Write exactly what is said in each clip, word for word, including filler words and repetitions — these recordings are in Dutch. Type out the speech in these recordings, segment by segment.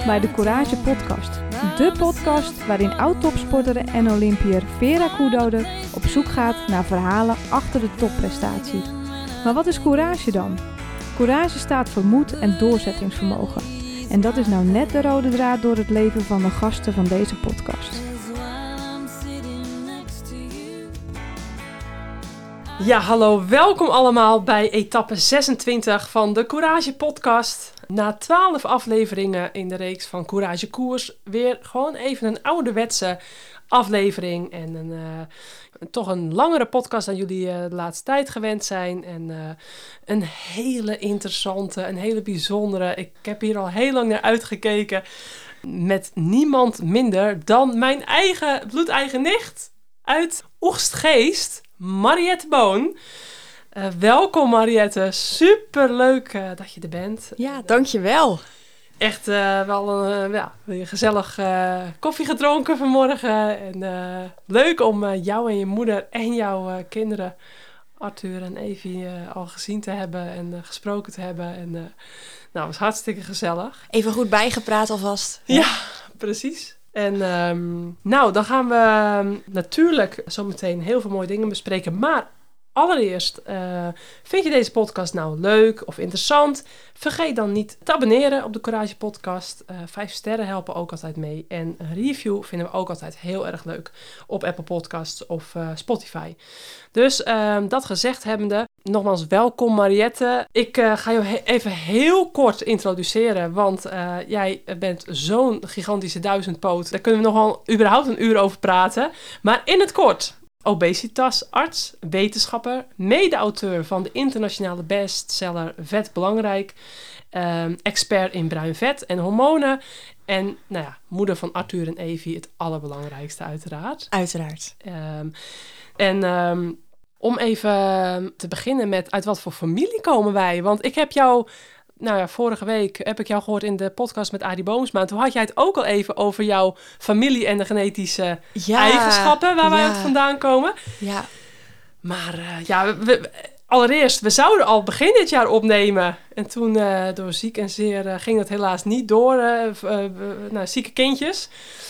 bij de Courage Podcast. De podcast waarin oud-topsporter en Olympiër Vera Koedoder op zoek gaat naar verhalen achter de topprestatie. Maar wat is courage dan? Courage staat voor moed en doorzettingsvermogen. En dat is nou net de rode draad door het leven van de gasten van deze podcast. Ja, hallo, welkom allemaal bij etappe zesentwintig van de Courage Podcast. Na twaalf afleveringen in de reeks van Courage Koers, weer gewoon even een ouderwetse aflevering. En een, uh, toch een langere podcast dan jullie uh, de laatste tijd gewend zijn. En uh, een hele interessante, een hele bijzondere. Ik heb hier al heel lang naar uitgekeken. Met niemand minder dan mijn eigen bloedeigen nicht uit Oegstgeest, Mariette Boon. Uh, welkom Mariette, superleuk uh, dat je er bent. Ja, dankjewel. Echt uh, wel een uh, ja, weer gezellig uh, koffie gedronken vanmorgen. En uh, leuk om uh, jou en je moeder en jouw uh, kinderen, Arthur en Evie, uh, al gezien te hebben en uh, gesproken te hebben. En, uh, nou, het was hartstikke gezellig. Even goed bijgepraat alvast. Ja, ja, precies. En um, nou, dan gaan we um, natuurlijk zometeen heel veel mooie dingen bespreken. Maar allereerst, uh, vind je deze podcast nou leuk of interessant? Vergeet dan niet te abonneren op de Courage Podcast. Uh, vijf sterren helpen ook altijd mee. En een review vinden we ook altijd heel erg leuk op Apple Podcasts of uh, Spotify. Dus uh, dat gezegd hebbende, nogmaals welkom Mariette. Ik uh, ga je he- even heel kort introduceren, want uh, jij bent zo'n gigantische duizendpoot. Daar kunnen we nogal überhaupt een uur over praten. Maar in het kort: obesitasarts, wetenschapper, mede-auteur van de internationale bestseller Vet Belangrijk, um, expert in bruin vet en hormonen en nou ja, moeder van Arthur en Evie, het allerbelangrijkste uiteraard. Uiteraard. Um, en um, om even te beginnen met uit wat voor familie komen wij? Want ik heb jou, nou ja, vorige week heb ik jou gehoord in de podcast met Arie Boomsma. Toen had jij het ook al even over jouw familie en de genetische ja, eigenschappen waar ja. wij uit vandaan komen. Ja. Maar uh, ja, we, we, allereerst, we zouden al begin dit jaar opnemen. En toen uh, door ziek en zeer uh, ging dat helaas niet door. Uh, uh, uh, nou, zieke kindjes.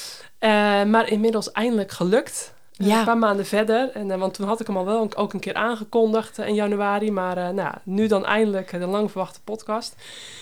Uh, maar inmiddels eindelijk gelukt. Ja. Een paar maanden verder. En, uh, want toen had ik hem al wel ook een keer aangekondigd uh, in januari. Maar uh, nou, nu dan eindelijk uh, de lang verwachte podcast.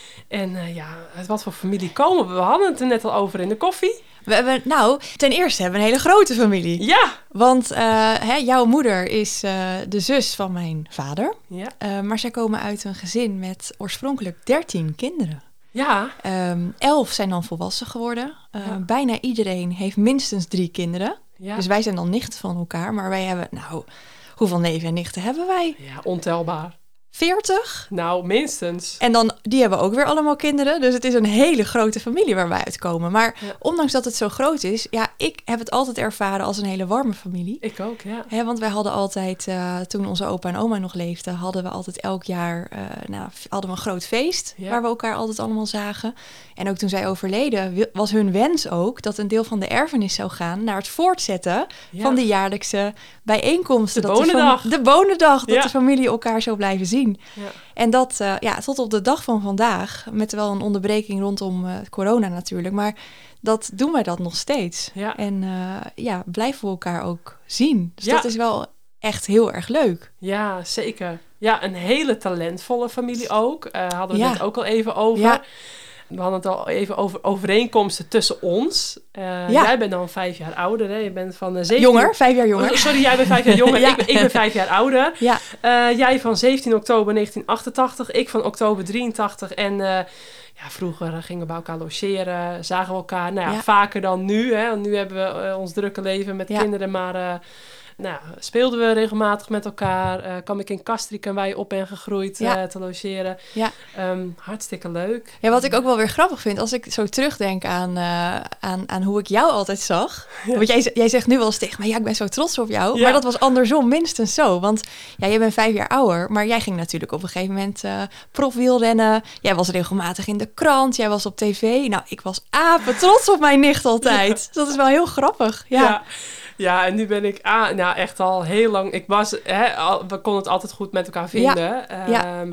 En uh, ja, uit wat voor familie komen we? We hadden het er net al over in de koffie. We hebben, nou, ten eerste hebben we een hele grote familie. Ja! Want uh, hè, jouw moeder is uh, de zus van mijn vader. Ja. Uh, maar zij komen uit een gezin met oorspronkelijk dertien kinderen. Ja. Um, elf zijn dan volwassen geworden. Uh, ja. Bijna iedereen heeft minstens drie kinderen. Ja. Dus wij zijn dan nichten van elkaar. Maar wij hebben, nou, hoeveel neven en nichten hebben wij? Ja, ontelbaar. veertig? Nou, minstens. En dan, die hebben ook weer allemaal kinderen. Dus het is een hele grote familie waar wij uitkomen. Maar ja. ondanks dat het zo groot is, ja, ik heb het altijd ervaren als een hele warme familie. Ik ook, ja. He, want wij hadden altijd, uh, toen onze opa en oma nog leefden, hadden we altijd elk jaar, uh, nou, hadden we een groot feest. Ja. Waar we elkaar altijd allemaal zagen. En ook toen zij overleden, was hun wens ook dat een deel van de erfenis zou gaan naar het voortzetten ja. van de jaarlijkse bijeenkomsten. De dat bonendag. De, fam- de bonendag, dat ja. de familie elkaar zou blijven zien. Ja. En dat, uh, ja, tot op de dag van vandaag, met wel een onderbreking rondom uh, corona natuurlijk, maar dat doen wij dat nog steeds. Ja. En uh, ja, blijven we elkaar ook zien. Dus ja. dat is wel echt heel erg leuk. Ja, zeker. Ja, een hele talentvolle familie ook. Uh, hadden we ja. het ook al even over. Ja. We hadden het al even over overeenkomsten tussen ons. Uh, ja. Jij bent dan vijf jaar ouder, hè? Je bent van uh, zeventien... Jonger, vijf jaar jonger. Oh, sorry, jij bent vijf jaar jonger. ja. ik, ben, ik ben vijf jaar ouder. Ja. Uh, jij van zeventien oktober negentien achtentachtig. Ik van oktober drieëntachtig. En uh, ja, vroeger gingen we bij elkaar logeren. Zagen we elkaar, nou ja, ja. vaker dan nu. Hè? Want nu hebben we uh, ons drukke leven met ja. kinderen. Maar uh, nou, speelden we regelmatig met elkaar. Uh, kwam ik in Castricum, waar je op bent gegroeid, ja. uh, te logeren. Ja. Um, hartstikke leuk. Ja, wat ik ook wel weer grappig vind, als ik zo terugdenk aan, uh, aan, aan hoe ik jou altijd zag. Ja. Want jij, jij zegt nu wel eens tegen mij, ja, ik ben zo trots op jou. Ja. Maar dat was andersom minstens zo. Want ja, jij bent vijf jaar ouder, maar jij ging natuurlijk op een gegeven moment uh, profwielrennen. Jij was regelmatig in de krant, jij was op tv. Nou, ik was apen trots op mijn nicht altijd. Ja. Dus dat is wel heel grappig. Ja. ja. Ja, en nu ben ik ah, nou, echt al heel lang... Ik was, hè, al, we konden het altijd goed met elkaar vinden. Ja. Um, ja.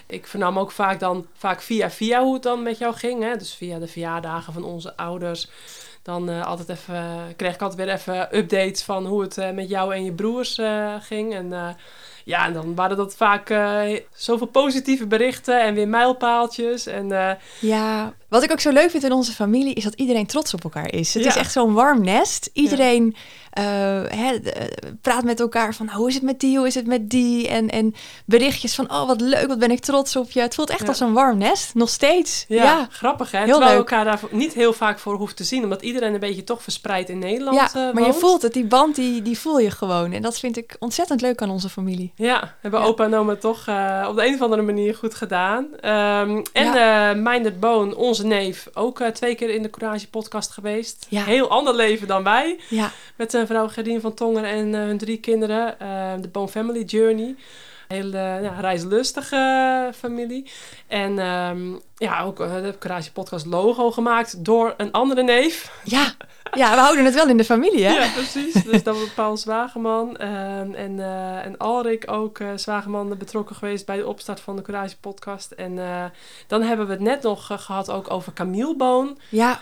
Ik vernam ook vaak dan, vaak via via hoe het dan met jou ging. Hè? Dus via de verjaardagen van onze ouders. Dan uh, altijd even, uh, kreeg ik altijd weer even updates van hoe het uh, met jou en je broers uh, ging. En uh, ja, en dan waren dat vaak uh, zoveel positieve berichten en weer mijlpaaltjes. En, uh, ja, wat ik ook zo leuk vind in onze familie is dat iedereen trots op elkaar is. Het ja. is echt zo'n warm nest. Iedereen uh, hè, praat met elkaar van nou, hoe is het met die, hoe is het met die? En, en berichtjes van oh, wat leuk, wat ben ik trots op je. Het voelt echt ja. als een warm nest, nog steeds. Ja, ja. grappig hè. Heel Terwijl je leuk. elkaar daar niet heel vaak voor hoeft te zien. Omdat iedereen een beetje toch verspreid in Nederland Ja, uh, maar je woont. voelt het, die band die, die voel je gewoon. En dat vind ik ontzettend leuk aan onze familie. Ja, hebben Ja. opa en oma toch uh, op de een of andere manier goed gedaan. Um, en Ja. uh, Meindert Boon, onze neef, ook uh, twee keer in de Courage podcast geweest. Ja. Heel ander leven dan wij. Ja, Met zijn vrouw Gerdien van Tonger en uh, hun drie kinderen. Uh, de Boon Family Journey. Hele uh, ja, reislustige uh, familie. En um, ja, ook uh, de Courage podcast logo gemaakt door een andere neef. ja. ja, we houden het wel in de familie, hè? Ja, precies. Dus dat was Paul Zwageman. Um, en, uh, en Alrik ook, uh, Zwageman, betrokken geweest bij de opstart van de Courage podcast. En uh, dan hebben we het net nog uh, gehad ook over Camille Boon. Ja,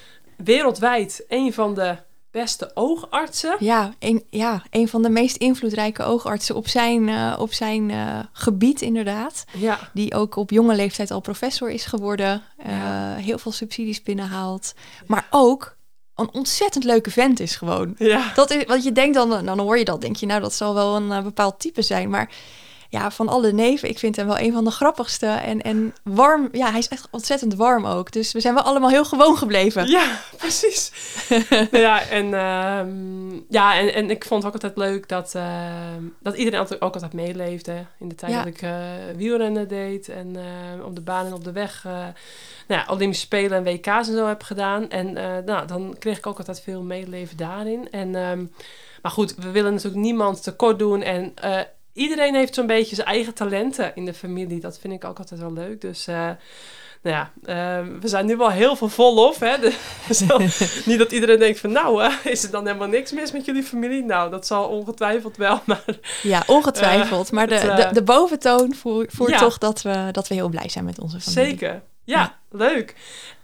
Wereldwijd een van de beste oogartsen. ja, een, ja, een van de meest invloedrijke oogartsen op zijn, uh, op zijn uh, gebied inderdaad. Ja. Die ook op jonge leeftijd al professor is geworden. Uh, Ja. Heel veel subsidies binnenhaalt. Maar ook een ontzettend leuke vent is gewoon. Ja. Dat is, want je denkt dan, dan hoor je dat, denk je, nou dat zal wel een uh, bepaald type zijn. Maar ja, van alle neven, ik vind hem wel een van de grappigste. En, en warm, ja, hij is echt ontzettend warm ook. Dus we zijn wel allemaal heel gewoon gebleven. Ja, precies. Nou ja, en, um, ja en, en ik vond het ook altijd leuk dat, uh, dat iedereen altijd, ook altijd meeleefde. In de tijd Ja. dat ik uh, wielrennen deed en uh, op de baan en op de weg uh, nou ja, Olympische Spelen en W K's en zo heb gedaan. En uh, nou, dan kreeg ik ook altijd veel meeleven daarin. En, um, maar goed, we willen natuurlijk niemand tekort doen en... Uh, Iedereen heeft zo'n beetje zijn eigen talenten in de familie. Dat vind ik ook altijd wel leuk. Dus uh, nou ja, uh, we zijn nu wel heel veel volop. Hè? De, zo, niet dat iedereen denkt van nou, uh, is er dan helemaal niks mis met jullie familie? Nou, dat zal ongetwijfeld wel. Maar, Ja, ongetwijfeld. Uh, maar de, het, uh, de, de boventoon voert voer ja. toch dat we, dat we heel blij zijn met onze familie. Zeker. Ja, Ja. leuk.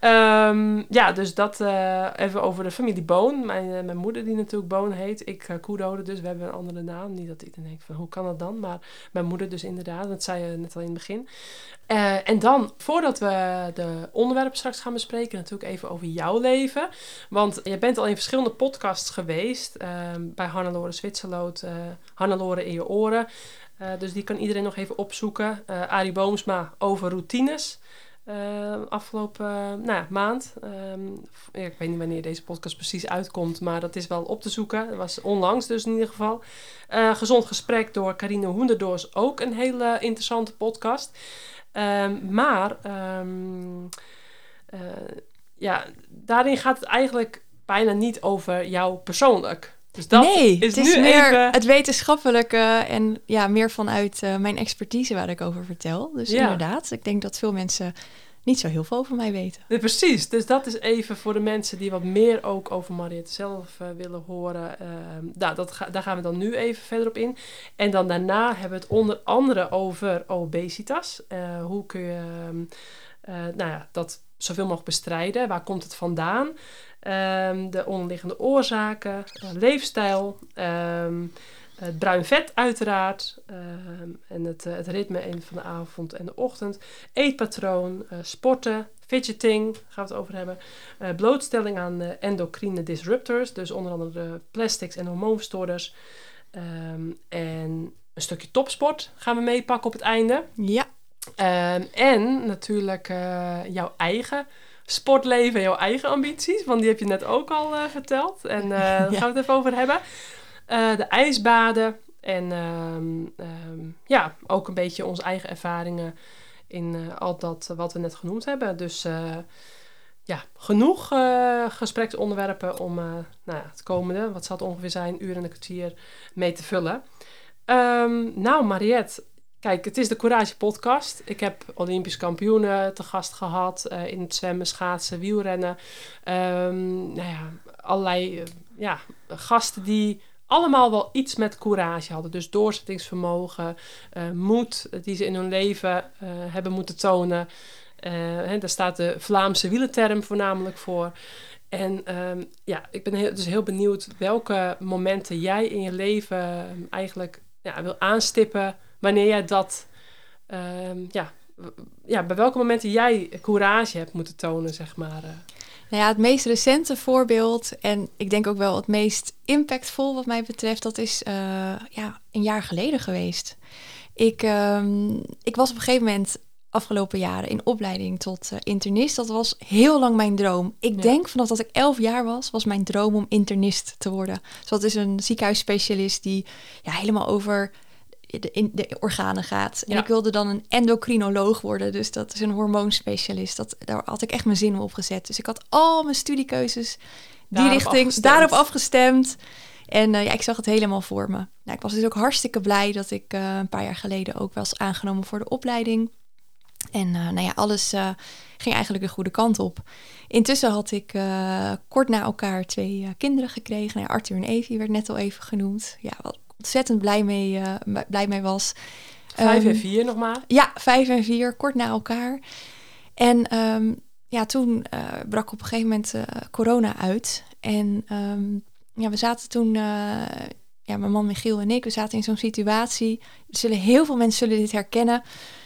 Um, ja, dus dat uh, even over de familie Boon. Mijn, uh, mijn moeder die natuurlijk Boon heet. Ik uh, Koedode, dus we hebben een andere naam. Niet dat iedereen denkt van hoe kan dat dan? Maar mijn moeder dus inderdaad. Dat zei je net al in het begin. Uh, en dan, voordat we de onderwerpen straks gaan bespreken, natuurlijk even over jouw leven. Want je bent al in verschillende podcasts geweest. Uh, bij Hannelore Zwitserloot. Uh, Hannelore in je oren. Uh, dus die kan iedereen nog even opzoeken. Uh, Arie Boomsma over routines. Uh, afgelopen uh, nou ja, maand. Um, ik weet niet wanneer deze podcast precies uitkomt, maar dat is wel op te zoeken. Dat was onlangs dus in ieder geval. Uh, Gezond gesprek door Carine Hoenderdoors, ook een hele interessante podcast. Um, maar um, uh, ja, daarin gaat het eigenlijk bijna niet over jou persoonlijk. Dus dat nee, is het is nu meer even... het wetenschappelijke en ja, meer vanuit uh, mijn expertise waar ik over vertel. Dus Ja. inderdaad, ik denk dat veel mensen niet zo heel veel over mij weten. Nee, precies, dus dat is even voor de mensen die wat meer ook over Mariette zelf uh, willen horen. Uh, nou, dat ga, daar gaan we dan nu even verder op in. En dan daarna hebben we het onder andere over obesitas. Uh, hoe kun je uh, nou ja, dat zoveel mogelijk bestrijden? Waar komt het vandaan? Um, de onderliggende oorzaken, uh, leefstijl, um, het bruin vet uiteraard, um, en het, uh, het ritme in van de avond en de ochtend, eetpatroon, uh, sporten, fidgeting, gaan we het over hebben, uh, blootstelling aan uh, endocrine disruptors, dus onder andere de plastics en hormoonverstoorders, um, en een stukje topsport gaan we meepakken op het einde. Ja. Um, en natuurlijk uh, jouw eigen sportleven, jouw eigen ambities, want die heb je net ook al uh, verteld. En uh, daar Ja. gaan we het even over hebben. Uh, de ijsbaden en um, um, ja, ook een beetje onze eigen ervaringen in uh, al dat wat we net genoemd hebben. Dus uh, ja, genoeg uh, gespreksonderwerpen om uh, nou ja, het komende, wat zal het ongeveer zijn, uur en een kwartier mee te vullen. Um, nou, Mariette, kijk, het is de Courage podcast. Ik heb Olympisch kampioenen te gast gehad uh, in het zwemmen, schaatsen, wielrennen. Um, nou ja, allerlei uh, ja, gasten die allemaal wel iets met courage hadden. Dus doorzettingsvermogen, uh, moed die ze in hun leven uh, hebben moeten tonen. Uh, hè, daar staat de Vlaamse wielerterm voornamelijk voor. En um, ja, ik ben heel, dus heel benieuwd welke momenten jij in je leven um, eigenlijk ja, wil aanstippen. Wanneer jij dat, um, ja, ja, bij welke momenten jij courage hebt moeten tonen, zeg maar. Uh. Nou ja, het meest recente voorbeeld en ik denk ook wel het meest impactvol wat mij betreft, dat is uh, ja, een jaar geleden geweest. Ik, um, ik was op een gegeven moment afgelopen jaren in opleiding tot uh, internist. Dat was heel lang mijn droom. Ik ja. denk vanaf dat ik elf jaar was, was mijn droom om internist te worden. Dus dat is een ziekenhuisspecialist die ja, helemaal over de, in de organen gaat. En ja. ik wilde dan een endocrinoloog worden. Dus dat is een hormoonspecialist. Dat, daar had ik echt mijn zin op gezet. Dus ik had al mijn studiekeuzes die daarop richting, afgestemd. daarop afgestemd. En uh, ja, ik zag het helemaal voor me. Nou, ik was dus ook hartstikke blij dat ik uh, een paar jaar geleden ook was aangenomen voor de opleiding. En uh, nou ja, alles uh, ging eigenlijk de goede kant op. Intussen had ik uh, kort na elkaar twee uh, kinderen gekregen. Nou ja, Arthur en Evie werd net al even genoemd. Ja, wat ik ontzettend blij mee, uh, blij mee was. Vijf um, en vier nog maar? Ja, vijf en vier, kort na elkaar. En um, ja, toen uh, brak op een gegeven moment uh, corona uit. En um, ja, we zaten toen... Uh, ja, mijn man Michiel en ik, we zaten in zo'n situatie. Zullen, heel veel mensen zullen dit herkennen.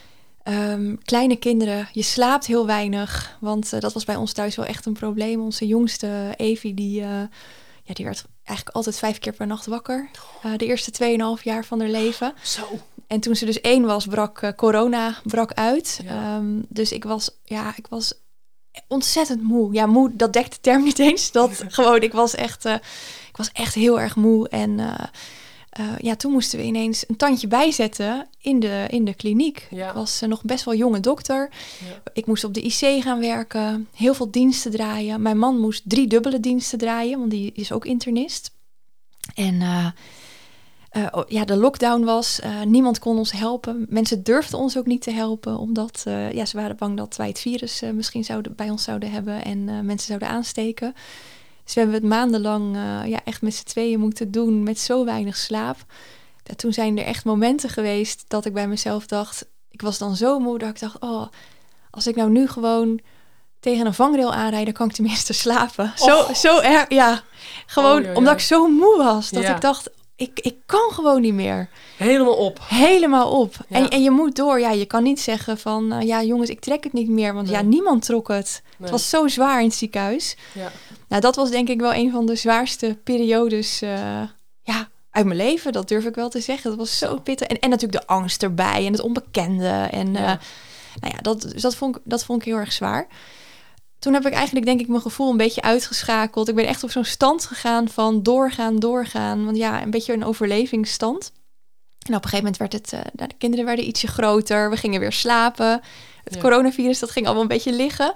Um, kleine kinderen, je slaapt heel weinig. Want uh, dat was bij ons thuis wel echt een probleem. Onze jongste, Evie, die, uh, ja, die werd eigenlijk altijd vijf keer per nacht wakker. Uh, de eerste tweeënhalf jaar van haar leven. Zo. En toen ze dus één was, brak uh, corona brak uit. Ja. Um, dus ik was, ja, ik was ontzettend moe. Ja, moe, dat dekt de term niet eens. Dat gewoon, ik was echt, uh, ik was echt heel erg moe. En uh, uh, ja, toen moesten we ineens een tandje bijzetten in de, in de kliniek. Ja. Ik was uh, nog best wel jonge dokter. Ja. Ik moest op de I C gaan werken. Heel veel diensten draaien. Mijn man moest drie dubbele diensten draaien, want die is ook internist. En uh, uh, oh, ja, de lockdown was. Uh, niemand kon ons helpen. Mensen durfden ons ook niet te helpen, omdat uh, ja, ze waren bang dat wij het virus uh, misschien zouden, bij ons zouden hebben en uh, mensen zouden aansteken. Dus we hebben het maandenlang uh, ja, echt met z'n tweeën moeten doen met zo weinig slaap. Ja, toen zijn er echt momenten geweest dat ik bij mezelf dacht, ik was dan zo moe dat ik dacht, oh, als ik nou nu gewoon tegen een vangrail aanrijd, dan kan ik tenminste slapen. Oh. Zo, zo erg, ja. Gewoon oh, ja, ja. omdat ik zo moe was, dat ja. ik dacht, ik, ik kan gewoon niet meer. Helemaal op. Helemaal op. Ja. En, en je moet door. Ja, je kan niet zeggen van, uh, ja jongens, ik trek het niet meer. Want nee. ja, niemand trok het. Nee. Het was zo zwaar in het ziekenhuis. Ja. Nou, dat was denk ik wel een van de zwaarste periodes uh, ja, uit mijn leven. Dat durf ik wel te zeggen. Dat was zo pittig. En, en natuurlijk de angst erbij en het onbekende. En uh, ja. nou ja, dat, dus dat, vond ik, dat vond ik heel erg zwaar. Toen heb ik eigenlijk denk ik mijn gevoel een beetje uitgeschakeld. Ik ben echt op zo'n stand gegaan van doorgaan, doorgaan. Want ja, een beetje een overlevingsstand. En op een gegeven moment werd het, uh, nou, de kinderen werden ietsje groter. We gingen weer slapen. Het ja. coronavirus, dat ging allemaal een beetje liggen.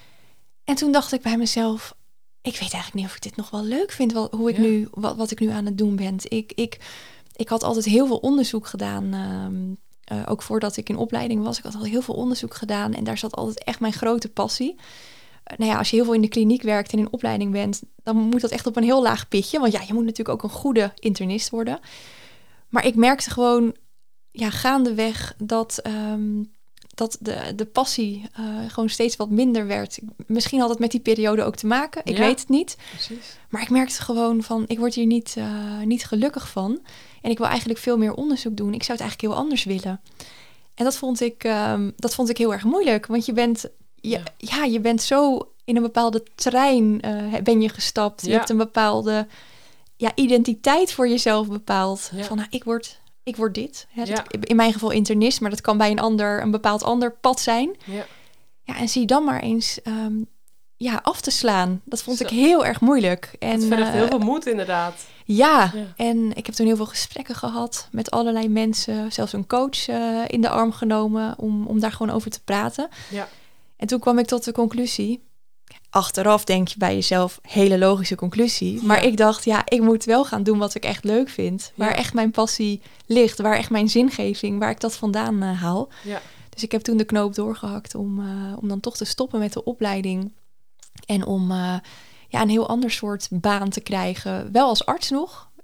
En toen dacht ik bij mezelf, ik weet eigenlijk niet of ik dit nog wel leuk vind. Wat, hoe ik ja. nu, wat, wat ik nu aan het doen ben. Ik, ik, ik had altijd heel veel onderzoek gedaan. Um, uh, ook voordat ik in opleiding was. Ik had al heel veel onderzoek gedaan. En daar zat altijd echt mijn grote passie. Nou ja, als je heel veel in de kliniek werkt en in opleiding bent, dan moet dat echt op een heel laag pitje. Want ja, je moet natuurlijk ook een goede internist worden. Maar ik merkte gewoon, ja, gaandeweg dat, um, dat de, de passie uh, gewoon steeds wat minder werd. Misschien had het met die periode ook te maken. Ik ja, weet het niet. Precies. Maar ik merkte gewoon van, ik word hier niet, uh, niet gelukkig van. En ik wil eigenlijk veel meer onderzoek doen. Ik zou het eigenlijk heel anders willen. En dat vond ik, um, dat vond ik heel erg moeilijk. Want je bent... Je, ja. ja, je bent zo in een bepaalde trein uh, ben je gestapt. Je ja. hebt een bepaalde ja, identiteit voor jezelf bepaald. Ja. Van, nou, ik word, ik word dit. Hè, ja. dat, in mijn geval internist, maar dat kan bij een ander een bepaald ander pad zijn. Ja, ja en zie dan maar eens um, ja, af te slaan. Dat vond zo. ik heel erg moeilijk. En, dat vergt uh, heel veel moed inderdaad. Ja, ja, en ik heb toen heel veel gesprekken gehad met allerlei mensen. Zelfs een coach uh, in de arm genomen om, om daar gewoon over te praten. Ja. En toen kwam ik tot de conclusie. Achteraf denk je bij jezelf, hele logische conclusie. Ja. Maar ik dacht, ja, ik moet wel gaan doen wat ik echt leuk vind. Waar ja. echt mijn passie ligt. Waar echt mijn zingeving, waar ik dat vandaan uh, haal. Ja. Dus ik heb toen de knoop doorgehakt om, uh, om dan toch te stoppen met de opleiding. En om uh, ja, een heel ander soort baan te krijgen. Wel als arts nog.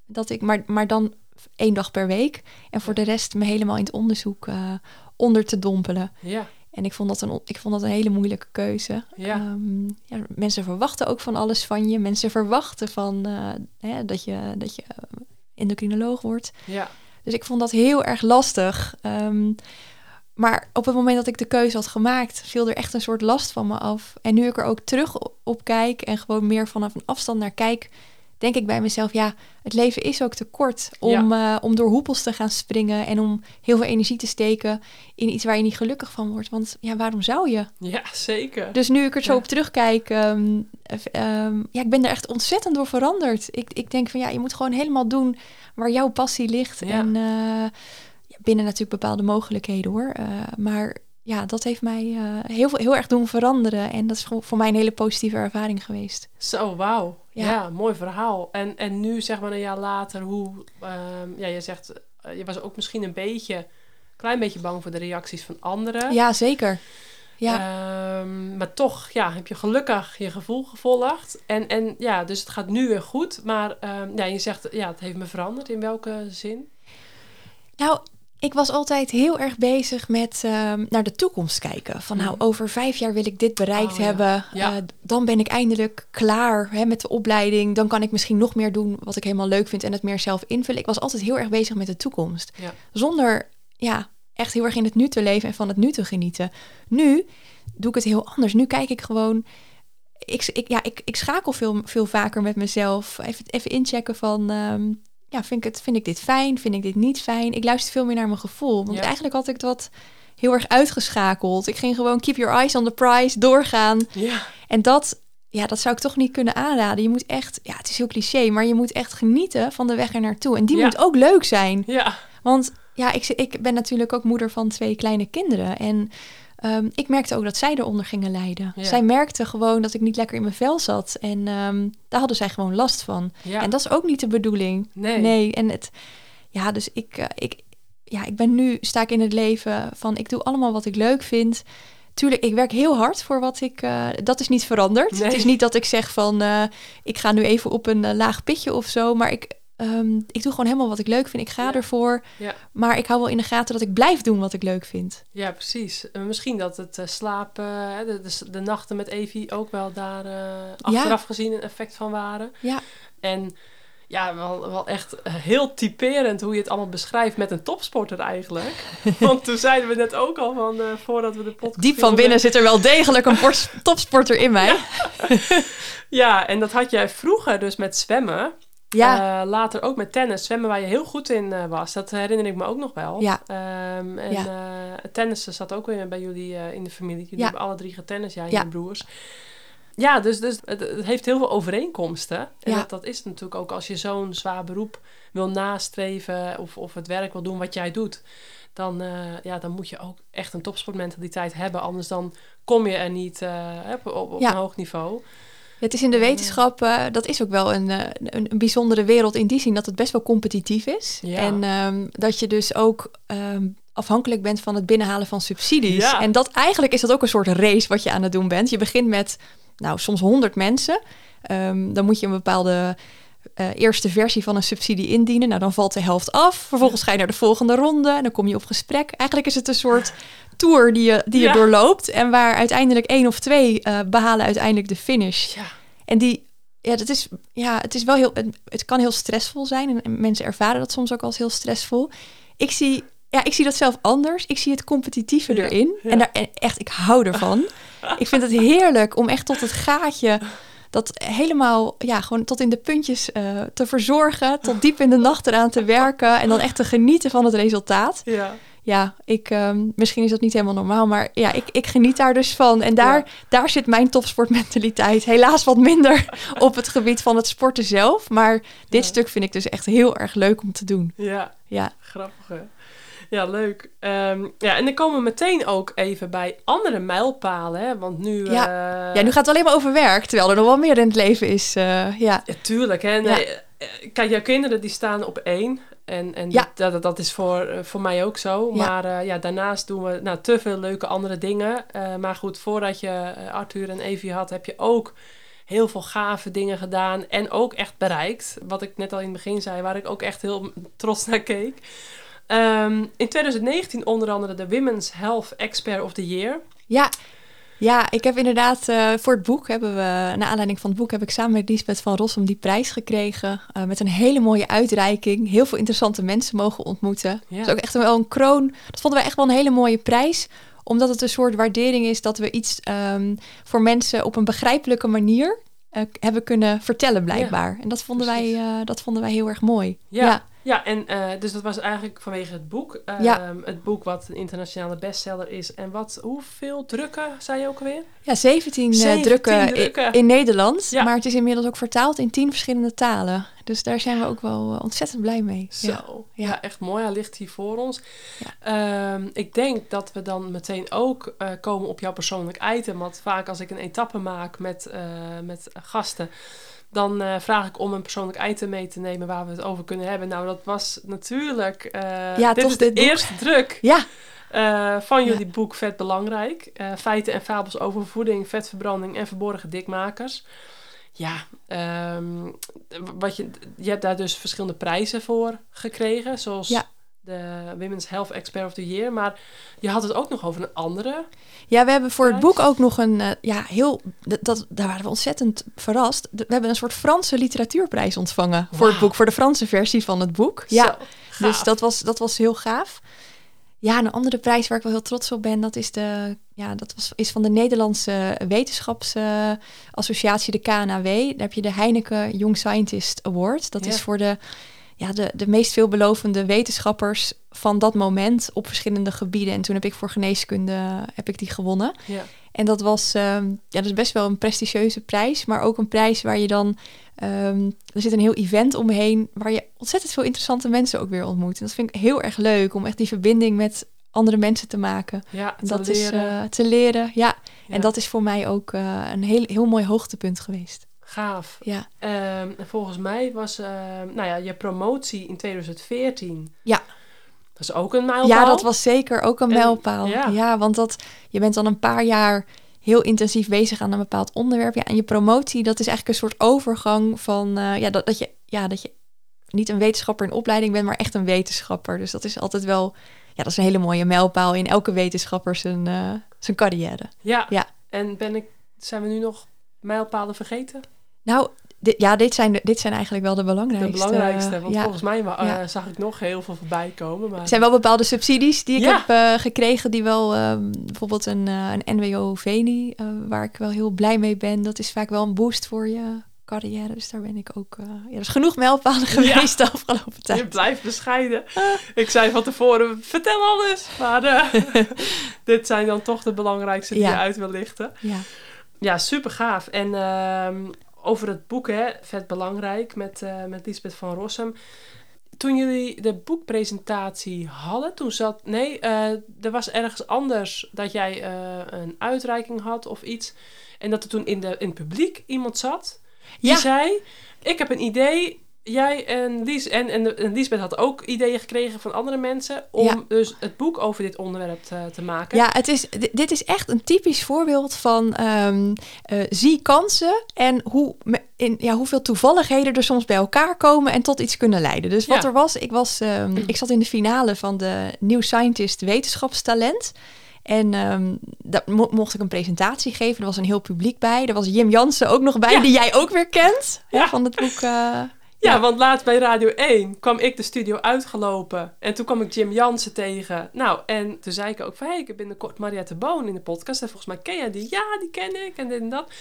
dat ik maar, maar dan één dag per week. En voor de rest me helemaal in het onderzoek uh, onder te dompelen. Ja. En ik vond dat een, ik vond dat een hele moeilijke keuze. Ja. Um, ja, mensen verwachten ook van alles van je. Mensen verwachten van uh, hè, dat je, dat je endocrinoloog wordt. Ja. Dus ik vond dat heel erg lastig. Um, maar op het moment dat ik de keuze had gemaakt, viel er echt een soort last van me af. En nu ik er ook terug op kijk en gewoon meer vanaf een afstand naar kijk, denk ik bij mezelf, ja, het leven is ook te kort om, ja. uh, om door hoepels te gaan springen en om heel veel energie te steken in iets waar je niet gelukkig van wordt. Want ja, waarom zou je? Ja, zeker. Dus nu ik er zo ja. op terugkijk, um, um, ja, ik ben er echt ontzettend door veranderd. Ik, ik denk van ja, je moet gewoon helemaal doen waar jouw passie ligt. Ja. En uh, binnen natuurlijk bepaalde mogelijkheden hoor. Uh, maar ja, dat heeft mij uh, heel, heel erg doen veranderen. En dat is voor mij een hele positieve ervaring geweest. Zo, wauw. Ja. ja, mooi verhaal. En, en nu zeg maar een jaar later, hoe... Um, ja, je zegt, uh, je was ook misschien een beetje... klein beetje bang voor de reacties van anderen. Ja, zeker. Ja. Um, maar toch, ja, heb je gelukkig je gevoel gevolgd. En, en ja, dus het gaat nu weer goed. Maar um, ja, je zegt, ja, het heeft me veranderd. In welke zin? Nou... Ik was altijd heel erg bezig met um, naar de toekomst kijken. Van nou, over vijf jaar wil ik dit bereikt oh, ja. hebben. Ja. Uh, dan ben ik eindelijk klaar hè, met de opleiding. Dan kan ik misschien nog meer doen wat ik helemaal leuk vind en het meer zelf invullen. Ik was altijd heel erg bezig met de toekomst. Ja. Zonder ja, echt heel erg in het nu te leven en van het nu te genieten. Nu doe ik het heel anders. Nu kijk ik gewoon... Ik, ik, ja, ik, ik schakel veel, veel vaker met mezelf. Even, even inchecken van... Um, Ja, vind ik, het, vind ik dit fijn? Vind ik dit niet fijn? Ik luister veel meer naar mijn gevoel. Want ja. eigenlijk had ik dat heel erg uitgeschakeld. Ik ging gewoon keep your eyes on the prize, doorgaan. Ja. En dat, ja, dat zou ik toch niet kunnen aanraden. Je moet echt, ja, het is heel cliché, maar je moet echt genieten van de weg er naartoe. En die ja. moet ook leuk zijn. Ja. Want ja, ik, ik ben natuurlijk ook moeder van twee kleine kinderen. En um, ik merkte ook dat zij eronder gingen lijden. Ja. Zij merkte gewoon dat ik niet lekker in mijn vel zat. En um, daar hadden zij gewoon last van. Ja. En dat is ook niet de bedoeling. Nee. Nee. En het, ja, dus ik, uh, ik, ja, ik ben nu, sta ik in het leven van, ik doe allemaal wat ik leuk vind. Tuurlijk, ik werk heel hard voor wat ik... Uh, dat is niet veranderd. Nee. Het is niet dat ik zeg van, uh, ik ga nu even op een uh, laag pitje of zo. Maar ik... Um, ik doe gewoon helemaal wat ik leuk vind. Ik ga ja. ervoor. Ja. Maar ik hou wel in de gaten dat ik blijf doen wat ik leuk vind. Ja, precies. Uh, misschien dat het uh, slapen, uh, de, de, de nachten met Evie ook wel daar uh, achteraf ja. gezien een effect van waren. Ja. En ja, wel, wel echt heel typerend hoe je het allemaal beschrijft met een topsporter eigenlijk. Want toen zeiden we net ook al van, uh, voordat we de podcast... Diep van binnen zit er wel degelijk een borst, topsporter in mij. Ja. Ja, en dat had jij vroeger dus met zwemmen. Ja. Uh, later ook met tennis, zwemmen waar je heel goed in uh, was. Dat herinner ik me ook nog wel. Ja. Um, en ja. uh, tennissen zat ook weer bij jullie uh, in de familie. Jullie ja. hebben alle drie getennis, jij en ja. je broers. Ja, dus, dus het, het heeft heel veel overeenkomsten. En ja. dat, dat is natuurlijk ook als je zo'n zwaar beroep wil nastreven... of, of het werk wil doen wat jij doet... Dan, uh, ja, dan moet je ook echt een topsportmentaliteit hebben. Anders dan kom je er niet uh, op, op, op ja. een hoog niveau... Het is in de wetenschap, uh, dat is ook wel een, een, een bijzondere wereld in die zin dat het best wel competitief is. Ja. En um, dat je dus ook um, afhankelijk bent van het binnenhalen van subsidies. Ja. En dat eigenlijk is dat ook een soort race wat je aan het doen bent. Je begint met, nou, soms honderd mensen. Um, dan moet je een bepaalde uh, eerste versie van een subsidie indienen. Nou, dan valt de helft af. Vervolgens ga je naar de volgende ronde en dan kom je op gesprek. Eigenlijk is het een soort... tour die je, die je ja. doorloopt en waar uiteindelijk één of twee uh, behalen uiteindelijk de finish. Ja. En die, ja, dat is, ja, het is wel heel, het, het kan heel stressvol zijn en, en mensen ervaren dat soms ook als heel stressvol. Ik zie, ja, ik zie dat zelf anders. Ik zie het competitieve ja. erin ja. en daar en echt, ik hou ervan. Ik vind het heerlijk om echt tot het gaatje dat helemaal, ja, gewoon tot in de puntjes uh, te verzorgen, tot diep in de nacht eraan te werken en dan echt te genieten van het resultaat. Ja. Ja, ik, um, misschien is dat niet helemaal normaal, maar ja, ik, ik geniet daar dus van. En daar, ja. daar zit mijn topsportmentaliteit. Helaas wat minder op het gebied van het sporten zelf. Maar dit ja. stuk vind ik dus echt heel erg leuk om te doen. Ja, ja. Grappig hè? Ja, leuk. Um, ja, en dan komen we meteen ook even bij andere mijlpalen, hè? Want nu... Ja. Uh... ja, nu gaat het alleen maar over werk, terwijl er nog wel meer in het leven is. Uh, ja. ja, tuurlijk. Hè? Nee, ja. Kijk, jouw kinderen die staan op één... En, en ja. dat, dat is voor, voor mij ook zo. Ja. Maar uh, ja, daarnaast doen we nou, te veel leuke andere dingen. Uh, maar goed, voordat je uh, Arthur en Evie had, heb je ook heel veel gave dingen gedaan en ook echt bereikt. Wat ik net al in het begin zei, waar ik ook echt heel trots naar keek. Um, in twintig negentien onder andere de Women's Health Expert of the Year. Ja, ja ik heb inderdaad uh, voor het boek hebben we, naar aanleiding van het boek heb ik samen met Liesbeth van Rossum die prijs gekregen. Uh, met een hele mooie uitreiking. Heel veel interessante mensen mogen ontmoeten. Ja. Dat is ook echt wel een kroon. Dat vonden wij echt wel een hele mooie prijs. Omdat het een soort waardering is dat we iets um, voor mensen op een begrijpelijke manier uh, hebben kunnen vertellen blijkbaar. Ja, en dat vonden, wij, uh, dat vonden wij heel erg mooi. Ja, ja. ja en uh, dus dat was eigenlijk vanwege het boek. Uh, ja. Het boek wat een internationale bestseller is. En wat, hoeveel drukken, zei je ook alweer? Ja, zeventien, zeventien drukken, drukken. In, in Nederland. Ja. Maar het is inmiddels ook vertaald in tien verschillende talen. Dus daar zijn we ook wel uh, ontzettend blij mee. Zo, ja, ja. ja echt mooi. Hij ligt hier voor ons. Ja. Um, ik denk dat we dan meteen ook uh, komen op jouw persoonlijk item. Want vaak als ik een etappe maak met, uh, met gasten, dan uh, vraag ik om een persoonlijk item mee te nemen waar we het over kunnen hebben. Nou, dat was natuurlijk uh, ja, dit toch is de dit eerste boek. druk Ja. Uh, van jullie ja. boek Vet Belangrijk. Uh, feiten en fabels over voeding, vetverbranding en verborgen dikmakers. Ja, um, wat je, je hebt daar dus verschillende prijzen voor gekregen. Zoals ja. de Women's Health Expert of the Year. Maar je had het ook nog over een andere. Ja, we hebben voor prijs. Het boek ook nog een... Uh, ja, heel... Dat, dat, daar waren we ontzettend verrast. We hebben een soort Franse literatuurprijs ontvangen. Wow. Voor het boek, voor de Franse versie van het boek. Ja, Zo, dus dat was, dat was heel gaaf. Ja, een andere prijs waar ik wel heel trots op ben, dat is, de, ja, dat was, is van de Nederlandse Wetenschapsassociatie, de K N A W. Daar heb je de Heineken Young Scientist Award. Dat ja. is voor de, ja, de, de meest veelbelovende wetenschappers van dat moment op verschillende gebieden. En toen heb ik voor geneeskunde heb ik die gewonnen. Ja. En dat was um, ja, dat is best wel een prestigieuze prijs, maar ook een prijs waar je dan... Um, er zit een heel event omheen waar je ontzettend veel interessante mensen ook weer ontmoet. En dat vind ik heel erg leuk om echt die verbinding met andere mensen te maken. Ja, en te dat leren. Is, uh, te leren, ja. ja. En dat is voor mij ook uh, een heel, heel mooi hoogtepunt geweest. Gaaf. Ja. Um, volgens mij was uh, nou ja, je promotie in twintig veertien. Ja. Dat is ook een mijlpaal. Ja, dat was zeker ook een en, mijlpaal. Ja. ja, want dat, je bent dan een paar jaar heel intensief bezig aan een bepaald onderwerp. Ja, en je promotie, dat is eigenlijk een soort overgang van... Uh, ja, dat, dat, je, ja, dat je niet een wetenschapper in opleiding bent, maar echt een wetenschapper. Dus dat is altijd wel... Ja, dat is een hele mooie mijlpaal in elke wetenschapper zijn, uh, zijn carrière. Ja, ja, en ben ik, zijn we nu nog mijlpalen vergeten? Nou... Dit, ja, dit zijn, de, dit zijn eigenlijk wel de belangrijkste. De belangrijkste, want ja. volgens mij uh, ja. zag ik nog heel veel voorbij komen. Maar... Er zijn wel bepaalde subsidies die ik ja. heb uh, gekregen, die wel, uh, bijvoorbeeld een, uh, een N W O-Veni, uh, waar ik wel heel blij mee ben. Dat is vaak wel een boost voor je carrière, dus daar ben ik ook... Uh, ja, er is genoeg mijlpalen geweest ja. de afgelopen tijd. Je blijft bescheiden. Uh. Ik zei van tevoren, vertel alles. Maar uh, dit zijn dan toch de belangrijkste die ja. je uit wil lichten. Ja, ja super gaaf. En... Uh, over het boek, hè, Vet Belangrijk, met, uh, met Liesbeth van Rossum. Toen jullie de boekpresentatie hadden, toen zat... Nee, uh, er was ergens anders dat jij uh, een uitreiking had of iets. En dat er toen in, de, in het publiek iemand zat. Die ja. zei, ik heb een idee... Jij en, Lies, en, en, en Liesbeth had ook ideeën gekregen van andere mensen... om ja. dus het boek over dit onderwerp te, te maken. Ja, het is, d- dit is echt een typisch voorbeeld van um, uh, zie kansen... en hoe, in, ja, hoeveel toevalligheden er soms bij elkaar komen... en tot iets kunnen leiden. Dus wat ja. er was, ik, was um, ik zat in de finale van de New Scientist Wetenschapstalent... En um, daar mo- mocht ik een presentatie geven. Er was een heel publiek bij. Er was Jim Jansen ook nog bij, ja. die jij ook weer kent. Ja. Hè, van het boek... Uh, Ja, ja, want laatst bij Radio één kwam ik de studio uitgelopen. En toen kwam ik Jim Jansen tegen. Nou, en toen zei ik ook van... Hey, ik heb binnenkort Mariette Boon in de podcast. En volgens mij ken jij die? Ja, die ken ik. En dit en dat.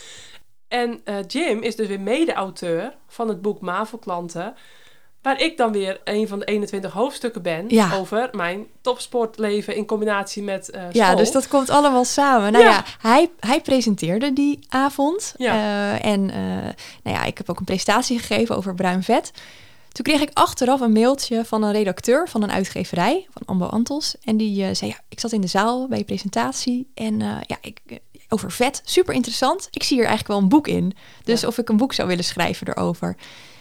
En uh, Jim is dus weer mede-auteur van het boek MAVO-klanten. Waar ik dan weer een van de eenentwintig hoofdstukken ben... Ja. over mijn topsportleven in combinatie met uh, school. Ja, dus dat komt allemaal samen. Nou ja, ja hij, hij presenteerde die avond. Ja. Uh, en uh, nou ja, ik heb ook een presentatie gegeven over bruin vet. Toen kreeg ik achteraf een mailtje van een redacteur van een uitgeverij... van Ambo Antos. En die uh, zei, ja, ik zat in de zaal bij je presentatie... en uh, ja, ik, uh, over vet, super interessant. Ik zie hier eigenlijk wel een boek in. Dus ja. of ik een boek zou willen schrijven erover...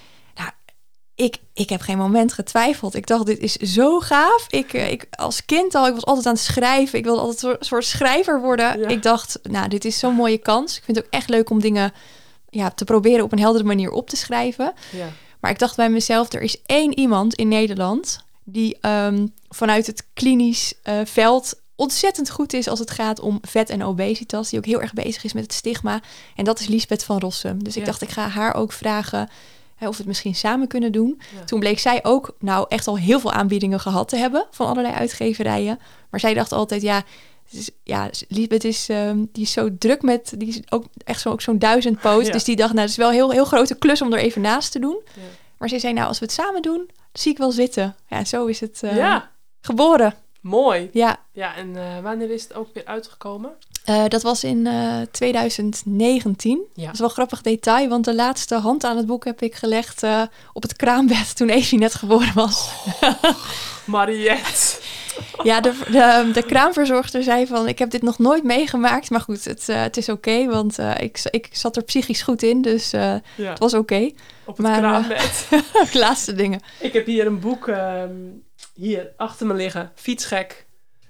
Ik, ik heb geen moment getwijfeld. Ik dacht, dit is zo gaaf. Ik, ik als kind al, ik was altijd aan het schrijven. Ik wilde altijd een soort schrijver worden. Ja. Ik dacht, nou, dit is zo'n mooie kans. Ik vind het ook echt leuk om dingen ja, te proberen op een heldere manier op te schrijven. Ja. Maar ik dacht bij mezelf, er is één iemand in Nederland die um, vanuit het klinisch uh, veld ontzettend goed is als het gaat om vet en obesitas. Die ook heel erg bezig is met het stigma. En dat is Liesbeth van Rossum. Dus ja. ik dacht, ik ga haar ook vragen hè, of we het misschien samen kunnen doen. Ja. Toen bleek zij ook nou echt al heel veel aanbiedingen gehad te hebben van allerlei uitgeverijen. Maar zij dacht altijd, ja, is, ja Liesbeth is, um, die is zo druk met, die is ook echt zo, ook zo'n duizend posts. Ja. Dus die dacht, nou, het is wel een heel, heel grote klus om er even naast te doen. Ja. Maar ze zei, nou, als we het samen doen, zie ik wel zitten. Ja, zo is het uh, ja. geboren. Mooi. Ja. Ja, en uh, wanneer is het ook weer uitgekomen? Uh, dat was in uh, twintig negentien. Ja. Dat is wel een grappig detail, want de laatste hand aan het boek heb ik gelegd uh, op het kraambed toen Evie net geboren was. Oh, Mariette. Ja, de, de, de kraamverzorgster zei van, ik heb dit nog nooit meegemaakt. Maar goed, het, uh, het is oké, okay, want uh, ik, ik zat er psychisch goed in. Dus uh, ja. het was oké. Okay. Op het maar, kraambed. Uh, laatste dingen. Ik heb hier een boek uh, hier achter me liggen. Fietsgek.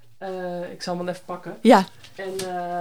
Uh, ik zal hem even pakken. Ja. En, uh,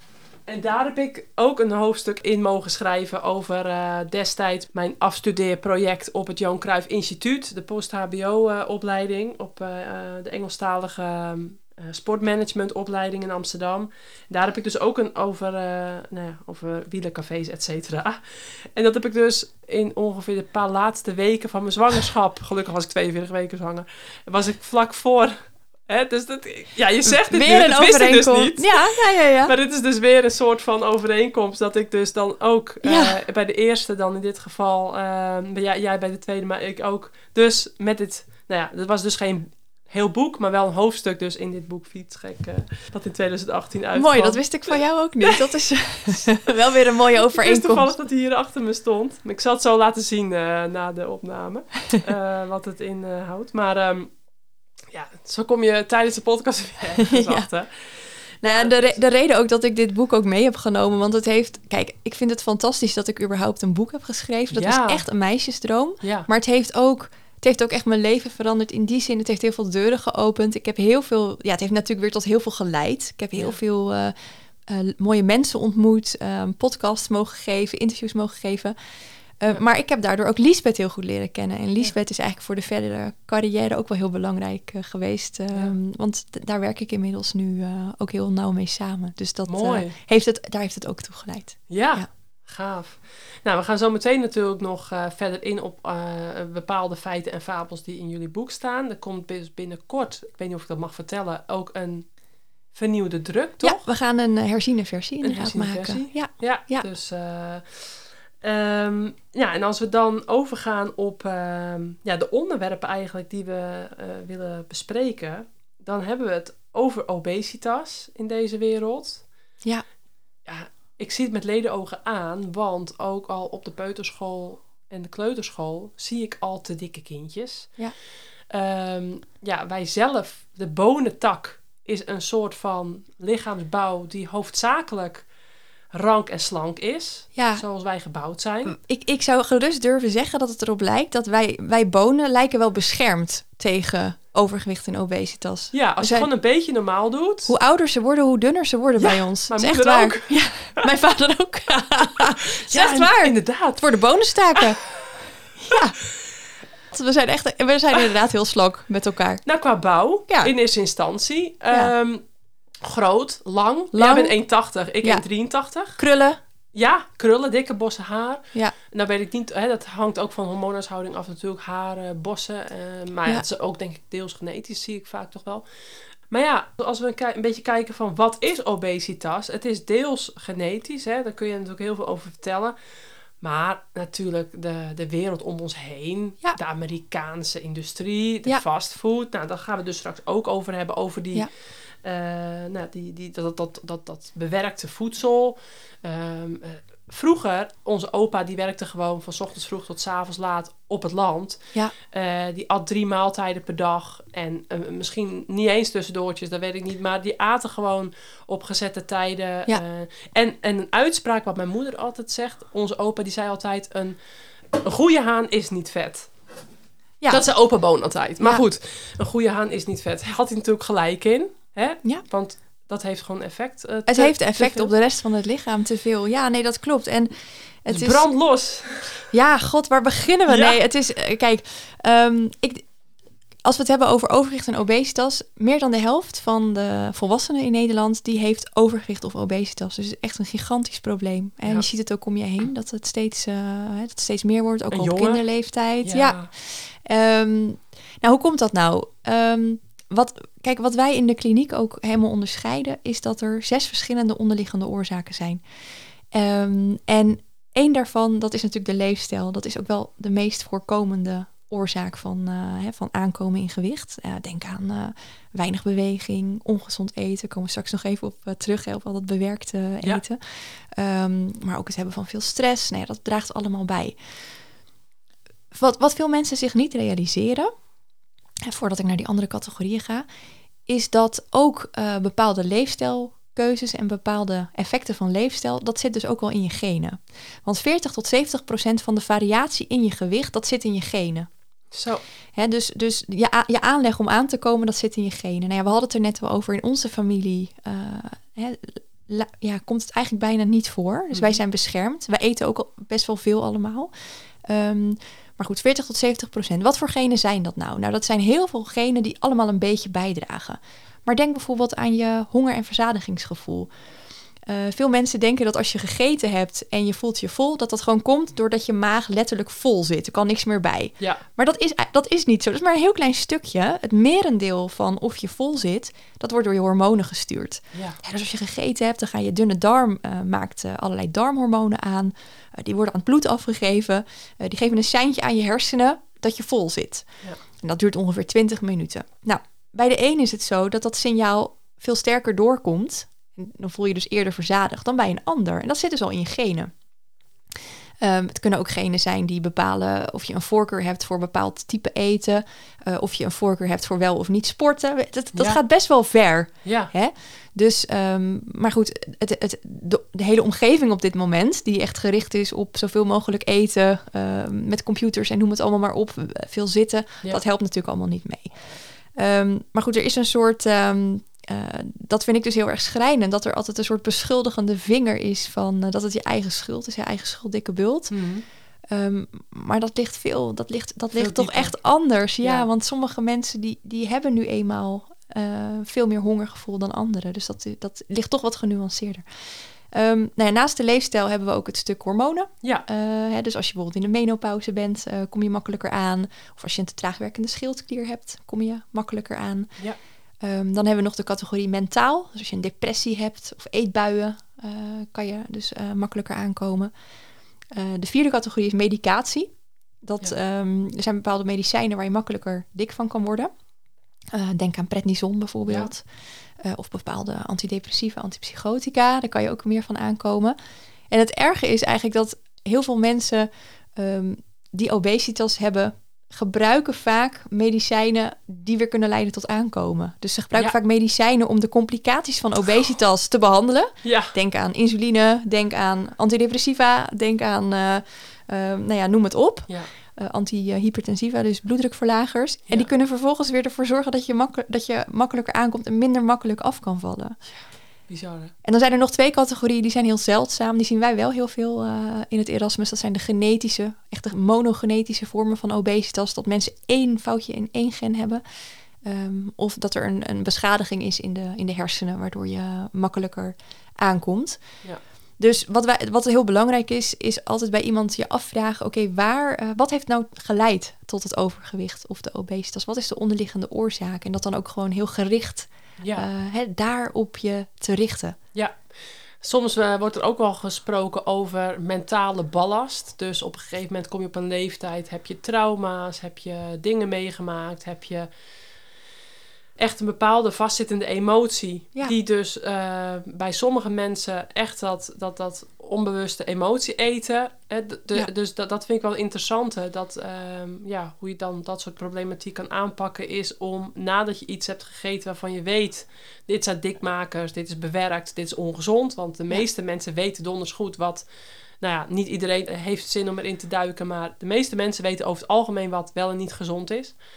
en daar heb ik ook een hoofdstuk in mogen schrijven over uh, destijds mijn afstudeerproject op het Johan Cruijff Instituut. De post-H B O-opleiding uh, op uh, de Engelstalige uh, sportmanagementopleiding in Amsterdam. Daar heb ik dus ook een over, uh, nou ja, over wielercafés, et cetera. En dat heb ik dus in ongeveer de paar laatste weken van mijn zwangerschap. Gelukkig was ik tweeënveertig weken zwanger. Was ik vlak voor... He, dus dat, ja, je zegt het weer nu, een dat wist ik dus niet. Ja, ja, ja, ja. Maar dit is dus weer een soort van overeenkomst dat ik dus dan ook ja. uh, bij de eerste dan in dit geval, uh, jij, jij bij de tweede, maar ik ook. Dus met dit, nou ja, dat was dus geen heel boek, maar wel een hoofdstuk dus in dit boek Fietsgek, uh, dat in twintig achttien uitkwam. Mooi, dat wist ik van jou ook niet. Dat is wel weer een mooie overeenkomst. Ik wist toevallig dat hij hier achter me stond. Ik zal het zo laten zien uh, na de opname, uh, wat het inhoudt. Maar... Um, ja, zo kom je tijdens de podcast weer ergens ja. achter. Nou ja, de, re- de reden ook dat ik dit boek ook mee heb genomen, want het heeft... Kijk, ik vind het fantastisch dat ik überhaupt een boek heb geschreven. Dat ja. was echt een meisjesdroom. Ja. Maar het heeft ook... Het heeft ook echt mijn leven veranderd in die zin. Het heeft heel veel deuren geopend. Ik heb heel veel... Ja, het heeft natuurlijk weer tot heel veel geleid. Ik heb heel ja. veel uh, uh, mooie mensen ontmoet. Uh, podcasts mogen geven, interviews mogen geven. Uh, ja. Maar ik heb daardoor ook Liesbeth heel goed leren kennen. En Liesbeth ja. is eigenlijk voor de verdere carrière ook wel heel belangrijk uh, geweest. Uh, ja. Want t- daar werk ik inmiddels nu uh, ook heel nauw mee samen. Dus dat uh, heeft het, daar heeft het ook toe geleid. Ja, ja, gaaf. Nou, we gaan zo meteen natuurlijk nog uh, verder in op uh, bepaalde feiten en fabels die in jullie boek staan. Er komt dus binnenkort, ik weet niet of ik dat mag vertellen, ook een vernieuwde druk, toch? Ja, we gaan een uh, herziene versie inderdaad maken. Versie? Ja, ja, ja. Dus... Uh, Um, ja, en als we dan overgaan op uh, ja, de onderwerpen eigenlijk die we uh, willen bespreken, dan hebben we het over obesitas in deze wereld. Ja. Ja, ik zie het met ledenogen aan, want ook al op de peuterschool en de kleuterschool zie ik al te dikke kindjes. Ja. Um, ja, wij zelf, de bonentak, is een soort van lichaamsbouw die hoofdzakelijk rank en slank is, ja. zoals wij gebouwd zijn. Ik, ik zou gerust durven zeggen dat het erop lijkt dat wij, wij bonen lijken wel beschermd tegen overgewicht en obesitas. Ja, als je zijn, gewoon een beetje normaal doet. Hoe ouder ze worden, hoe dunner ze worden ja, bij ons. Mijn dat is moeder echt ook. Waar. Ja, mijn vader ook. Het is ja, echt waar. Inderdaad. Het worden bonenstaken. ja. We zijn echt, we zijn inderdaad heel slank met elkaar. Nou, qua bouw, ja. in eerste instantie. Ja. Um, groot, lang. lang. Jij bent één tachtig, ik ja. één drieëntachtig. Krullen. Ja, krullen, dikke bossen haar. Ja. Nou weet ik niet, hè, dat hangt ook van hormoonhuishouding af natuurlijk. Haren, bossen. Uh, maar ja. het is ook denk ik deels genetisch, zie ik vaak toch wel. Maar ja, als we een, ki- een beetje kijken van wat is obesitas? Het is deels genetisch, hè, daar kun je natuurlijk heel veel over vertellen. Maar natuurlijk de, de wereld om ons heen, ja. de Amerikaanse industrie, de ja. fastfood. Nou, daar gaan we dus straks ook over hebben, over die... Ja. Uh, nou, die, die, dat, dat, dat, dat bewerkte voedsel. Um, uh, vroeger, onze opa die werkte gewoon van 's ochtends vroeg tot 's avonds laat op het land. Ja. Uh, die at drie maaltijden per dag. En uh, misschien niet eens tussendoortjes, dat weet ik niet. Maar die aten gewoon op gezette tijden. Ja. Uh, en, en een uitspraak wat mijn moeder altijd zegt. Onze opa die zei altijd, een, een goede haan is niet vet. Ja. Dat zei opa Boon altijd. Maar ja. goed, een goede haan is niet vet. Had hij natuurlijk gelijk in. Hè? Ja. Want dat heeft gewoon effect. Uh, het te, heeft effect op de rest van het lichaam, te veel. Ja, nee, dat klopt. En het dus is brand los. Ja, god, waar beginnen we? Ja. Nee, het is... Kijk, um, ik... Als we het hebben over overgewicht en obesitas, meer dan de helft van de volwassenen in Nederland die heeft overgewicht of obesitas. Dus het is echt een gigantisch probleem. En ja. je ziet het ook om je heen, dat het steeds, uh, dat het steeds meer wordt, ook op kinderleeftijd. Ja. ja. Um, nou, hoe komt dat nou? Um, wat, kijk, wat wij in de kliniek ook helemaal onderscheiden, is dat er zes verschillende onderliggende oorzaken zijn. Um, en één daarvan, dat is natuurlijk de leefstijl. Dat is ook wel de meest voorkomende oorzaak van, uh, hè, van aankomen in gewicht. Uh, denk aan uh, weinig beweging, ongezond eten. Komen we straks nog even op uh, terug, hè, op al dat bewerkte eten. Ja. Um, maar ook het hebben van veel stress. Nou ja, dat draagt allemaal bij. Wat, wat veel mensen zich niet realiseren, hè, voordat ik naar die andere categorieën ga, is dat ook uh, bepaalde leefstijlkeuzes en bepaalde effecten van leefstijl, dat zit dus ook wel in je genen. Want veertig tot zeventig procent van de variatie in je gewicht, dat zit in je genen. Zo. Hè, dus dus je, a- je aanleg om aan te komen, dat zit in je genen. Nou ja, we hadden het er net wel over in onze familie. Uh, hè, la, ja, komt het eigenlijk bijna niet voor. Dus mm-hmm. wij zijn beschermd. Wij eten ook al best wel veel allemaal. Um, maar goed, veertig tot zeventig procent. Wat voor genen zijn dat nou? Nou, dat zijn heel veel genen die allemaal een beetje bijdragen. Maar denk bijvoorbeeld aan je honger- en verzadigingsgevoel. Uh, veel mensen denken dat als je gegeten hebt en je voelt je vol, dat dat gewoon komt doordat je maag letterlijk vol zit. Er kan niks meer bij. Ja. Maar dat is, dat is niet zo. Dat is maar een heel klein stukje. Het merendeel van of je vol zit, dat wordt door je hormonen gestuurd. Ja. Ja, dus als je gegeten hebt, dan ga je dunne darm, uh, maakt uh, allerlei darmhormonen aan. Uh, die worden aan het bloed afgegeven. Uh, die geven een seintje aan je hersenen dat je vol zit. Ja. En dat duurt ongeveer twintig minuten. Nou, bij de een is het zo dat dat signaal veel sterker doorkomt. Dan voel je dus eerder verzadigd dan bij een ander. En dat zit dus al in je genen. Um, het kunnen ook genen zijn die bepalen of je een voorkeur hebt voor een bepaald type eten. Uh, of je een voorkeur hebt voor wel of niet sporten. Dat, dat ja. gaat best wel ver. Ja. Hè? Dus, um, maar goed, het, het, de, de hele omgeving op dit moment, die echt gericht is op zoveel mogelijk eten, uh, met computers en noem het allemaal maar op, veel zitten, ja. dat helpt natuurlijk allemaal niet mee. Um, maar goed, er is een soort... Um, Uh, dat vind ik dus heel erg schrijnend. Dat er altijd een soort beschuldigende vinger is van uh, dat het je eigen schuld is, je eigen schuld, dikke bult. Mm-hmm. Um, maar dat ligt veel, dat ligt, dat ligt toch echt anders. Ja, ja, want sommige mensen die, die hebben nu eenmaal uh, veel meer hongergevoel dan anderen. Dus dat, dat ligt toch wat genuanceerder. Um, nou ja, naast de leefstijl hebben we ook het stuk hormonen. Ja. Uh, hè, dus als je bijvoorbeeld in de menopauze bent, uh, kom je makkelijker aan. Of als je een te traag werkende schildklier hebt, kom je makkelijker aan. Ja. Um, dan hebben we nog de categorie mentaal. Dus als je een depressie hebt of eetbuien, uh, kan je dus uh, makkelijker aankomen. Uh, de vierde categorie is medicatie. Dat, ja. um, er zijn bepaalde medicijnen waar je makkelijker dik van kan worden. Uh, denk aan prednison bijvoorbeeld. Ja. Uh, of bepaalde antidepressiva, antipsychotica. Daar kan je ook meer van aankomen. En het erge is eigenlijk dat heel veel mensen um, die obesitas hebben, gebruiken vaak medicijnen die weer kunnen leiden tot aankomen. Dus ze gebruiken ja. vaak medicijnen om de complicaties van obesitas te behandelen. Ja. Denk aan insuline, denk aan antidepressiva, denk aan, uh, uh, nou ja, noem het op. Ja. Uh, antihypertensiva, dus bloeddrukverlagers. Ja. En die kunnen vervolgens weer ervoor zorgen dat je, makkel- dat je makkelijker aankomt en minder makkelijk af kan vallen. Bizar, hè? En dan zijn er nog twee categorieën, die zijn heel zeldzaam. Die zien wij wel heel veel uh, in het Erasmus. Dat zijn de genetische, echt de monogenetische vormen van obesitas. Dat mensen één foutje in één gen hebben. Um, of dat er een, een beschadiging is in de, in de hersenen, waardoor je makkelijker aankomt. Ja. Dus wat, wij, wat heel belangrijk is, is altijd bij iemand je afvragen, oké, okay, waar, uh, wat heeft nou geleid tot het overgewicht of de obesitas? Wat is de onderliggende oorzaak? En dat dan ook gewoon heel gericht ja. uh, he, daarop je te richten. Ja, soms uh, wordt er ook wel gesproken over mentale ballast. Dus op een gegeven moment kom je op een leeftijd, heb je trauma's, heb je dingen meegemaakt, heb je echt een bepaalde vastzittende emotie. Ja. Die dus uh, bij sommige mensen echt dat, dat, dat onbewuste emotie eten. Hè, de, ja. Dus dat, dat vind ik wel interessant. Hè, dat, uh, ja, hoe je dan dat soort problematiek kan aanpakken is om nadat je iets hebt gegeten waarvan je weet, dit zijn dikmakers, dit is bewerkt, dit is ongezond. Want de meeste ja. mensen weten donders goed wat. Nou ja, niet iedereen heeft zin om erin te duiken, maar de meeste mensen weten over het algemeen wat wel en niet gezond is.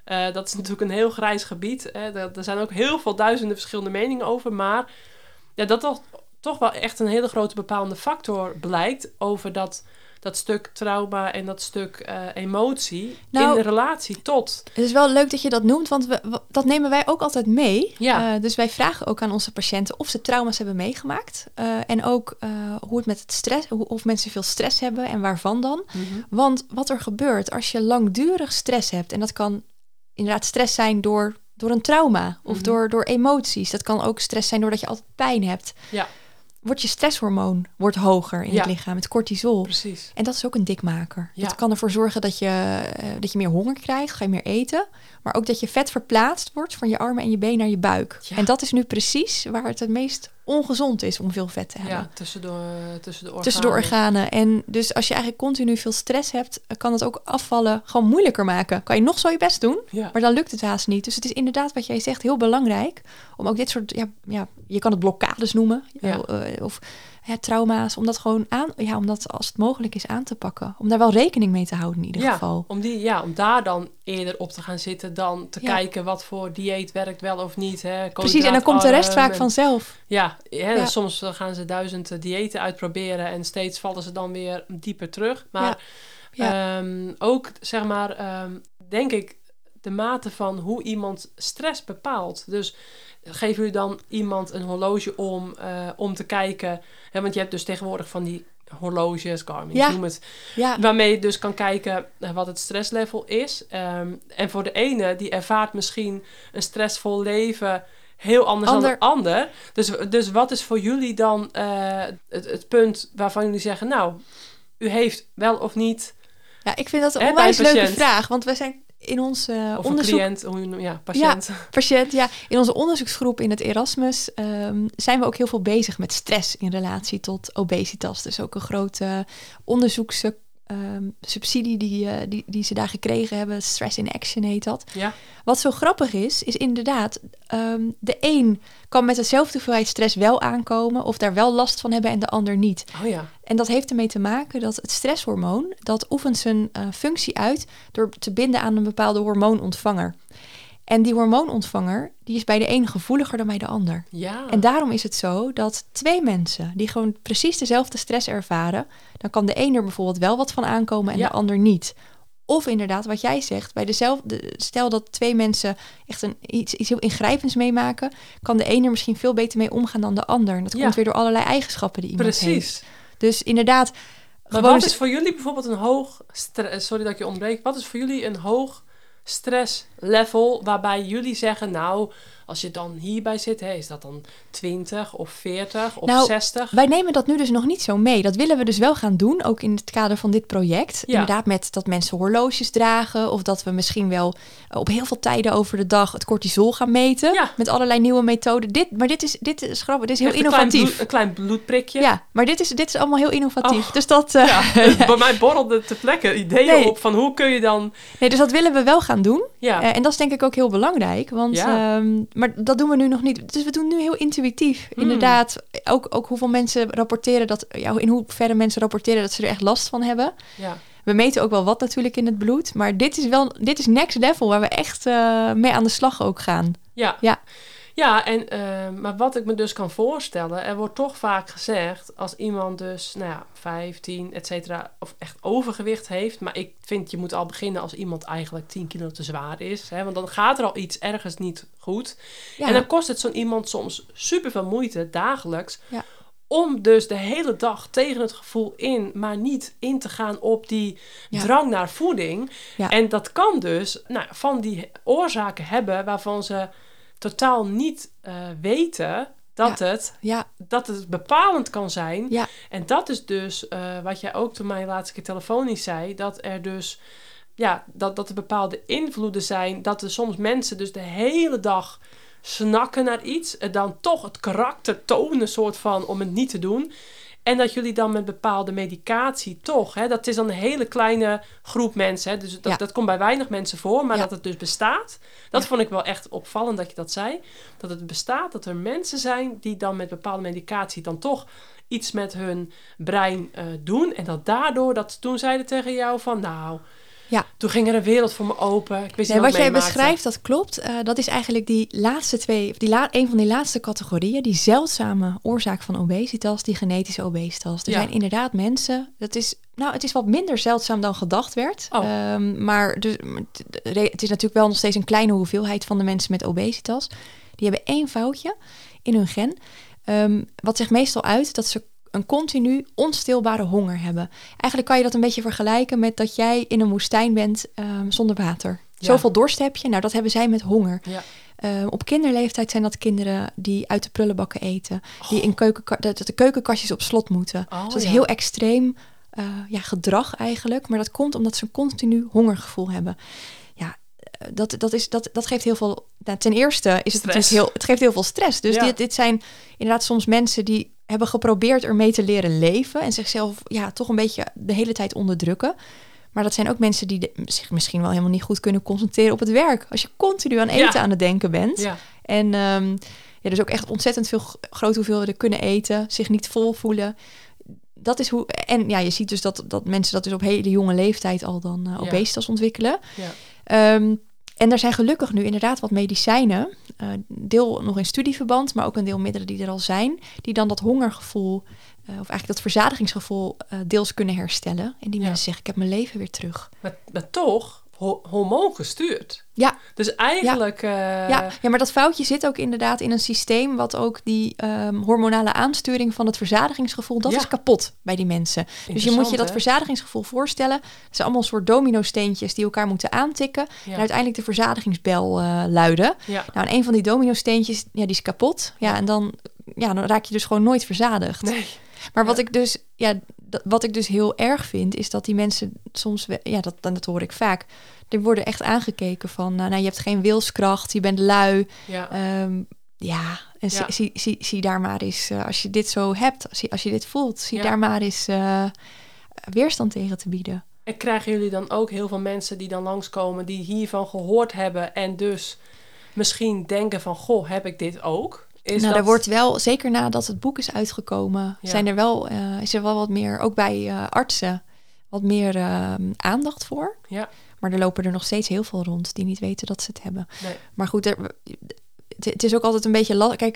Uh, dat is natuurlijk een heel grijs gebied. Hè. Er, er zijn ook heel veel duizenden verschillende meningen over. Maar ja, dat toch, toch wel echt een hele grote bepalende factor blijkt over dat, dat stuk trauma en dat stuk uh, emotie nou, in relatie tot. Het is wel leuk dat je dat noemt, want we, we, dat nemen wij ook altijd mee. Ja. Uh, dus wij vragen ook aan onze patiënten of ze trauma's hebben meegemaakt. Uh, en ook uh, hoe het met het stress, hoe, of mensen veel stress hebben en waarvan dan. Mm-hmm. Want wat er gebeurt als je langdurig stress hebt, en dat kan inderdaad stress zijn door, door een trauma of Mm-hmm. door, door emoties. Dat kan ook stress zijn doordat je altijd pijn hebt. Ja. Wordt je stresshormoon wordt hoger in ja. het lichaam, het cortisol. Precies. En dat is ook een dikmaker. Ja. Dat kan ervoor zorgen dat je, uh, dat je meer honger krijgt, ga je meer eten. Maar ook dat je vet verplaatst wordt van je armen en je been naar je buik. Ja. En dat is nu precies waar het het meest ongezond is om veel vet te hebben. Ja, tussendoor, tussen de organen. Tussen de organen. En dus als je eigenlijk continu veel stress hebt, kan het ook afvallen gewoon moeilijker maken. Kan je nog zo je best doen, Ja. maar dan lukt het haast niet. Dus het is inderdaad wat jij zegt heel belangrijk om ook dit soort, ja, ja je kan het blokkades noemen. Ja. Uh, of ja, trauma's, om dat gewoon aan, ja, om dat als het mogelijk is aan te pakken. Om daar wel rekening mee te houden in ieder ja, geval. Om die, ja, om daar dan eerder op te gaan zitten dan te Ja. kijken wat voor dieet werkt wel of niet. Hè. Precies, en dan komt de rest vaak en, vanzelf. Ja, hè, Ja. soms gaan ze duizend uh, diëten uitproberen en steeds vallen ze dan weer dieper terug. Maar Ja. Ja. Um, ook, zeg maar, um, denk ik, de mate van hoe iemand stress bepaalt. Dus geef u dan iemand een horloge om, uh, om te kijken. Hè, want je hebt dus tegenwoordig van die horloges, Garmin, Ja. noem het. Ja. Waarmee je dus kan kijken uh, wat het stresslevel is. Um, en voor de ene, die ervaart misschien een stressvol leven heel anders Ander. dan de ander. Dus, dus wat is voor jullie dan uh, het, het punt waarvan jullie zeggen, nou, u heeft wel of niet... Ja, ik vind dat een Hè, onwijs bij een leuke patiënt. vraag. Want we zijn in ons uh, Of onderzoek... een cliënt, hoe je noemt, ja, patiënt. Ja, patiënt, ja. In onze onderzoeksgroep in het Erasmus um, zijn we ook heel veel bezig met stress in relatie tot obesitas. Dus ook een grote onderzoekssubsidie um, die, uh, die, die ze daar gekregen hebben. Stress in Action heet dat. Ja. Wat zo grappig is, is inderdaad, um, de een kan met dezelfde hoeveelheid stress wel aankomen of daar wel last van hebben en de ander niet. Oh ja. En dat heeft ermee te maken dat het stresshormoon, dat oefent zijn uh, functie uit door te binden aan een bepaalde hormoonontvanger. En die hormoonontvanger, die is bij de een gevoeliger dan bij de ander. Ja. En daarom is het zo dat twee mensen die gewoon precies dezelfde stress ervaren, dan kan de een er bijvoorbeeld wel wat van aankomen en Ja. de ander niet. Of inderdaad, wat jij zegt, bij dezelfde, stel dat twee mensen echt een, iets, iets heel ingrijpends meemaken, kan de een er misschien veel beter mee omgaan dan de ander. En dat Ja. komt weer door allerlei eigenschappen die iemand heeft. Precies. Dus inderdaad, Maar gewoon wat is voor jullie bijvoorbeeld een hoog... Stre- sorry dat ik je ontbreek. Wat is voor jullie een hoog stresslevel waarbij jullie zeggen, nou, als je dan hierbij zit, hè, is dat dan twintig of veertig of Nou, zestig? wij nemen dat nu dus nog niet zo mee. Dat willen we dus wel gaan doen, ook in het kader van dit project. Ja. Inderdaad met dat mensen horloges dragen, of dat we misschien wel op heel veel tijden over de dag het cortisol gaan meten. Ja. Met allerlei nieuwe methoden. Dit, maar dit is, dit is grappig, dit is heel Echt een klein innovatief. bloed- een klein bloedprikje. Ja, maar dit is, dit is allemaal heel innovatief. Oh. Dus dat, uh, Ja, bij mij borrelden te plekken ideeën Nee. op van hoe kun je dan... nee, dus dat willen we wel gaan doen. Ja, Uh, en dat is denk ik ook heel belangrijk. Want, Ja. um, maar dat doen we nu nog niet. Dus we doen nu heel intuïtief. Hmm. Inderdaad, ook, ook hoeveel mensen rapporteren dat... Ja, in hoeverre mensen rapporteren dat ze er echt last van hebben. ja. We meten ook wel wat natuurlijk in het bloed. Maar dit is wel dit is next level waar we echt uh, mee aan de slag ook gaan. Ja, Ja. ja en, uh, maar wat ik me dus kan voorstellen, er wordt toch vaak gezegd, als iemand dus, nou ja, vijftien, et cetera, of echt overgewicht heeft, maar ik vind je moet al beginnen als iemand eigenlijk tien kilo te zwaar is, hè, want dan gaat er al iets ergens niet goed. Ja. En dan kost het zo'n iemand soms super veel moeite, dagelijks, Ja. om dus de hele dag tegen het gevoel in, maar niet in te gaan op die Ja. drang naar voeding. Ja. En dat kan dus nou, van die oorzaken hebben waarvan ze totaal niet uh, weten dat, Ja. het, Ja, dat het bepalend kan zijn. ja, En dat is dus uh, wat jij ook toen mij laatste keer telefonisch zei, dat er dus, ja, dat, dat er bepaalde invloeden zijn, dat er soms mensen dus de hele dag snakken naar iets, en dan toch het karakter tonen soort van om het niet te doen. En dat jullie dan met bepaalde medicatie toch, hè, dat is dan een hele kleine groep mensen, hè, dus dat, Ja. dat komt bij weinig mensen voor, maar Ja. dat het dus bestaat. Dat Ja. vond ik wel echt opvallend dat je dat zei. Dat het bestaat, dat er mensen zijn die dan met bepaalde medicatie dan toch iets met hun brein uh, doen. En dat daardoor, dat toen zeiden tegen jou van, nou, Ja. Toen ging er een wereld voor me open. Ik wist nee, niet wat jij meemaakte. beschrijft, dat klopt. Uh, dat is eigenlijk die laatste twee, die la, een van die laatste categorieën, die zeldzame oorzaak van obesitas, die genetische obesitas. Er ja. zijn inderdaad mensen, dat is, nou, het is wat minder zeldzaam dan gedacht werd. Oh. Um, maar dus, het is natuurlijk wel nog steeds een kleine hoeveelheid van de mensen met obesitas. Die hebben één foutje in hun gen, um, wat zich meestal uit dat ze een continu onstilbare honger hebben. Eigenlijk kan je dat een beetje vergelijken met dat jij in een woestijn bent um, zonder water. Ja. Zoveel dorst heb je, nou dat hebben zij met honger. Ja. Uh, op kinderleeftijd zijn dat kinderen die uit de prullenbakken eten. Oh. Die in keukenka- dat de keukenkastjes op slot moeten. Oh, dus dat is ja. heel extreem uh, ja, gedrag eigenlijk. Maar dat komt omdat ze een continu hongergevoel hebben. Ja, dat, dat, is, dat, dat geeft heel veel... Nou, ten eerste is het natuurlijk heel... Het geeft heel veel stress. Dus ja. dit, dit zijn inderdaad soms mensen die hebben geprobeerd ermee te leren leven en zichzelf ja, toch een beetje de hele tijd onderdrukken. Maar dat zijn ook mensen die de, zich misschien wel helemaal niet goed kunnen concentreren op het werk. Als je continu aan eten ja. aan het denken bent. Ja. En um, ja, dus ook echt ontzettend veel grote hoeveelheden kunnen eten, zich niet vol voelen. Dat is hoe. En ja, je ziet dus dat, dat mensen dat dus op hele jonge leeftijd al dan uh, obesitas ja. ontwikkelen. Ja. Um, En er zijn gelukkig nu inderdaad wat medicijnen, uh, deel nog in studieverband, maar ook een deel middelen die er al zijn, die dan dat hongergevoel, uh, of eigenlijk dat verzadigingsgevoel uh, deels kunnen herstellen. En die ja. mensen zeggen, ik heb mijn leven weer terug. Maar, maar toch ho- hormoongestuurd. Ja. Dus eigenlijk... Ja. Uh... Ja. ja, maar dat foutje zit ook inderdaad in een systeem wat ook die um, hormonale aansturing van het verzadigingsgevoel, dat ja. is kapot bij die mensen. Dus je moet je dat hè? verzadigingsgevoel voorstellen. Het zijn allemaal een soort domino-steentjes die elkaar moeten aantikken ja. en uiteindelijk de verzadigingsbel uh, luiden. Ja. Nou, en een van die domino-steentjes, ja, die is kapot. Ja, en dan, ja, dan raak je dus gewoon nooit verzadigd. Nee. Maar wat ja. ik dus, ja, d- wat ik dus heel erg vind, is dat die mensen soms, ja, dat, dat hoor ik vaak, er worden echt aangekeken van, nou, nou je hebt geen wilskracht, je bent lui. Ja, um, ja en ja. zie, zie, zie, zie daar maar eens, uh, als je dit zo hebt, als je, als je dit voelt, zie ja. daar maar eens uh, weerstand tegen te bieden. En krijgen jullie dan ook heel veel mensen die dan langskomen, die hiervan gehoord hebben en dus misschien denken van, goh, heb ik dit ook? Is nou, dat... er wordt wel, zeker nadat het boek is uitgekomen, ja. zijn er wel, uh, is er wel wat meer, ook bij uh, artsen, wat meer uh, aandacht voor. Ja. Maar er lopen er nog steeds heel veel rond die niet weten dat ze het hebben. Nee. Maar goed, er, het, het is ook altijd een beetje lastig. Kijk,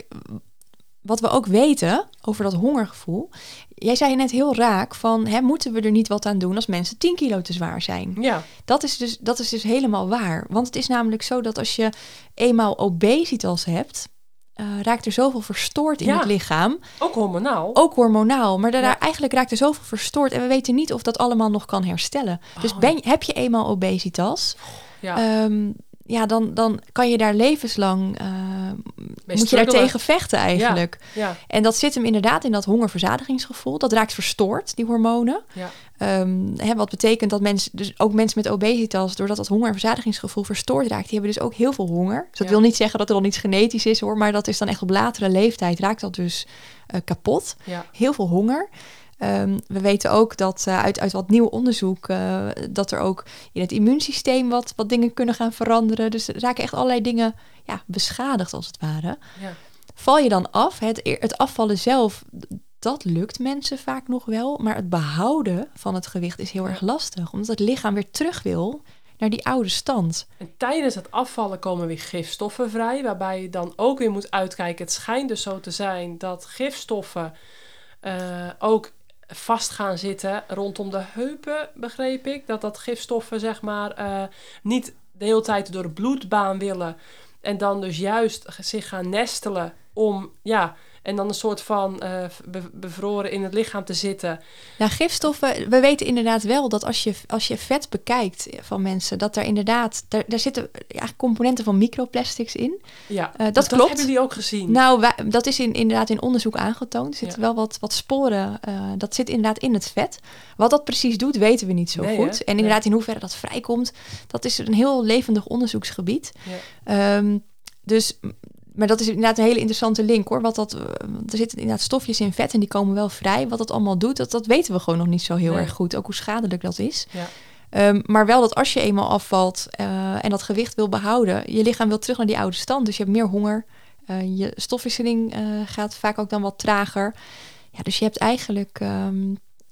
wat we ook weten over dat hongergevoel. Jij zei net heel raak van, hè, moeten we er niet wat aan doen als mensen tien kilo te zwaar zijn? Ja. Dat is dus, dat is dus helemaal waar. Want het is namelijk zo dat als je eenmaal obesitas hebt, Uh, raakt er zoveel verstoord in ja, het lichaam. Ook hormonaal. Ook hormonaal. Maar ja. eigenlijk raakt er zoveel verstoord. En we weten niet of dat allemaal nog kan herstellen. Oh, dus ben, heb je eenmaal obesitas, ja. Um, ja, dan, dan kan je daar levenslang, uh, moet je daar tegen vechten eigenlijk. Ja. Ja. En dat zit hem inderdaad in dat hongerverzadigingsgevoel. Dat raakt verstoord, die hormonen. Ja. Um, hè, wat betekent dat mensen, dus ook mensen met obesitas, doordat dat hongerverzadigingsgevoel verstoord raakt, die hebben dus ook heel veel honger. Dus dat ja. wil niet zeggen dat er dan iets genetisch is hoor, maar dat is dan echt op latere leeftijd raakt dat dus uh, kapot. Ja. Heel veel honger. Um, we weten ook dat uh, uit, uit wat nieuw onderzoek, uh, dat er ook in het immuunsysteem wat, wat dingen kunnen gaan veranderen. Dus er raken echt allerlei dingen ja, beschadigd als het ware. Ja. Val je dan af, het, het afvallen zelf, dat lukt mensen vaak nog wel. Maar het behouden van het gewicht is heel ja. erg lastig. Omdat het lichaam weer terug wil naar die oude stand. En tijdens het afvallen komen weer gifstoffen vrij. Waarbij je dan ook weer moet uitkijken. Het schijnt dus zo te zijn dat gifstoffen uh, ook vast gaan zitten rondom de heupen, begreep ik. Dat dat gifstoffen zeg maar uh, niet de hele tijd door de bloedbaan willen. En dan dus juist zich gaan nestelen om, ja, en dan een soort van uh, be- bevroren in het lichaam te zitten. Nou, gifstoffen, we weten inderdaad wel dat als je, als je vet bekijkt van mensen, dat er inderdaad, daar, daar zitten eigenlijk componenten van microplastics in. Ja, uh, dat, dat klopt. hebben jullie ook gezien. Nou, wij, dat is in, inderdaad in onderzoek aangetoond. Er zitten ja. wel wat, wat sporen, uh, dat zit inderdaad in het vet. Wat dat precies doet, weten we niet zo nee, goed. Hè? En inderdaad, nee. in hoeverre dat vrijkomt, dat is een heel levendig onderzoeksgebied. Ja. Um, dus... Maar dat is inderdaad een hele interessante link hoor. Wat dat, er zitten inderdaad stofjes in vet en die komen wel vrij. Wat dat allemaal doet, dat, dat weten we gewoon nog niet zo heel nee. erg goed. Ook hoe schadelijk dat is. Ja. Um, maar wel dat als je eenmaal afvalt uh, en dat gewicht wil behouden, je lichaam wil terug naar die oude stand. Dus je hebt meer honger. Uh, je stofwisseling uh, gaat vaak ook dan wat trager. Ja, dus je hebt eigenlijk... Um,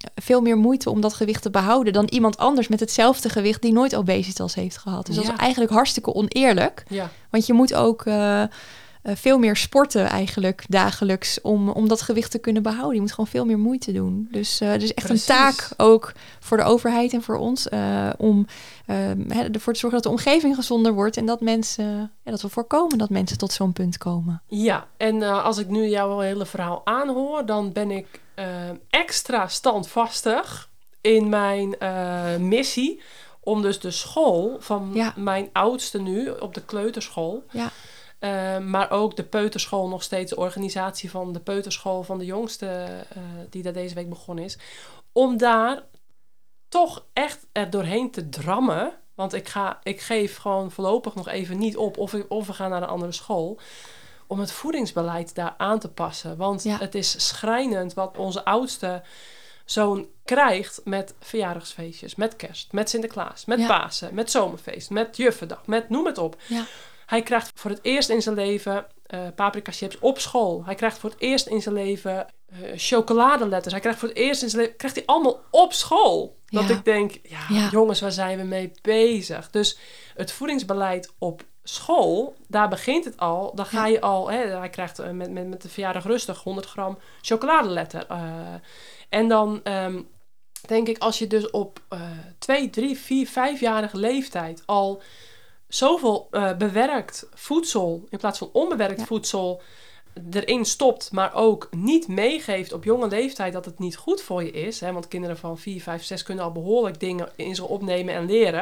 veel meer moeite om dat gewicht te behouden dan iemand anders met hetzelfde gewicht die nooit obesitas heeft gehad. Dus ja. dat is eigenlijk hartstikke oneerlijk. Ja. Want je moet ook uh, uh, veel meer sporten eigenlijk dagelijks om, om dat gewicht te kunnen behouden. Je moet gewoon veel meer moeite doen. Dus uh, er is echt Precies. een taak ook voor de overheid en voor ons uh, om uh, he, ervoor te zorgen dat de omgeving gezonder wordt en dat mensen, uh, ja, dat we voorkomen dat mensen tot zo'n punt komen. Ja, en uh, als ik nu jouw hele verhaal aanhoor, dan ben ik uh, extra standvastig in mijn uh, missie om dus de school van ja. mijn oudste nu op de kleuterschool, ja. uh, maar ook de peuterschool nog steeds, de organisatie van de peuterschool van de jongste uh, die daar deze week begonnen is, om daar toch echt er doorheen te drammen. Want ik, ga, ik geef gewoon voorlopig nog even niet op of, ik, of we gaan naar een andere school. Om het voedingsbeleid daar aan te passen. Want ja. het is schrijnend wat onze oudste zoon krijgt met verjaardagsfeestjes, met kerst, met Sinterklaas, met ja. Pasen, met zomerfeest, met juffendag, met noem het op. Ja. Hij krijgt voor het eerst in zijn leven uh, paprika chips op school. Hij krijgt voor het eerst in zijn leven uh, chocoladeletters. Hij krijgt voor het eerst in zijn leven, krijgt hij allemaal op school. Ja. Dat ik denk, ja, ja jongens, waar zijn we mee bezig? Dus het voedingsbeleid op school, daar begint het al. Dan ga je al, hè, hij krijgt uh, met, met, met de verjaardag rustig honderd gram chocoladeletter. Uh, en dan um, denk ik, als je dus op uh, twee, drie, vier, vijfjarige leeftijd al zoveel uh, bewerkt voedsel in plaats van onbewerkt ja. voedsel erin stopt, maar ook niet meegeeft op jonge leeftijd dat het niet goed voor je is. Hè, want kinderen van vier, vijf, zes kunnen al behoorlijk dingen in zich opnemen en leren.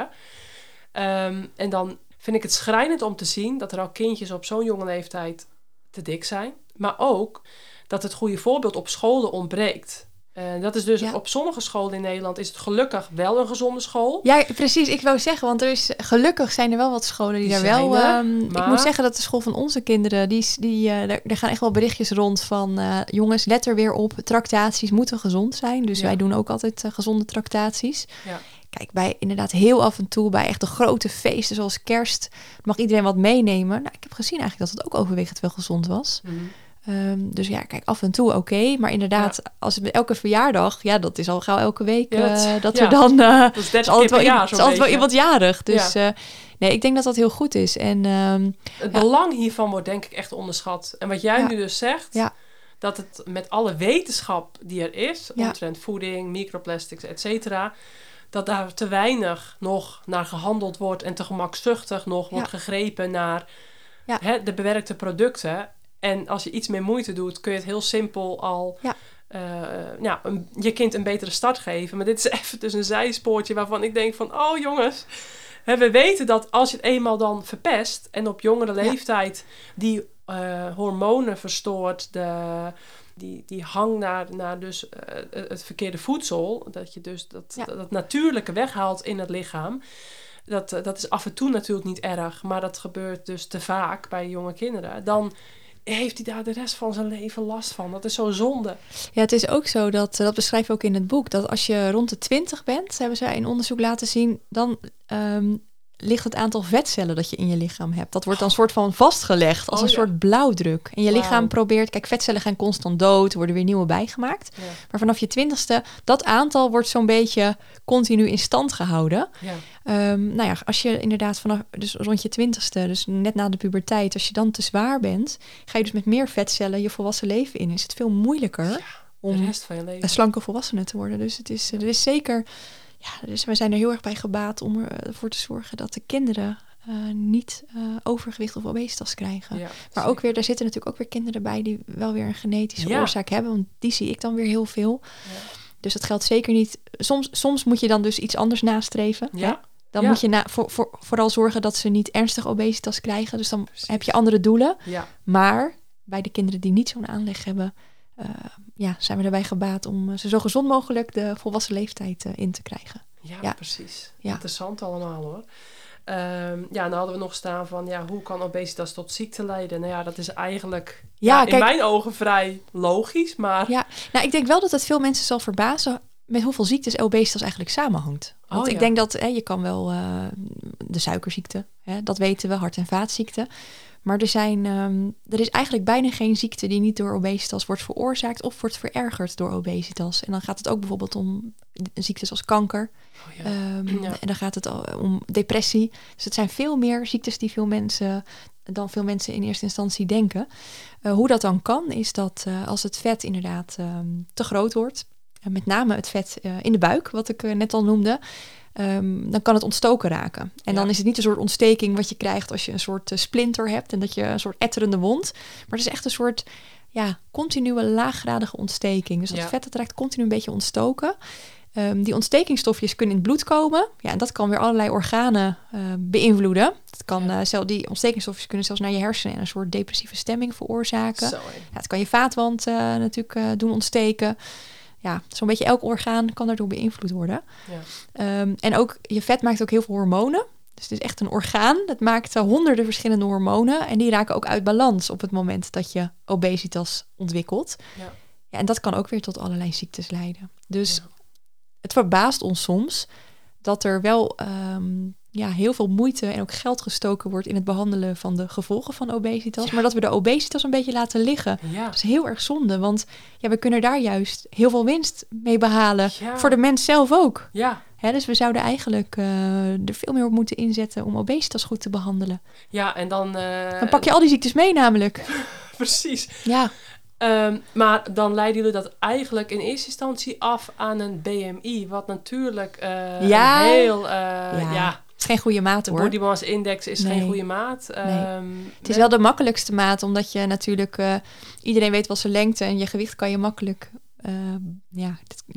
Um, en dan vind ik het schrijnend om te zien dat er al kindjes op zo'n jonge leeftijd te dik zijn. Maar ook dat het goede voorbeeld op scholen ontbreekt. Uh, dat is dus ja. op sommige scholen in Nederland is het gelukkig wel een gezonde school. Ja, precies. Ik wou zeggen, want er is gelukkig zijn er wel wat scholen die, die daar wel. Er, um, maar... Ik moet zeggen dat de school van onze kinderen, die, die, uh, er, er gaan echt wel berichtjes rond van uh, jongens, let er weer op. Tractaties moeten gezond zijn. Dus ja. wij doen ook altijd uh, gezonde tractaties. Ja. Kijk, bij inderdaad heel af en toe, bij echt de grote feesten zoals kerst, mag iedereen wat meenemen. Nou, ik heb gezien eigenlijk dat het ook overwegend wel gezond was. Mm-hmm. Um, dus ja, kijk, af en toe oké. Okay, maar inderdaad, ja. als het elke verjaardag, ja, dat is al gauw elke week. Ja, dat, uh, dat ja. we dan. Uh, dat is dertig keer per jaar. Het is altijd wel iemand jarig. Dus ja. uh, nee, ik denk dat dat heel goed is. En, um, het ja. belang hiervan wordt denk ik echt onderschat. En wat jij ja. nu dus zegt, ja. dat het met alle wetenschap die er is, ja. omtrent voeding, microplastics, et cetera, dat daar te weinig nog naar gehandeld wordt en te gemakzuchtig nog ja. wordt gegrepen naar ja. hè, de bewerkte producten. En als je iets meer moeite doet, kun je het heel simpel al ja. Uh, ja, een, je kind een betere start geven. Maar dit is even dus een zijspoortje waarvan ik denk van, oh jongens, hè, we weten dat als je het eenmaal dan verpest en op jongere leeftijd ja. die uh, hormonen verstoort, de, die, die hang naar, naar dus uh, het verkeerde voedsel, dat je dus dat, ja. dat, dat natuurlijke weghaalt in het lichaam. Dat, dat is af en toe natuurlijk niet erg, maar dat gebeurt dus te vaak bij jonge kinderen. Dan heeft hij daar de rest van zijn leven last van. Dat is zo zonde. Ja, het is ook zo, dat, dat beschrijf ik ook in het boek, dat als je rond de twintig bent, hebben zij in onderzoek laten zien, dan um, ligt het aantal vetcellen dat je in je lichaam hebt. Dat wordt dan soort van vastgelegd als oh, een ja. soort blauwdruk. En je wow. lichaam probeert, kijk, vetcellen gaan constant dood, er worden weer nieuwe bijgemaakt. Ja. Maar vanaf je twintigste, dat aantal wordt zo'n beetje continu in stand gehouden. Ja. Um, nou ja, als je inderdaad vanaf, dus rond je twintigste, dus net na de puberteit, als je dan te zwaar bent, ga je dus met meer vetcellen je volwassen leven in. Is het veel moeilijker ja, om de rest van je leven. Een slanke volwassene te worden. Dus het is, er is zeker, ja, dus wij zijn er heel erg bij gebaat om ervoor te zorgen dat de kinderen uh, niet uh, overgewicht of obesitas krijgen. Ja, maar ook weer, daar zitten natuurlijk ook weer kinderen bij die wel weer een genetische ja. oorzaak hebben, want die zie ik dan weer heel veel. Ja. Dus dat geldt zeker niet. Soms, soms moet je dan dus iets anders nastreven. Ja. Hè? Dan ja. moet je na, voor, voor, vooral zorgen dat ze niet ernstig obesitas krijgen. Dus dan Precies. heb je andere doelen. Ja. Maar bij de kinderen die niet zo'n aanleg hebben, Uh, ja, zijn we erbij gebaat om ze zo gezond mogelijk de volwassen leeftijd uh, in te krijgen. Ja, ja. precies. Ja. Interessant allemaal hoor. Um, ja, dan hadden we nog staan van, ja, hoe kan obesitas tot ziekte leiden? Nou ja, dat is eigenlijk ja, ja, kijk, in mijn ogen vrij logisch, maar... Ja, nou, ik denk wel dat het veel mensen zal verbazen met hoeveel ziektes obesitas eigenlijk samenhangt. Want oh, ik ja. denk dat hè, je kan wel uh, de suikerziekte. Hè, dat weten we, hart- en vaatziekten. Maar er, zijn, um, er is eigenlijk bijna geen ziekte die niet door obesitas wordt veroorzaakt of wordt verergerd door obesitas. En dan gaat het ook bijvoorbeeld om ziektes als kanker. Oh ja. Um, ja. En dan gaat het om depressie. Dus het zijn veel meer ziektes die veel mensen, dan veel mensen in eerste instantie denken. Uh, hoe dat dan kan, is dat uh, als het vet inderdaad um, te groot wordt, uh, met name het vet uh, in de buik, wat ik uh, net al noemde, Um, dan kan het ontstoken raken. En ja. dan is het niet een soort ontsteking wat je krijgt als je een soort uh, splinter hebt en dat je een soort etterende wond. Maar het is echt een soort ja, continue laaggradige ontsteking. Dus dat ja. vet dat raakt continu een beetje ontstoken. Um, die ontstekingsstofjes kunnen in het bloed komen. Ja, en dat kan weer allerlei organen uh, beïnvloeden. Het kan, ja. uh, zelf, die ontstekingsstofjes kunnen zelfs naar je hersenen en een soort depressieve stemming veroorzaken. Ja, het kan je vaatwand uh, natuurlijk uh, doen ontsteken. Ja, zo'n beetje elk orgaan kan daardoor beïnvloed worden. Ja. Um, en ook je vet maakt ook heel veel hormonen. Dus het is echt een orgaan. Het maakt uh, honderden verschillende hormonen. En die raken ook uit balans op het moment dat je obesitas ontwikkelt. Ja. Ja, en dat kan ook weer tot allerlei ziektes leiden. Dus ja. het verbaast ons soms dat er wel um, ja, heel veel moeite en ook geld gestoken wordt in het behandelen van de gevolgen van obesitas. Ja. Maar dat we de obesitas een beetje laten liggen. Ja. Dat is heel erg zonde, want ja, we kunnen daar juist heel veel winst mee behalen. Ja. Voor de mens zelf ook. Ja. Hè, dus we zouden eigenlijk uh, er veel meer op moeten inzetten om obesitas goed te behandelen. Ja, en dan... Uh, dan pak je al die ziektes mee namelijk. Precies. Ja. Um, maar dan leiden jullie dat eigenlijk in eerste instantie af aan een B M I, wat natuurlijk uh, ja. een heel... Uh, ja. ja. Het is geen goede maat, hoor. De body mass index is nee. geen goede maat. Nee. Um, het is wel de makkelijkste maat, omdat je natuurlijk... Uh, iedereen weet wel zijn lengte en je gewicht kan je makkelijk... Uh, ja,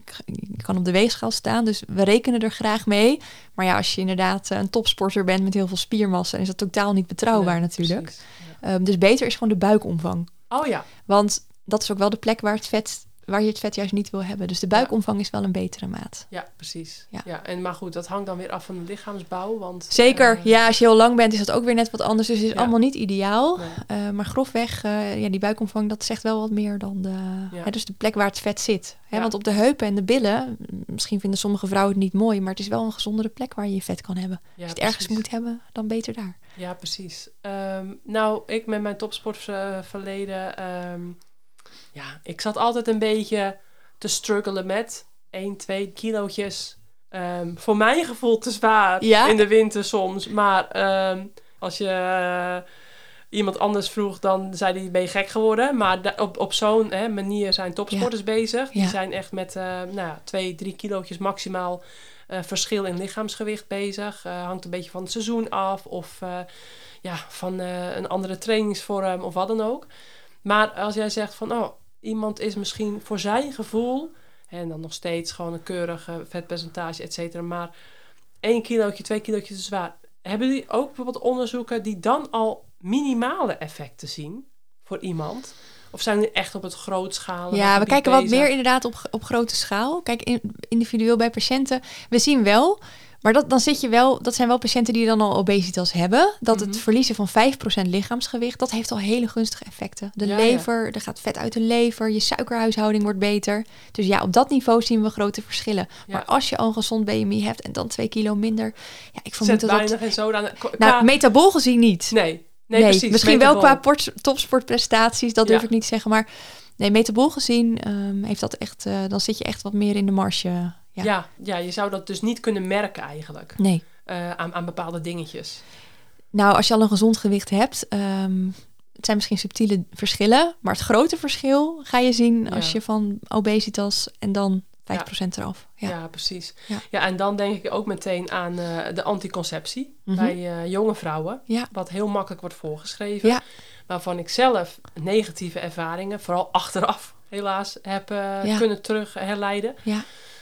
je kan op de weegschaal staan, dus we rekenen er graag mee. Maar ja, als je inderdaad een topsporter bent met heel veel spiermassa... dan is dat totaal niet betrouwbaar nee, natuurlijk. Ja. Um, dus beter is gewoon de buikomvang. Oh ja. Want dat is ook wel de plek waar het vet... waar je het vet juist niet wil hebben. Dus de buikomvang ja. is wel een betere maat. Ja, precies. Ja. Ja, en maar goed, dat hangt dan weer af van de lichaamsbouw. Want, Zeker. Uh, ja, als je heel lang bent is dat ook weer net wat anders. Dus het is ja. allemaal niet ideaal. Nee. Uh, maar grofweg, uh, ja, die buikomvang, dat zegt wel wat meer dan de... Ja. Hè, dus de plek waar het vet zit. Hè, ja. Want op de heupen en de billen, misschien vinden sommige vrouwen het niet mooi, maar het is wel een gezondere plek waar je je vet kan hebben. Ja, als je het precies. ergens moet hebben, dan beter daar. Ja, precies. Um, nou, ik met mijn topsportverleden... Um, Ja, ik zat altijd een beetje te struggelen met één, twee kilootjes. Um, voor mijn gevoel te zwaar ja? in de winter soms. Maar um, als je uh, iemand anders vroeg, dan zei hij, ben je gek geworden? Maar da- op, op zo'n hè, manier zijn topsporters ja. bezig. Die ja. zijn echt met uh, nou ja, twee, drie kilootjes maximaal uh, verschil in lichaamsgewicht bezig. Uh, hangt een beetje van het seizoen af. Of uh, ja, van uh, een andere trainingsvorm of wat dan ook. Maar als jij zegt van... oh, iemand is misschien voor zijn gevoel... en dan nog steeds gewoon een keurig vetpercentage, et cetera... maar één kilootje, twee kilootjes te zwaar. Hebben jullie ook bijvoorbeeld onderzoeken... die dan al minimale effecten zien voor iemand? Of zijn die echt op het grootschalige? Ja, we kijken bezig? wat meer inderdaad op, op grote schaal. Kijk, in, individueel bij patiënten. We zien wel... Maar dat, dan zit je wel, dat zijn wel patiënten die dan al obesitas hebben. Dat mm-hmm. het verliezen van vijf procent lichaamsgewicht, dat heeft al hele gunstige effecten. De ja, lever, ja. er gaat vet uit de lever, je suikerhuishouding wordt beter. Dus ja, op dat niveau zien we grote verschillen. Ja. Maar als je al een gezond B M I hebt en dan twee kilo minder, ja, ik vermoed Zet dat dat... en zo dan, qua... Nou, metabool gezien niet. Nee, nee, nee precies. Misschien metabool. wel qua port, topsportprestaties, dat durf ja. ik niet zeggen. Maar nee, metabool gezien um, heeft dat echt, uh, dan zit je echt wat meer in de marge. Ja. Ja, ja, je zou dat dus niet kunnen merken eigenlijk. Nee. Uh, aan, aan bepaalde dingetjes. Nou, als je al een gezond gewicht hebt... Um, het zijn misschien subtiele verschillen... maar het grote verschil ga je zien... Ja. als je van obesitas en dan vijf procent ja. eraf. Ja, ja precies. Ja. ja, en dan denk ik ook meteen aan uh, de anticonceptie... Mm-hmm. bij uh, jonge vrouwen... Ja. wat heel makkelijk wordt voorgeschreven... Ja. waarvan ik zelf negatieve ervaringen... vooral achteraf helaas heb uh, ja. kunnen terug herleiden... Ja.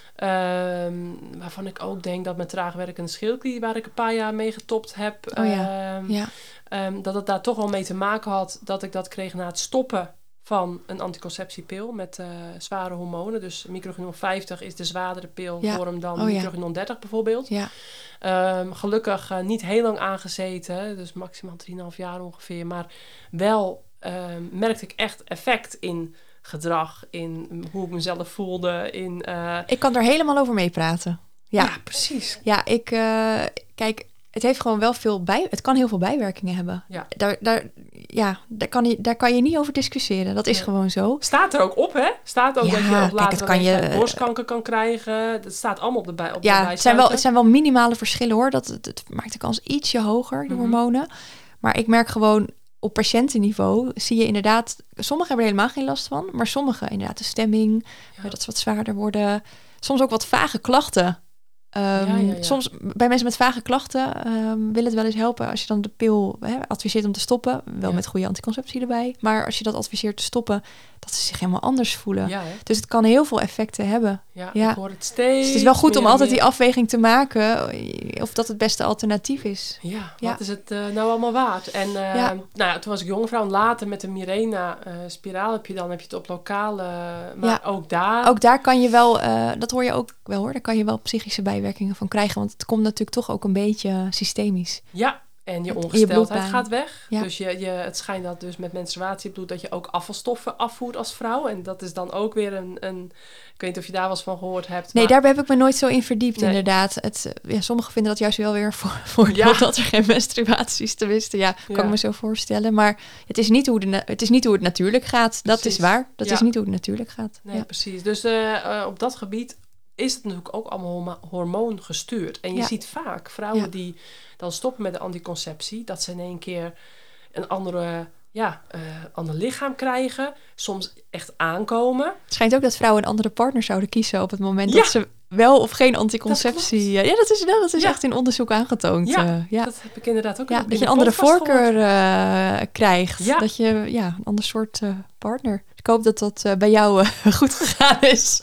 Um, waarvan ik ook denk dat mijn traagwerkende schildklier... waar ik een paar jaar mee getopt heb... Oh ja. Um, ja. Um, dat het daar toch wel mee te maken had... dat ik dat kreeg na het stoppen van een anticonceptiepil... met uh, zware hormonen. Dus microgynon vijftig is de zwaardere pilvorm ja. dan oh, microgynon ja. dertig bijvoorbeeld. Ja. Um, gelukkig uh, niet heel lang aangezeten. Dus maximaal drieënhalf jaar ongeveer. Maar wel um, merkte ik echt effect in... gedrag, in hoe ik mezelf voelde. In, uh... Ik kan er helemaal over meepraten. Ja. ja, precies. Ja, ik... Uh, kijk, het heeft gewoon wel veel bij... Het kan heel veel bijwerkingen hebben. Ja. Daar, daar, ja, daar, kan je, daar kan je niet over discussiëren. Dat is ja. gewoon zo. Staat er ook op, hè? Staat ook ja, dat je op later kijk, kan je, borstkanker kan krijgen. Dat staat allemaal op de bij. Op ja, de het zijn, wel, het zijn wel minimale verschillen, hoor. Dat, het, het maakt de kans ietsje hoger, de mm-hmm. hormonen. Maar ik merk gewoon... Op patiëntenniveau zie je inderdaad... Sommigen hebben er helemaal geen last van. Maar sommigen inderdaad de stemming. Ja. Dat ze wat zwaarder worden. Soms ook wat vage klachten. Um, ja, ja, ja. Soms bij mensen met vage klachten um, wil het wel eens helpen... als je dan de pil hè, adviseert om te stoppen. Wel ja. met goede anticonceptie erbij. Maar als je dat adviseert te stoppen... dat ze zich helemaal anders voelen. Ja, dus het kan heel veel effecten hebben. Ja, ja. Ik hoor het steeds. Dus het is wel goed om altijd meer. die afweging te maken... of dat het beste alternatief is. Ja, ja. Wat is het uh, nou allemaal waard? En uh, ja. nou ja, toen was ik jongvrouw en later met de Mirena-spiraal... Uh, heb je dan heb je het op lokale... maar ja. ook daar... Ook daar kan je wel... Uh, dat hoor je ook wel, hoor. Daar kan je wel psychische bijwerkingen van krijgen. Want het komt natuurlijk toch ook een beetje systemisch. Ja. En je ongesteldheid je gaat weg. Ja. Dus je, je, het schijnt dat dus met menstruatiebloed... dat je ook afvalstoffen afvoert als vrouw. En dat is dan ook weer een... een ik weet niet of je daar wel eens van gehoord hebt. Nee, maar... daar heb ik me nooit zo in verdiept, nee. inderdaad. Het, ja, sommigen vinden dat juist wel weer voor, voordeel... Ja. dat er geen menstruaties te wisten. Ja, kan ja. ik me zo voorstellen. Maar het is niet hoe, de, het, is niet hoe het natuurlijk gaat. Dat precies. is waar. Dat ja. is niet hoe het natuurlijk gaat. Nee, ja. precies. Dus uh, uh, op dat gebied... is het natuurlijk ook allemaal hormoon gestuurd. En je ja. ziet vaak vrouwen ja. die dan stoppen met de anticonceptie... dat ze in één keer een andere, ja, uh, ander lichaam krijgen. Soms echt aankomen. Het schijnt ook dat vrouwen een andere partner zouden kiezen... op het moment ja. dat ze wel of geen anticonceptie... Dat ja, dat is, dat is ja. echt in onderzoek aangetoond. Ja, uh, ja. dat heb ik inderdaad ook. Ja, dat je een andere voorkeur uh, krijgt. Ja. Dat je ja, een ander soort uh, partner... Ik hoop dat dat uh, bij jou uh, goed gegaan is.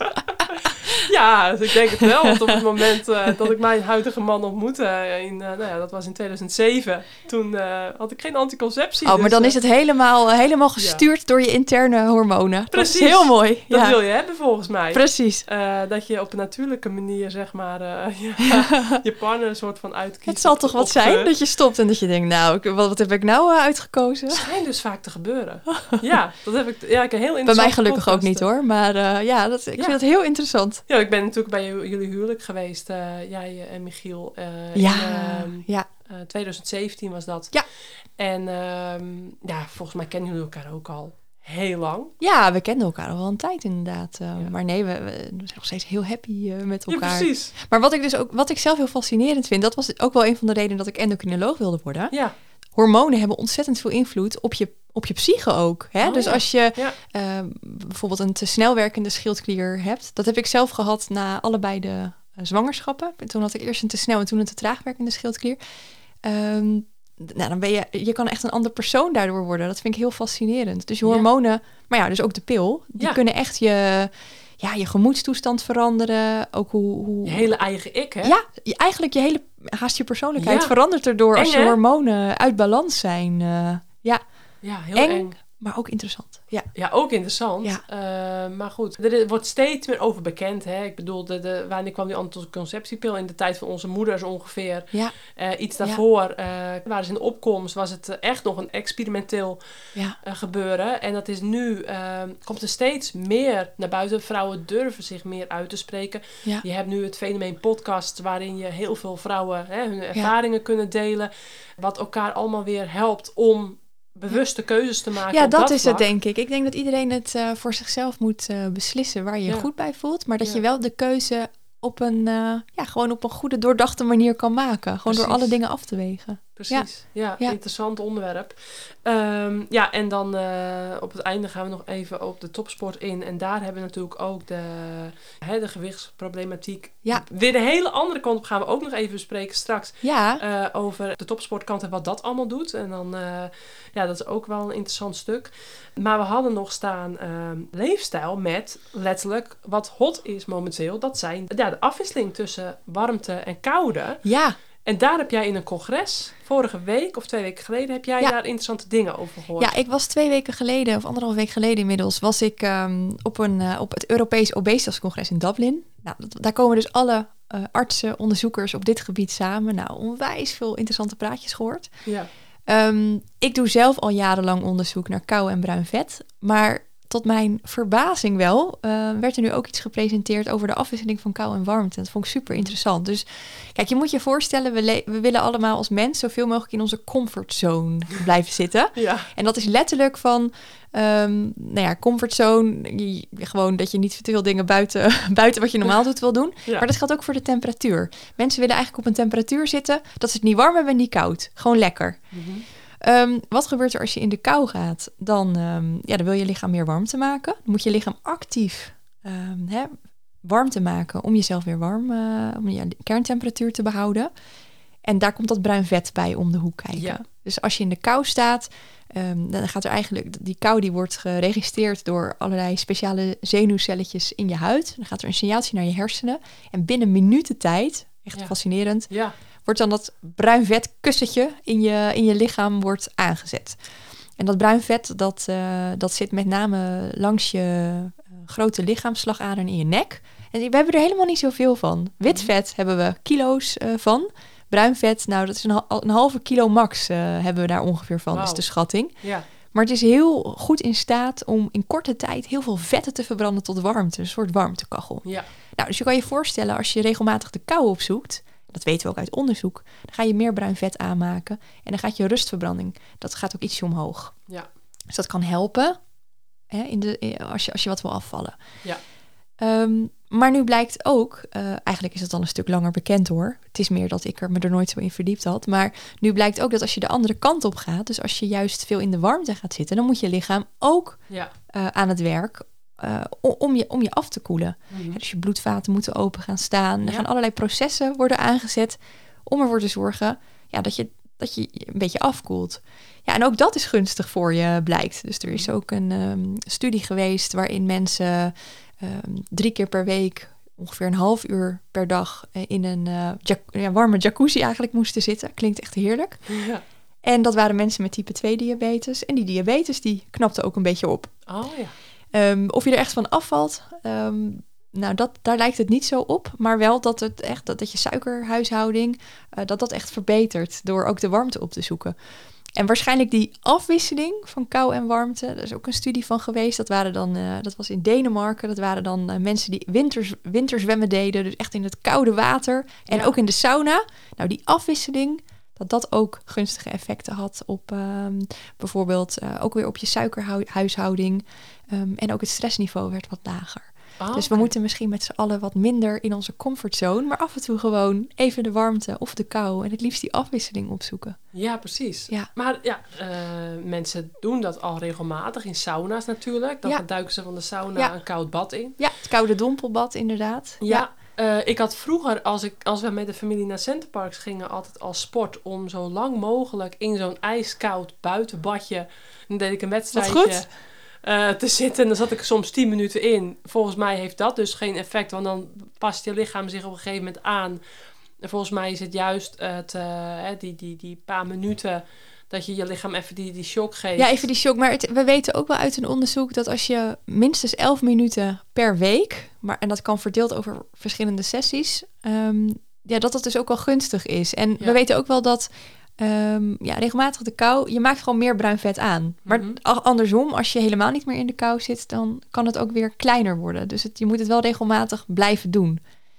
Ja, dus ik denk het wel. Want op het moment uh, dat ik mijn huidige man ontmoette, in, uh, nou ja, dat was in tweeduizend zeven, toen uh, had ik geen anticonceptie. Oh, dus, maar dan uh, is het helemaal, uh, helemaal gestuurd ja. door je interne hormonen. Precies. Dat is heel mooi. Dat ja. wil je hebben volgens mij. Precies. Uh, dat je op een natuurlijke manier, zeg maar, uh, ja, je partner een soort van uitkiest. Het zal toch wat zijn uh, dat je stopt en dat je denkt, nou, wat, wat heb ik nou uh, uitgekozen? Het schijnt dus vaak te gebeuren. Ja, dat heb ik, ja, ik heb heel interessant. Bij mij gelukkig podcast. Ook niet hoor, maar uh, ja, dat, ik ja. vind het heel interessant. Ja, ik ben natuurlijk bij jullie huwelijk geweest, uh, jij en Michiel. Uh, ja, in, uh, ja. Uh, tweeduizend zeventien was dat. Ja. En uh, ja, volgens mij kennen jullie elkaar ook al heel lang. Ja, we kenden elkaar al wel een tijd inderdaad. Uh, ja. Maar nee, we, we zijn nog steeds heel happy uh, met elkaar. Ja, precies. Maar wat ik dus ook, wat ik zelf heel fascinerend vind, dat was ook wel een van de redenen dat ik endocrinoloog wilde worden. Ja. Hormonen hebben ontzettend veel invloed op je op je psyche ook. Hè? Oh, dus ja. als je ja. uh, bijvoorbeeld een te snel werkende schildklier hebt... dat heb ik zelf gehad na allebei de uh, zwangerschappen. Toen had ik eerst een te snel en toen een te traag werkende schildklier. Um, nou, dan ben je, je kan echt een ander persoon daardoor worden. Dat vind ik heel fascinerend. Dus je hormonen, ja. maar ja, dus ook de pil... die ja. kunnen echt je... Ja, je gemoedstoestand veranderen. Ook hoe, hoe... Je hele eigen ik, hè? Ja, je, eigenlijk je hele... haast je persoonlijkheid ja. verandert erdoor... eng, als je hè? hormonen uit balans zijn. Uh, ja. Ja, heel eng, eng. Maar ook interessant. Ja, ja ook interessant. Ja. Uh, maar goed, er wordt steeds meer over bekend. Hè? Ik bedoel, de, de, wanneer kwam die anticonceptiepil? In de tijd van onze moeders ongeveer. Ja. Uh, iets daarvoor, ja. uh, waren ze in de opkomst, was het echt nog een experimenteel ja. uh, gebeuren. En dat is nu, uh, komt er steeds meer naar buiten. Vrouwen durven zich meer uit te spreken. Ja. Je hebt nu het fenomeen podcast, waarin je heel veel vrouwen hè, hun ervaringen ja. kunnen delen. Wat elkaar allemaal weer helpt om bewuste keuzes te maken. Ja, dat, dat is vlak. het, denk ik. Ik denk dat iedereen het uh, voor zichzelf moet uh, beslissen waar je je ja. goed bij voelt. Maar dat ja. je wel de keuze op een, uh, ja, gewoon op een goede, doordachte manier kan maken. Gewoon Precies. door alle dingen af te wegen. Precies. Ja, ja, ja. Interessant onderwerp. Um, ja, en dan uh, op het einde gaan we nog even op de topsport in. En daar hebben we natuurlijk ook de, hè, de gewichtsproblematiek. Ja. Weer de hele andere kant op gaan we ook nog even bespreken straks. Ja. Uh, over de topsportkant en wat dat allemaal doet. En dan, uh, ja, dat is ook wel een interessant stuk. Maar we hadden nog staan uh, leefstijl met letterlijk wat hot is momenteel. Dat zijn ja, de afwisseling tussen warmte en koude. Ja. En daar heb jij in een congres, vorige week of twee weken geleden, heb jij ja. daar interessante dingen over gehoord. Ja, ik was twee weken geleden, of anderhalf week geleden inmiddels, was ik um, op, een, uh, op het Europees Obesitascongres in Dublin. Nou, dat, daar komen dus alle uh, artsen, onderzoekers op dit gebied samen. Nou, onwijs veel interessante praatjes gehoord. Ja. Um, ik doe zelf al jarenlang onderzoek naar kou en bruin vet, maar tot mijn verbazing wel, uh, werd er nu ook iets gepresenteerd over de afwisseling van kou en warmte. Dat vond ik super interessant. Dus kijk, je moet je voorstellen, we, le- we willen allemaal als mens zoveel mogelijk in onze comfortzone blijven zitten. Ja. En dat is letterlijk van, um, nou ja, comfortzone, je, gewoon dat je niet te veel dingen buiten, buiten wat je normaal doet wil doen. Ja. Maar dat geldt ook voor de temperatuur. Mensen willen eigenlijk op een temperatuur zitten dat ze het niet warm hebben en niet koud. Gewoon lekker. Mm-hmm. Um, wat gebeurt er als je in de kou gaat? Dan, um, ja, dan wil je lichaam meer warmte maken. Dan moet je lichaam actief um, hè, warmte maken om jezelf weer warm, uh, om je kerntemperatuur te behouden. En daar komt dat bruin vet bij om de hoek kijken. Ja. Dus als je in de kou staat, um, dan gaat er eigenlijk, die kou die wordt geregistreerd door allerlei speciale zenuwcelletjes in je huid. Dan gaat er een signaaltje naar je hersenen. En binnen minuten tijd, echt ja. fascinerend, ja. wordt dan dat bruin vet kussentje in je, in je lichaam wordt aangezet. En dat bruin vet, dat, uh, dat zit met name langs je uh, grote lichaamsslagaderen in je nek. En we hebben er helemaal niet zoveel van. Wit vet hebben we kilo's uh, van. Bruin vet, nou dat is een, een halve kilo max uh, hebben we daar ongeveer van, wow. is de schatting. Ja. Maar het is heel goed in staat om in korte tijd heel veel vetten te verbranden tot warmte. Een soort warmtekachel. Ja. Nou, dus je kan je voorstellen, als je regelmatig de kou opzoekt, dat weten we ook uit onderzoek, dan ga je meer bruin vet aanmaken en dan gaat je rustverbranding, dat gaat ook ietsje omhoog. Ja. Dus dat kan helpen hè, in de, in, als, je, als je wat wil afvallen. Ja. Um, maar nu blijkt ook, uh, eigenlijk is het al een stuk langer bekend hoor. Het is meer dat ik er me er nooit zo in verdiept had. Maar nu blijkt ook dat als je de andere kant op gaat, dus als je juist veel in de warmte gaat zitten, dan moet je lichaam ook ja. uh, aan het werk uh, om, je, om je af te koelen. Mm-hmm. Ja, dus je bloedvaten moeten open gaan staan. Er ja. gaan allerlei processen worden aangezet om ervoor te zorgen ja, dat je dat je een beetje afkoelt. Ja, en ook dat is gunstig voor je, blijkt. Dus er is ook een um, studie geweest waarin mensen um, drie keer per week ongeveer een half uur per dag in een uh, jac- ja, warme jacuzzi eigenlijk moesten zitten. Klinkt echt heerlijk. Ja. En dat waren mensen met type twee diabetes. En die diabetes die knapte ook een beetje op. Oh ja. Um, of je er echt van afvalt, um, nou dat, daar lijkt het niet zo op. Maar wel dat het echt dat, dat je suikerhuishouding, uh, dat dat echt verbetert door ook de warmte op te zoeken. En waarschijnlijk die afwisseling van kou en warmte, er is ook een studie van geweest. Dat waren dan, uh, dat was in Denemarken. Dat waren dan uh, mensen die winters, winterzwemmen deden, dus echt in het koude water en ja. ook in de sauna. Nou, die afwisseling, dat dat ook gunstige effecten had op uh, bijvoorbeeld uh, ook weer op je suikerhuishouding. Um, en ook het stressniveau werd wat lager. Oh, dus we okay. moeten misschien met z'n allen wat minder in onze comfortzone, maar af en toe gewoon even de warmte of de kou en het liefst die afwisseling opzoeken. Ja, precies. Ja. Maar ja, uh, mensen doen dat al regelmatig in sauna's natuurlijk. Dan ja. duiken ze van de sauna ja. een koud bad in. Ja, het koude dompelbad inderdaad. Ja, ja. Uh, ik had vroeger, als, ik, als we met de familie naar Centerparks gingen, altijd als sport om zo lang mogelijk in zo'n ijskoud buitenbadje, dan deed ik een wedstrijdje. Wat goed. Uh, te zitten. En dan zat ik soms tien minuten in. Volgens mij heeft dat dus geen effect. Want dan past je lichaam zich op een gegeven moment aan. En volgens mij is het juist het, uh, die, die, die paar minuten dat je je lichaam even die, die shock geeft. Ja, even die shock. Maar het, we weten ook wel uit een onderzoek dat als je minstens elf minuten per week, maar, en dat kan verdeeld over verschillende sessies, um, ja, dat dat dus ook wel gunstig is. En ja. we weten ook wel dat Um, ja, regelmatig de kou, je maakt gewoon meer bruin vet aan. Maar mm-hmm. andersom, als je helemaal niet meer in de kou zit, dan kan het ook weer kleiner worden. Dus het, je moet het wel regelmatig blijven doen.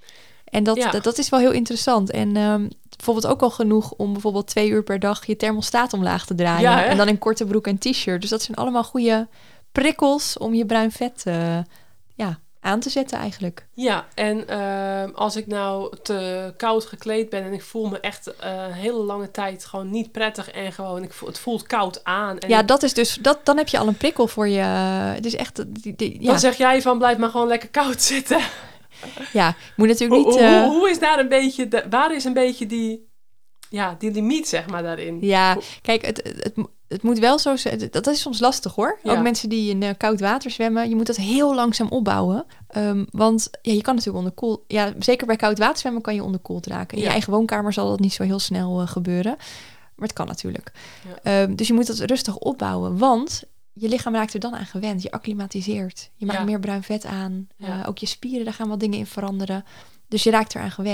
En dat, ja. dat, dat is wel heel interessant. En um, bijvoorbeeld ook al genoeg om bijvoorbeeld twee uur per dag je thermostaat omlaag te draaien. Ja, en dan in korte broek en t-shirt. Dus dat zijn allemaal goede prikkels om je bruin vet uh, ja, aan te zetten eigenlijk. Ja, en uh, als ik nou te koud gekleed ben en ik voel me echt uh, een hele lange tijd gewoon niet prettig en gewoon, ik voel, het voelt koud aan. En ja, ik, dat is dus, dat, dan heb je al een prikkel voor je. Het is echt, die, die, ja. Dan zeg jij van blijf maar gewoon lekker koud zitten. Ja, moet natuurlijk niet. Hoe, Uh, hoe, hoe is daar een beetje, de, waar is een beetje die, ja, die limiet zeg maar daarin? Ja, kijk, het, het, het, het moet wel zo zijn. Dat is soms lastig hoor. Ja. Ook mensen die in uh, koud water zwemmen, je moet dat heel langzaam opbouwen. Um, want ja, je kan natuurlijk onderkoeld. Ja, zeker bij koud water zwemmen kan je onderkoeld raken. In ja. je eigen woonkamer zal dat niet zo heel snel uh, gebeuren. Maar het kan natuurlijk. Ja. Um, dus je moet dat rustig opbouwen, want je lichaam raakt er dan aan gewend. Je acclimatiseert. Je maakt ja. meer bruin vet aan. Ja. Uh, ook je spieren, daar gaan wat dingen in veranderen. Dus je raakt eraan gewend.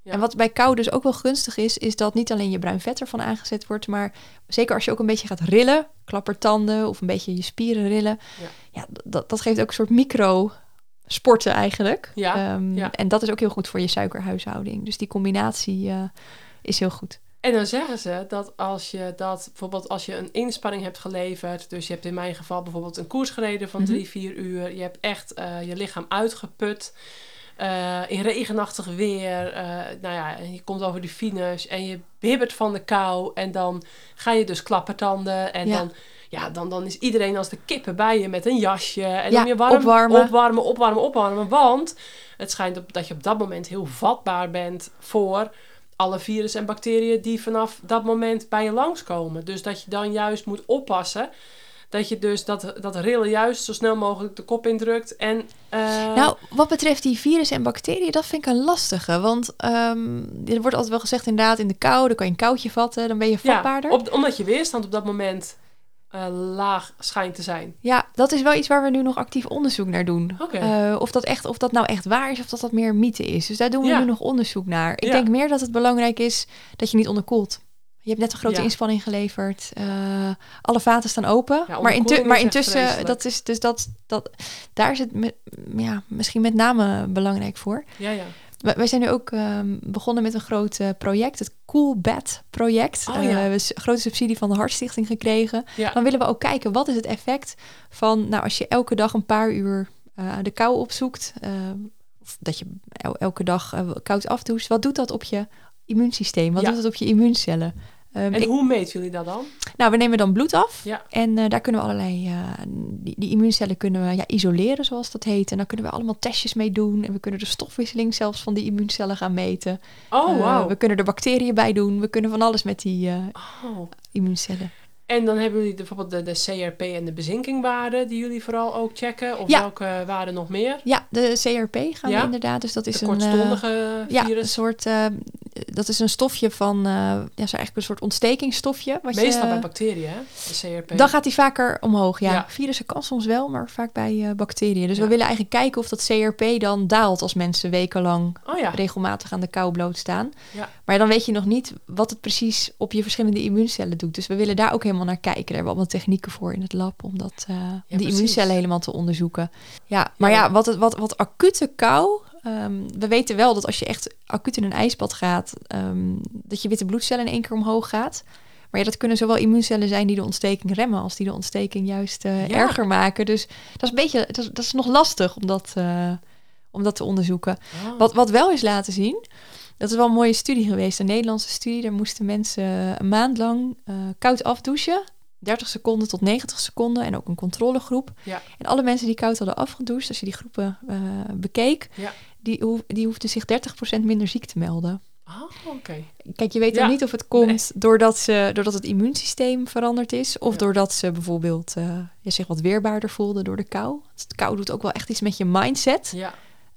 Ja. En wat bij kou dus ook wel gunstig is, is dat niet alleen je bruin vet ervan aangezet wordt, maar zeker als je ook een beetje gaat rillen, klappertanden of een beetje je spieren rillen, Ja. ja, dat, dat geeft ook een soort micro sporten eigenlijk. Ja, Um, ja. En dat is ook heel goed voor je suikerhuishouding. Dus die combinatie uh, is heel goed. En dan zeggen ze dat als je dat, bijvoorbeeld als je een inspanning hebt geleverd, dus je hebt in mijn geval bijvoorbeeld een koers gereden van Mm-hmm. drie, vier uur, je hebt echt uh, je lichaam uitgeput, uh, in regenachtig weer, uh, nou ja, je komt over die finish en je bibbert van de kou en dan ga je dus klappertanden en ja. dan... Ja, dan, dan is iedereen als de kippen bij je met een jasje. En ja, dan je warm, opwarmen. opwarmen, opwarmen, opwarmen. Want het schijnt op, dat je op dat moment heel vatbaar bent voor alle virussen en bacteriën die vanaf dat moment bij je langskomen. Dus dat je dan juist moet oppassen. Dat je dus dat, dat rillen juist zo snel mogelijk de kop indrukt. En, uh... Nou, wat betreft die virussen en bacteriën, dat vind ik een lastige. Want um, er wordt altijd wel gezegd inderdaad in de kou, dan kan je een koudje vatten, dan ben je vatbaarder. Ja, op, omdat je weerstand op dat moment... Uh, laag schijnt te zijn. Ja, dat is wel iets waar we nu nog actief onderzoek naar doen. Okay. Uh, of, dat echt, of dat nou echt waar is of dat dat meer mythe is. Dus daar doen we ja. nu nog onderzoek naar. Ik ja. denk meer dat het belangrijk is dat je niet onderkoelt. Je hebt net een grote ja. inspanning geleverd. Uh, alle vaten staan open. Ja, maar, intu- maar intussen, vreselijk. dat is dus dat, dat, daar is het me, ja, misschien met name belangrijk voor. Ja, ja. Wij zijn nu ook um, begonnen met een groot uh, project, het Cool Bed project. Oh, uh, ja. we hebben een grote subsidie van de Hartstichting gekregen. Ja. Dan willen we ook kijken, wat is het effect van, nou, als je elke dag een paar uur uh, de kou opzoekt, uh, of dat je el- elke dag uh, koud afdoucht, wat doet dat op je immuunsysteem? Wat ja. doet het op je immuuncellen? Um, en ik, hoe meten jullie dat dan? Nou, we nemen dan bloed af. Ja. En uh, daar kunnen we allerlei... Uh, die, die immuuncellen kunnen we ja, isoleren, zoals dat heet. En daar kunnen we allemaal testjes mee doen. En we kunnen de stofwisseling zelfs van die immuuncellen gaan meten. Oh, uh, wow. We kunnen er bacteriën bij doen. We kunnen van alles met die uh, oh. immuuncellen. En dan hebben jullie de, bijvoorbeeld de, de C R P en de bezinkingwaarden die jullie vooral ook checken? Of ja. welke waarden nog meer? Ja, de C R P gaan ja? we inderdaad. Dus dat is de een kortstondige uh, virus? Ja, een soort... Uh, dat is een stofje van... Uh, ja, zo eigenlijk een soort ontstekingsstofje. Wat Meestal je, bij bacteriën, hè? De C R P. Dan gaat die vaker omhoog, ja. ja. Virussen kan soms wel, maar vaak bij uh, bacteriën. Dus ja. we willen eigenlijk kijken of dat C R P dan daalt als mensen wekenlang oh, ja. regelmatig aan de kou blootstaan. Ja. Maar dan weet je nog niet wat het precies op je verschillende immuuncellen doet. Dus we willen daar ook helemaal naar kijken. Daar hebben we allemaal technieken voor in het lab om dat, uh, ja, die precies. immuuncellen helemaal te onderzoeken. Ja, maar ja, ja wat, het, wat, wat acute kou... Um, we weten wel dat als je echt acuut in een ijsbad gaat, um, dat je witte bloedcellen in één keer omhoog gaat. Maar ja, dat kunnen zowel immuuncellen zijn die de ontsteking remmen, als die de ontsteking juist uh, ja. erger maken. Dus dat is een beetje, dat is, dat is nog lastig om dat, uh, om dat te onderzoeken. Oh. Wat, wat wel is laten zien, dat is wel een mooie studie geweest, een Nederlandse studie. Daar moesten mensen een maand lang uh, koud afdouchen. dertig seconden tot negentig seconden en ook een controlegroep. Ja. En alle mensen die koud hadden afgedoucht, als je die groepen uh, bekeek, ja. die, ho- die hoefden zich dertig procent minder ziek te melden. Oh, oké. Okay. Kijk, je weet ja. dan niet of het komt nee. doordat, ze, doordat het immuunsysteem veranderd is, of ja. doordat ze bijvoorbeeld uh, ja, zich wat weerbaarder voelden door de kou. De kou doet ook wel echt iets met je mindset. Ja.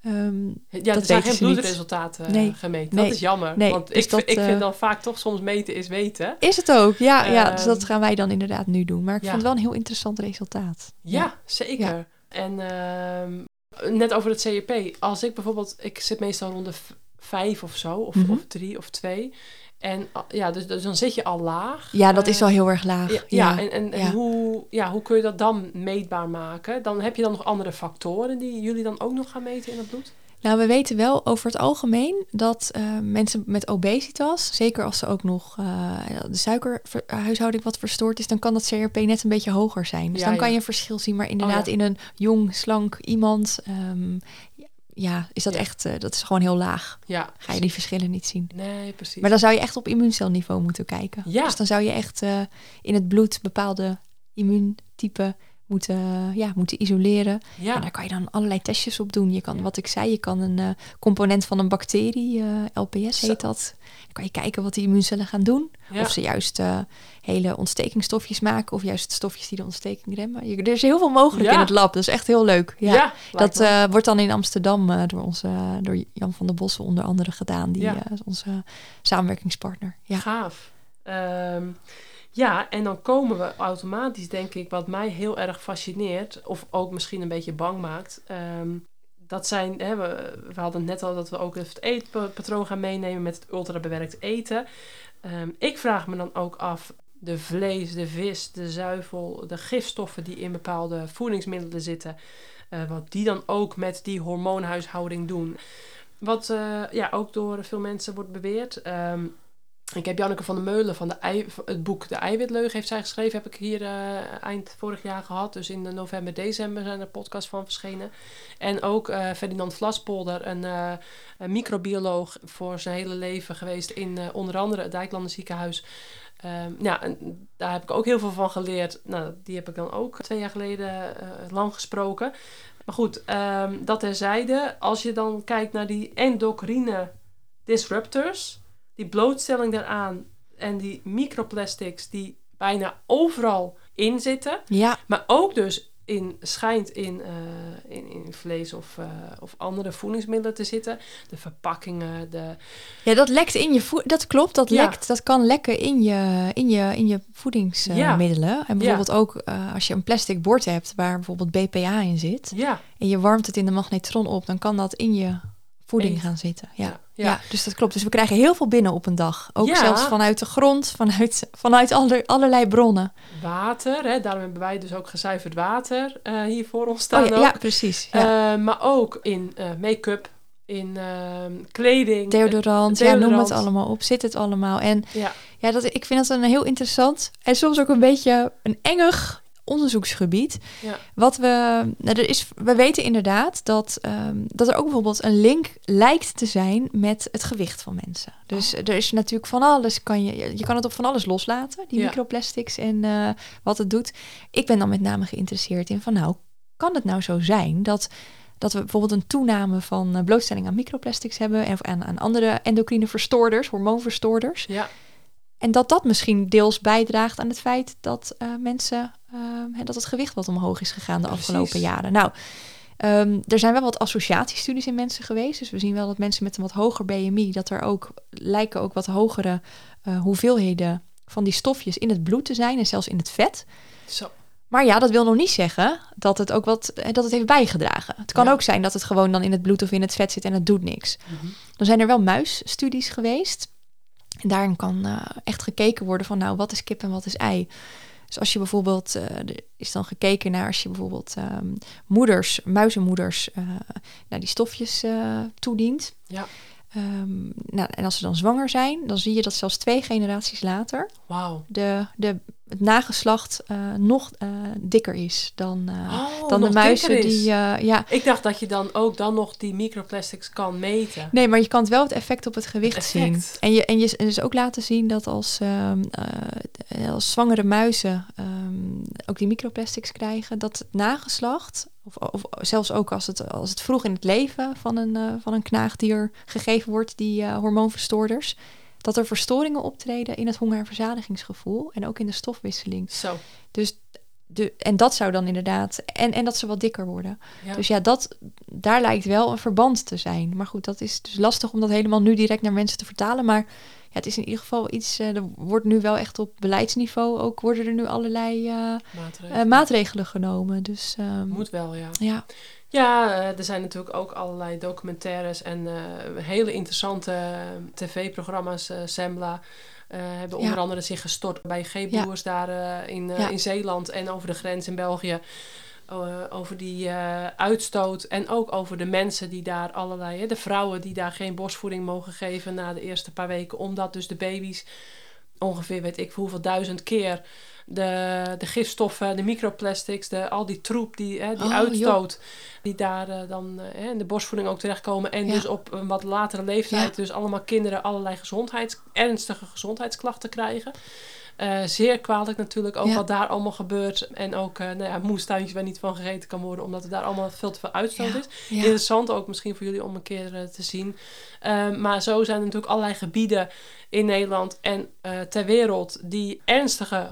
Um, ja, er zijn geen bloedresultaten uh, nee, gemeten. Nee, dat is jammer. Nee, want dus ik, dat, ik vind uh, dan vaak toch soms meten is weten. Is het ook, ja. Uh, ja dus dat um, gaan wij dan inderdaad nu doen. Maar ik ja. vond het wel een heel interessant resultaat. Ja, ja. zeker. Ja. En uh, net over het C R P. Als ik bijvoorbeeld... Ik zit meestal rond de v- vijf of zo. Of, mm-hmm. of drie of twee. En ja, dus, dus dan zit je al laag. Ja, dat uh, is wel heel erg laag. Ja, ja. ja en, en, en ja. Hoe, ja, hoe kun je dat dan meetbaar maken? Dan heb je dan nog andere factoren die jullie dan ook nog gaan meten in het bloed? Nou, we weten wel over het algemeen dat uh, mensen met obesitas, zeker als ze ook nog uh, de suikerhuishouding wat verstoord is, dan kan dat C R P net een beetje hoger zijn. Dus ja, dan ja. kan je een verschil zien. Maar inderdaad, oh, ja. in een jong, slank iemand, um, ja, is dat ja. echt, uh, dat is gewoon heel laag. Ja, ga je die verschillen niet zien. Nee, precies. Maar dan zou je echt op immuuncelniveau moeten kijken. Ja. Dus dan zou je echt uh, in het bloed bepaalde immuuntypen moeten, ja, moeten isoleren. Ja. En daar kan je dan allerlei testjes op doen. Je kan, ja. wat ik zei, je kan een uh, component van een bacterie, uh, L P S heet dat. Dan kan je kijken wat die immuuncellen gaan doen. Ja. Of ze juist uh, hele ontstekingstofjes maken, of juist stofjes die de ontsteking remmen. Je, er is heel veel mogelijk ja. in het lab. Dat is echt heel leuk. Ja, ja dat uh, wordt dan in Amsterdam uh, door, onze, uh, door Jan van der Bossen onder andere gedaan. Die ja. uh, onze samenwerkingspartner. Ja. Gaaf. Um, Ja, en dan komen we automatisch, denk ik, wat mij heel erg fascineert, of ook misschien een beetje bang maakt. Um, dat zijn, hè, we, we hadden net al dat we ook het eetpatroon gaan meenemen met het ultrabewerkt eten. Um, ik vraag me dan ook af, de vlees, de vis, de zuivel, de gifstoffen die in bepaalde voedingsmiddelen zitten, uh, wat die dan ook met die hormoonhuishouding doen. Wat uh, ja, ook door veel mensen wordt beweerd. Um, ik heb Janneke van der Meulen van de ei, het boek De Eiwitleugen heeft zij geschreven. Heb ik hier uh, eind vorig jaar gehad. Dus in de november, december zijn er podcasts van verschenen. En ook uh, Ferdinand Vlaspolder, een, uh, een microbioloog voor zijn hele leven geweest in uh, onder andere het Dijklanden ziekenhuis. Um, ja, en daar heb ik ook heel veel van geleerd. Nou, die heb ik dan ook twee jaar geleden uh, lang gesproken. Maar goed, um, dat terzijde. Als je dan kijkt naar die endocrine disruptors, die blootstelling daaraan en die microplastics die bijna overal in zitten. Ja. Maar ook dus in, schijnt in, uh, in, in vlees of, uh, of andere voedingsmiddelen te zitten. De verpakkingen, de... Ja, dat lekt in je voed. Dat klopt, dat Ja. lekt. Dat kan lekken in je, in je, in je voedingsmiddelen. Ja. En bijvoorbeeld ook uh, als je een plastic bord hebt waar bijvoorbeeld B P A in zit. Ja. En je warmt het in de magnetron op, dan kan dat in je voeding Eet. gaan zitten. Ja. Ja. Ja. Ja. ja, dus dat klopt. Dus we krijgen heel veel binnen op een dag. Ook Ja. zelfs vanuit de grond, vanuit, vanuit aller, allerlei bronnen. Water, hè, daarom hebben wij dus ook gezuiverd water uh, hier voor ons staan. Oh, ja, ook. ja, precies. Ja. Uh, maar ook in uh, make-up, in uh, kleding. Deodorant, uh, ja, noem deodorant. het allemaal op. Zit het allemaal. En Ja. ja, dat, ik vind dat een heel interessant en soms ook een beetje een engig onderzoeksgebied. Ja. Wat we, nou, er is, we weten inderdaad dat, um, dat er ook bijvoorbeeld een link lijkt te zijn met het gewicht van mensen. Dus Oh. er is natuurlijk van alles, kan je, je kan het op van alles loslaten, die Ja. microplastics en uh, wat het doet. Ik ben dan met name geïnteresseerd in van nou, kan het nou zo zijn dat dat we bijvoorbeeld een toename van uh, blootstelling aan microplastics hebben en aan, aan andere endocrine verstoorders, hormoonverstoorders. Ja. En dat dat misschien deels bijdraagt aan het feit dat uh, mensen, uh, dat het gewicht wat omhoog is gegaan de Precies. afgelopen jaren. Nou, um, er zijn wel wat associatiestudies in mensen geweest. Dus we zien wel dat mensen met een wat hoger B M I, dat er ook lijken ook wat hogere uh, hoeveelheden van die stofjes in het bloed te zijn en zelfs in het vet. Zo. Maar ja, dat wil nog niet zeggen dat het ook wat dat het heeft bijgedragen. Het kan Ja. ook zijn dat het gewoon dan in het bloed of in het vet zit en het doet niks. Mm-hmm. Dan zijn er wel muisstudies geweest. En daarin kan uh, echt gekeken worden van nou, wat is kip en wat is ei. Dus als je bijvoorbeeld, uh, er is dan gekeken naar als je bijvoorbeeld um, moeders, muizenmoeders, uh, nou, die stofjes uh, toedient. Ja. Um, nou, en als ze dan zwanger zijn, dan zie je dat zelfs twee generaties later Wauw. de, de, het nageslacht uh, nog uh, dikker is dan, uh, Oh, dan de nog muizen dikker is. die... Uh, ja. Ik dacht dat je dan ook dan nog die microplastics kan meten. Nee, maar je kan het wel het effect op het gewicht Het effect. zien. En je, en je en dus ook laten zien dat als, um, uh, als zwangere muizen um, ook die microplastics krijgen, dat het nageslacht, of, of zelfs ook als het, als het vroeg in het leven van een, uh, van een knaagdier gegeven wordt, die uh, hormoonverstoorders, dat er verstoringen optreden in het honger- en verzadigingsgevoel en ook in de stofwisseling. Zo. Dus de, en dat zou dan inderdaad... En, en dat ze wat dikker worden. Ja. Dus ja, dat, daar lijkt wel een verband te zijn. Maar goed, dat is dus lastig om dat helemaal nu direct naar mensen te vertalen. Maar ja, het is in ieder geval iets... Uh, er wordt nu wel echt op beleidsniveau... ook worden er nu allerlei uh, Maatregelen. uh, maatregelen genomen. Dus um, Moet wel, ja. ja. Ja, uh, er zijn natuurlijk ook allerlei documentaires en uh, hele interessante uh, tv-programma's. Uh, Sembla uh, hebben onder Ja. andere zich gestort bij G-boers ja. daar uh, in, uh, Ja. in Zeeland en over de grens in België. Uh, over die uh, uitstoot en ook over de mensen die daar allerlei... Hè, de vrouwen die daar geen borstvoeding mogen geven na de eerste paar weken. Omdat dus de baby's ongeveer weet ik hoeveel duizend keer... De, de gifstoffen, de microplastics, de, al die troep, die, hè, die Oh, uitstoot, joh. Die daar uh, dan uh, in de borstvoeding ook terechtkomen. En ja. dus op een wat latere leeftijd, Ja. dus allemaal kinderen allerlei gezondheids, ernstige gezondheidsklachten krijgen. Uh, zeer kwalijk natuurlijk ook ja. wat daar allemaal gebeurt. En ook uh, nou ja, moestuintjes waar niet van gegeten kan worden, omdat er daar allemaal veel te veel uitstoot Ja. is. Ja. Interessant ook misschien voor jullie om een keer uh, te zien. Uh, maar zo zijn er natuurlijk allerlei gebieden in Nederland en uh, ter wereld die ernstige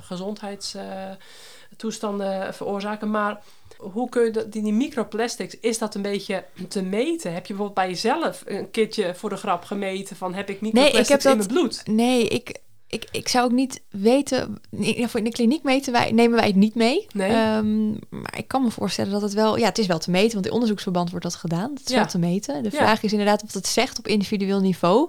gezondheidstoestanden uh, veroorzaken. Maar hoe kun je dat, die, die microplastics, is dat een beetje te meten? Heb je bijvoorbeeld bij jezelf een keertje voor de grap gemeten van heb ik microplastics nee, ik heb in dat, mijn bloed? Nee, ik, Ik, ik zou ook niet weten... In de kliniek meten wij, nemen wij het niet mee. Nee. Um, maar ik kan me voorstellen dat het wel... Ja, het is wel te meten, want in onderzoeksverband wordt dat gedaan. Het is ja. wel te meten. De ja. vraag is inderdaad of het zegt op individueel niveau.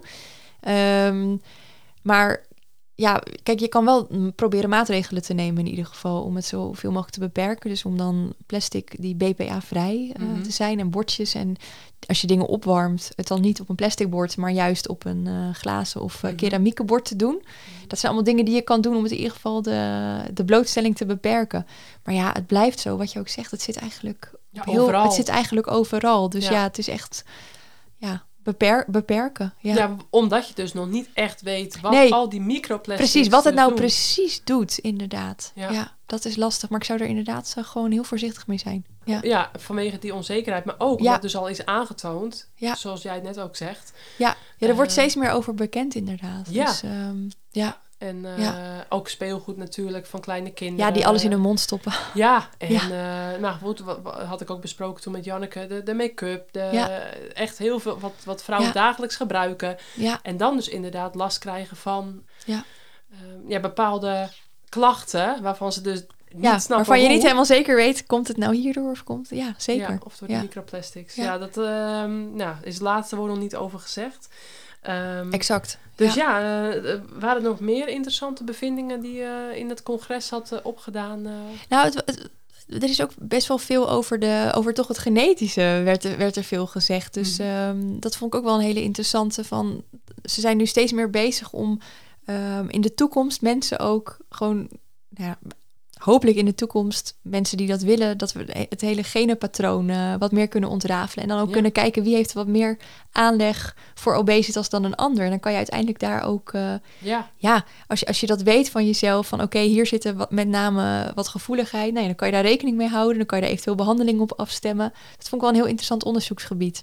Um, maar ja, kijk, je kan wel proberen maatregelen te nemen in ieder geval... om het zoveel mogelijk te beperken. Dus om dan plastic die B P A-vrij uh, mm-hmm. te zijn en bordjes... en als je dingen opwarmt, het dan niet op een plastic bord... maar juist op een uh, glazen of uh, mm-hmm. keramieke bord te doen. Mm-hmm. Dat zijn allemaal dingen die je kan doen... om het in ieder geval de, de blootstelling te beperken. Maar ja, het blijft zo, wat je ook zegt. Het zit eigenlijk, ja, heel, overal. Het zit eigenlijk overal. Dus ja, ja het is echt... Ja, Beper- beperken. Ja. ja, omdat je dus nog niet echt weet wat nee, al die microplastics precies, wat het nou doen. precies doet, inderdaad. Ja. ja, dat is lastig, maar ik zou er inderdaad gewoon heel voorzichtig mee zijn. Ja, ja vanwege die onzekerheid, maar ook ja. wat dus al is aangetoond, ja. zoals jij het net ook zegt. Ja, ja er uh, wordt steeds meer over bekend, inderdaad. Ja. Dus, um, ja. En uh, ja. ook speelgoed natuurlijk van kleine kinderen. Ja, die alles in hun mond stoppen. Ja, en ja. uh, nou goed, wat, wat had ik ook besproken toen met Janneke. De, de make-up, de, ja. echt heel veel wat, wat vrouwen ja. dagelijks gebruiken. Ja. En dan dus inderdaad last krijgen van ja. Uh, ja, bepaalde klachten waarvan ze dus niet ja, snappen waarvan je hoe. niet helemaal zeker weet, komt het nou hierdoor of komt het? Ja, zeker. Ja, of door de ja. microplastics. Ja, ja dat uh, nou, is het laatste woord nog niet over gezegd. Um, exact. Dus ja, ja uh, waren er nog meer interessante bevindingen die je uh, in het congres had uh, opgedaan? Uh? Nou, het, het, er is ook best wel veel over, de, over toch het genetische, werd er, werd er veel gezegd. Dus mm. um, dat vond ik ook wel een hele interessante. Van, ze zijn nu steeds meer bezig om um, in de toekomst mensen ook gewoon... Ja, hopelijk in de toekomst mensen die dat willen, dat we het hele genenpatroon uh, wat meer kunnen ontrafelen. En dan ook ja. kunnen kijken wie heeft wat meer aanleg voor obesitas dan een ander. En dan kan je uiteindelijk daar ook... Uh, ja, ja als, je, als je dat weet van jezelf, van oké, okay, hier zitten wat, met name wat gevoeligheid. Nou ja, dan kan je daar rekening mee houden. Dan kan je daar eventueel behandeling op afstemmen. Dat vond ik wel een heel interessant onderzoeksgebied.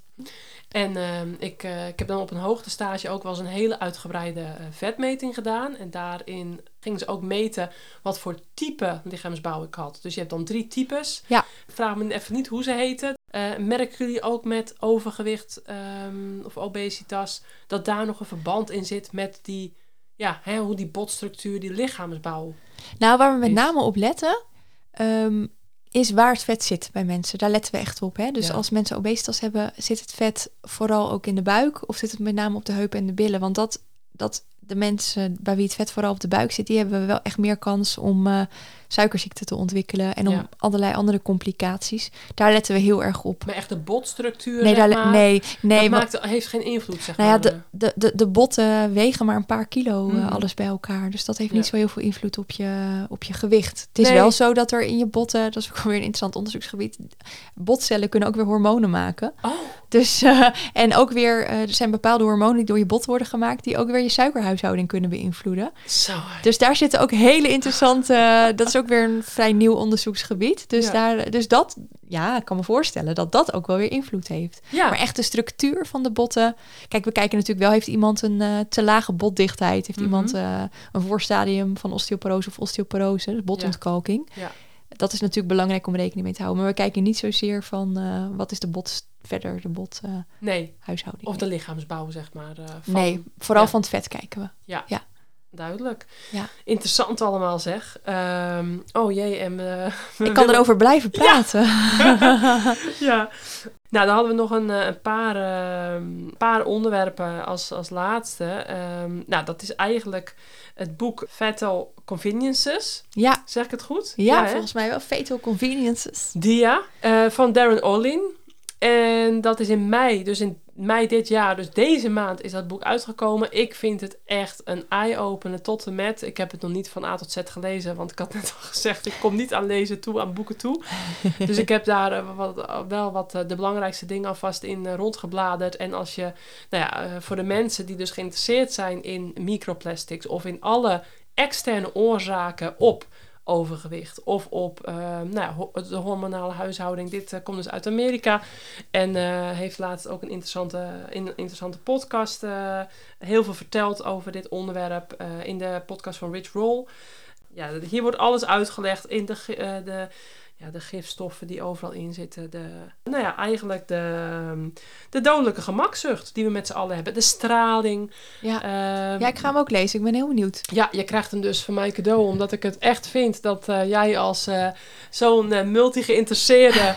En uh, ik, uh, ik heb dan op een hoogtestage ook wel eens een hele uitgebreide uh, vetmeting gedaan. En daarin gingen ze ook meten wat voor type lichaamsbouw ik had. Dus je hebt dan drie types. Ja. Vraag me even niet hoe ze heten. Uh, merken jullie ook met overgewicht um, of obesitas dat daar nog een verband in zit met die, ja, hè, hoe die botstructuur, die lichaamsbouw? Nou, waar we met is. name op letten... Um, is waar het vet zit bij mensen. Daar letten we echt op. Hè? Dus ja. als mensen obesitas hebben, zit het vet vooral ook in de buik... of zit het met name op de heupen en de billen? Want dat, dat de mensen bij wie het vet vooral op de buik zit... die hebben wel echt meer kans om uh, suikerziekte te ontwikkelen... en om ja. allerlei andere complicaties. Daar letten we heel erg op. Maar echt de botstructuur, nee, zeg daar, maar, nee, nee, dat maar, maakt, heeft geen invloed, zeg nou maar. Ja, de, de, de, de botten wegen maar een paar kilo uh, mm. alles bij elkaar. Dus dat heeft ja. niet zo heel veel invloed op je, op je gewicht. Het is nee. wel zo dat er in je botten... dat is ook weer een interessant onderzoeksgebied... botcellen kunnen ook weer hormonen maken. Oh. Dus, uh, en ook weer, uh, er zijn bepaalde hormonen die door je bot worden gemaakt... die ook weer je suikerhuishouding kunnen beïnvloeden. Zo. Dus daar zitten ook hele interessante... Uh, dat is ook weer een vrij nieuw onderzoeksgebied. Dus, ja. daar, dus dat, ja, ik kan me voorstellen dat dat ook wel weer invloed heeft. Ja. Maar echt de structuur van de botten... Kijk, we kijken natuurlijk wel, heeft iemand een uh, te lage botdichtheid? Heeft mm-hmm. iemand uh, een voorstadium van osteoporose of osteoporose? Dus botontkalking. Ja. Ja. Dat is natuurlijk belangrijk om rekening mee te houden. Maar we kijken niet zozeer van uh, wat is de bot verder, de bot uh, nee. huishouding. Of de lichaamsbouw, zeg maar. Uh, van, nee, vooral ja. van het vet kijken we. Ja, ja. duidelijk. Ja. Interessant allemaal, zeg. Um, oh jee, en uh, ik kan willen... erover blijven praten. Ja. ja. Nou, dan hadden we nog een, een paar, uh, paar onderwerpen als, als laatste. Um, nou, dat is eigenlijk het boek Fatal Conveniences. Ja. Zeg ik het goed? Ja, ja volgens mij wel. Fatal Conveniences. Die ja, uh, van Darren Olin. En dat is in mei, dus in mei dit jaar, dus deze maand is dat boek uitgekomen. Ik vind het echt een eye-opener tot en met. Ik heb het nog niet van A tot Z gelezen, want ik had net al gezegd, ik kom niet aan lezen toe, aan boeken toe. Dus ik heb daar uh, wat, uh, wel wat uh, de belangrijkste dingen alvast in uh, rondgebladerd. En als je, nou ja, uh, voor de mensen die dus geïnteresseerd zijn in microplastics of in alle externe oorzaken op overgewicht of op uh, nou ja, ho- de hormonale huishouding. Dit uh, komt dus uit Amerika en uh, heeft laatst ook een interessante, in, interessante podcast uh, heel veel verteld over dit onderwerp uh, in de podcast van Rich Roll. Ja, hier wordt alles uitgelegd in de, uh, de ja, de gifstoffen die overal in zitten. De, nou ja, eigenlijk de, de dodelijke gemakzucht die we met z'n allen hebben. De straling. Ja. Uh, ja, ik ga hem ook lezen. Ik ben heel benieuwd. Ja, je krijgt hem dus van mij cadeau. Omdat ik het echt vind dat uh, jij als uh, zo'n uh, multi-geïnteresseerde...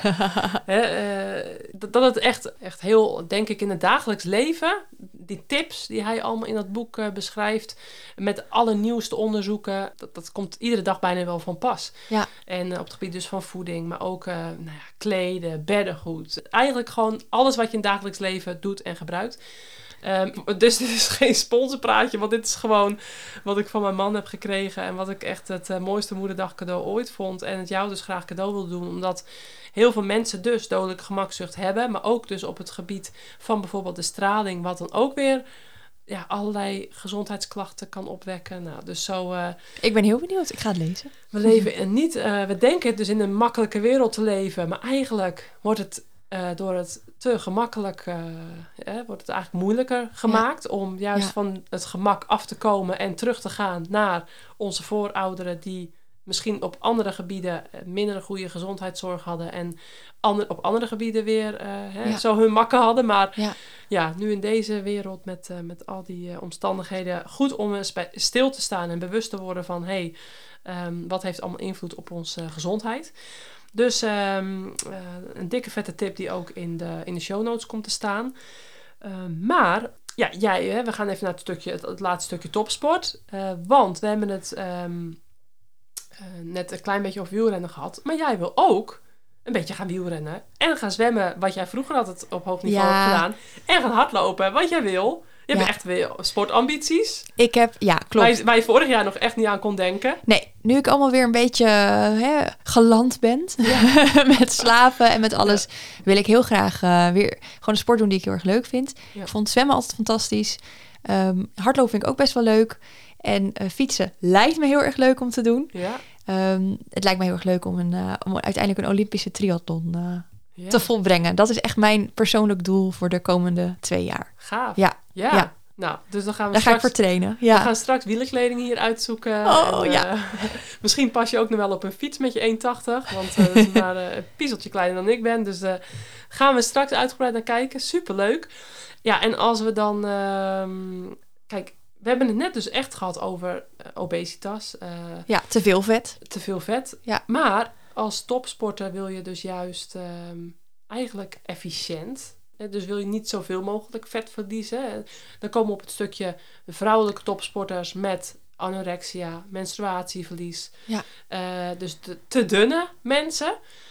hè, uh, dat, dat het echt, echt heel, denk ik, in het dagelijks leven... die tips die hij allemaal in dat boek uh, beschrijft... met alle nieuwste onderzoeken... Dat, dat komt iedere dag bijna wel van pas. Ja. En uh, op het gebied dus van voeding... maar ook uh, nou ja, kleden, beddengoed. Eigenlijk gewoon alles wat je in het dagelijks leven doet en gebruikt... Um, dus dit is geen sponsorpraatje, want dit is gewoon wat ik van mijn man heb gekregen en wat ik echt het uh, mooiste moederdag cadeau ooit vond en het jou dus graag cadeau wil doen, omdat heel veel mensen dus dodelijke gemakzucht hebben, maar ook dus op het gebied van bijvoorbeeld de straling, wat dan ook weer ja, allerlei gezondheidsklachten kan opwekken. Nou, dus zo... Uh, ik ben heel benieuwd, ik ga het lezen. We leven in niet, uh, we denken dus in een makkelijke wereld te leven, maar eigenlijk wordt het Uh, door het te gemakkelijk uh, eh, wordt het eigenlijk moeilijker gemaakt ja. om juist ja. van het gemak af te komen en terug te gaan naar onze voorouderen die misschien op andere gebieden minder goede gezondheidszorg hadden en ander, op andere gebieden weer uh, hè, ja. zo hun makken hadden. Maar ja, ja nu in deze wereld met, uh, met al die uh, omstandigheden goed om uh, stil te staan en bewust te worden van hé, hey, um, wat heeft allemaal invloed op onze uh, gezondheid. Dus um, uh, een dikke vette tip die ook in de, in de show notes komt te staan. Uh, maar, ja, jij, hè, we gaan even naar het, stukje, het, het laatste stukje topsport. Uh, want we hebben het um, uh, net een klein beetje over wielrennen gehad. Maar jij wil ook een beetje gaan wielrennen. En gaan zwemmen, wat jij vroeger altijd op hoog niveau ja. hebt gedaan. En gaan hardlopen, wat jij wil. Je hebt ja. echt weer sportambities. Ik heb, ja, klopt. Waar je, waar je vorig jaar nog echt niet aan kon denken. Nee, nu ik allemaal weer een beetje hè, geland ben ja. met slapen en met alles, ja. wil ik heel graag uh, weer gewoon een sport doen die ik heel erg leuk vind. Ja. Ik vond zwemmen altijd fantastisch. Um, hardlopen vind ik ook best wel leuk. En uh, fietsen lijkt me heel erg leuk om te doen. Ja. Um, het lijkt me heel erg leuk om, een, uh, om uiteindelijk een Olympische triathlon uh, ja. te volbrengen. Dat is echt mijn persoonlijk doel voor de komende twee jaar. Gaaf. Ja. Ja. ja. Nou, dus dan gaan we Daar straks... ga ik voor trainen. Ja. We gaan straks wielerkleding hier uitzoeken. Oh, en, ja. Uh, misschien pas je ook nog wel op een fiets met je één tachtig. Want uh, dat is maar uh, een piezeltje kleiner dan ik ben. Dus uh, gaan we straks uitgebreid naar kijken. Superleuk. Ja, en als we dan... Uh, kijk, we hebben het net dus echt gehad over uh, obesitas. Uh, ja, te veel vet. Te veel vet. Ja. Maar als topsporter wil je dus juist uh, eigenlijk efficiënt... Dus wil je niet zoveel mogelijk vet verliezen. Dan komen we op het stukje vrouwelijke topsporters met anorexia, menstruatieverlies. Ja. Uh, dus de te dunne mensen.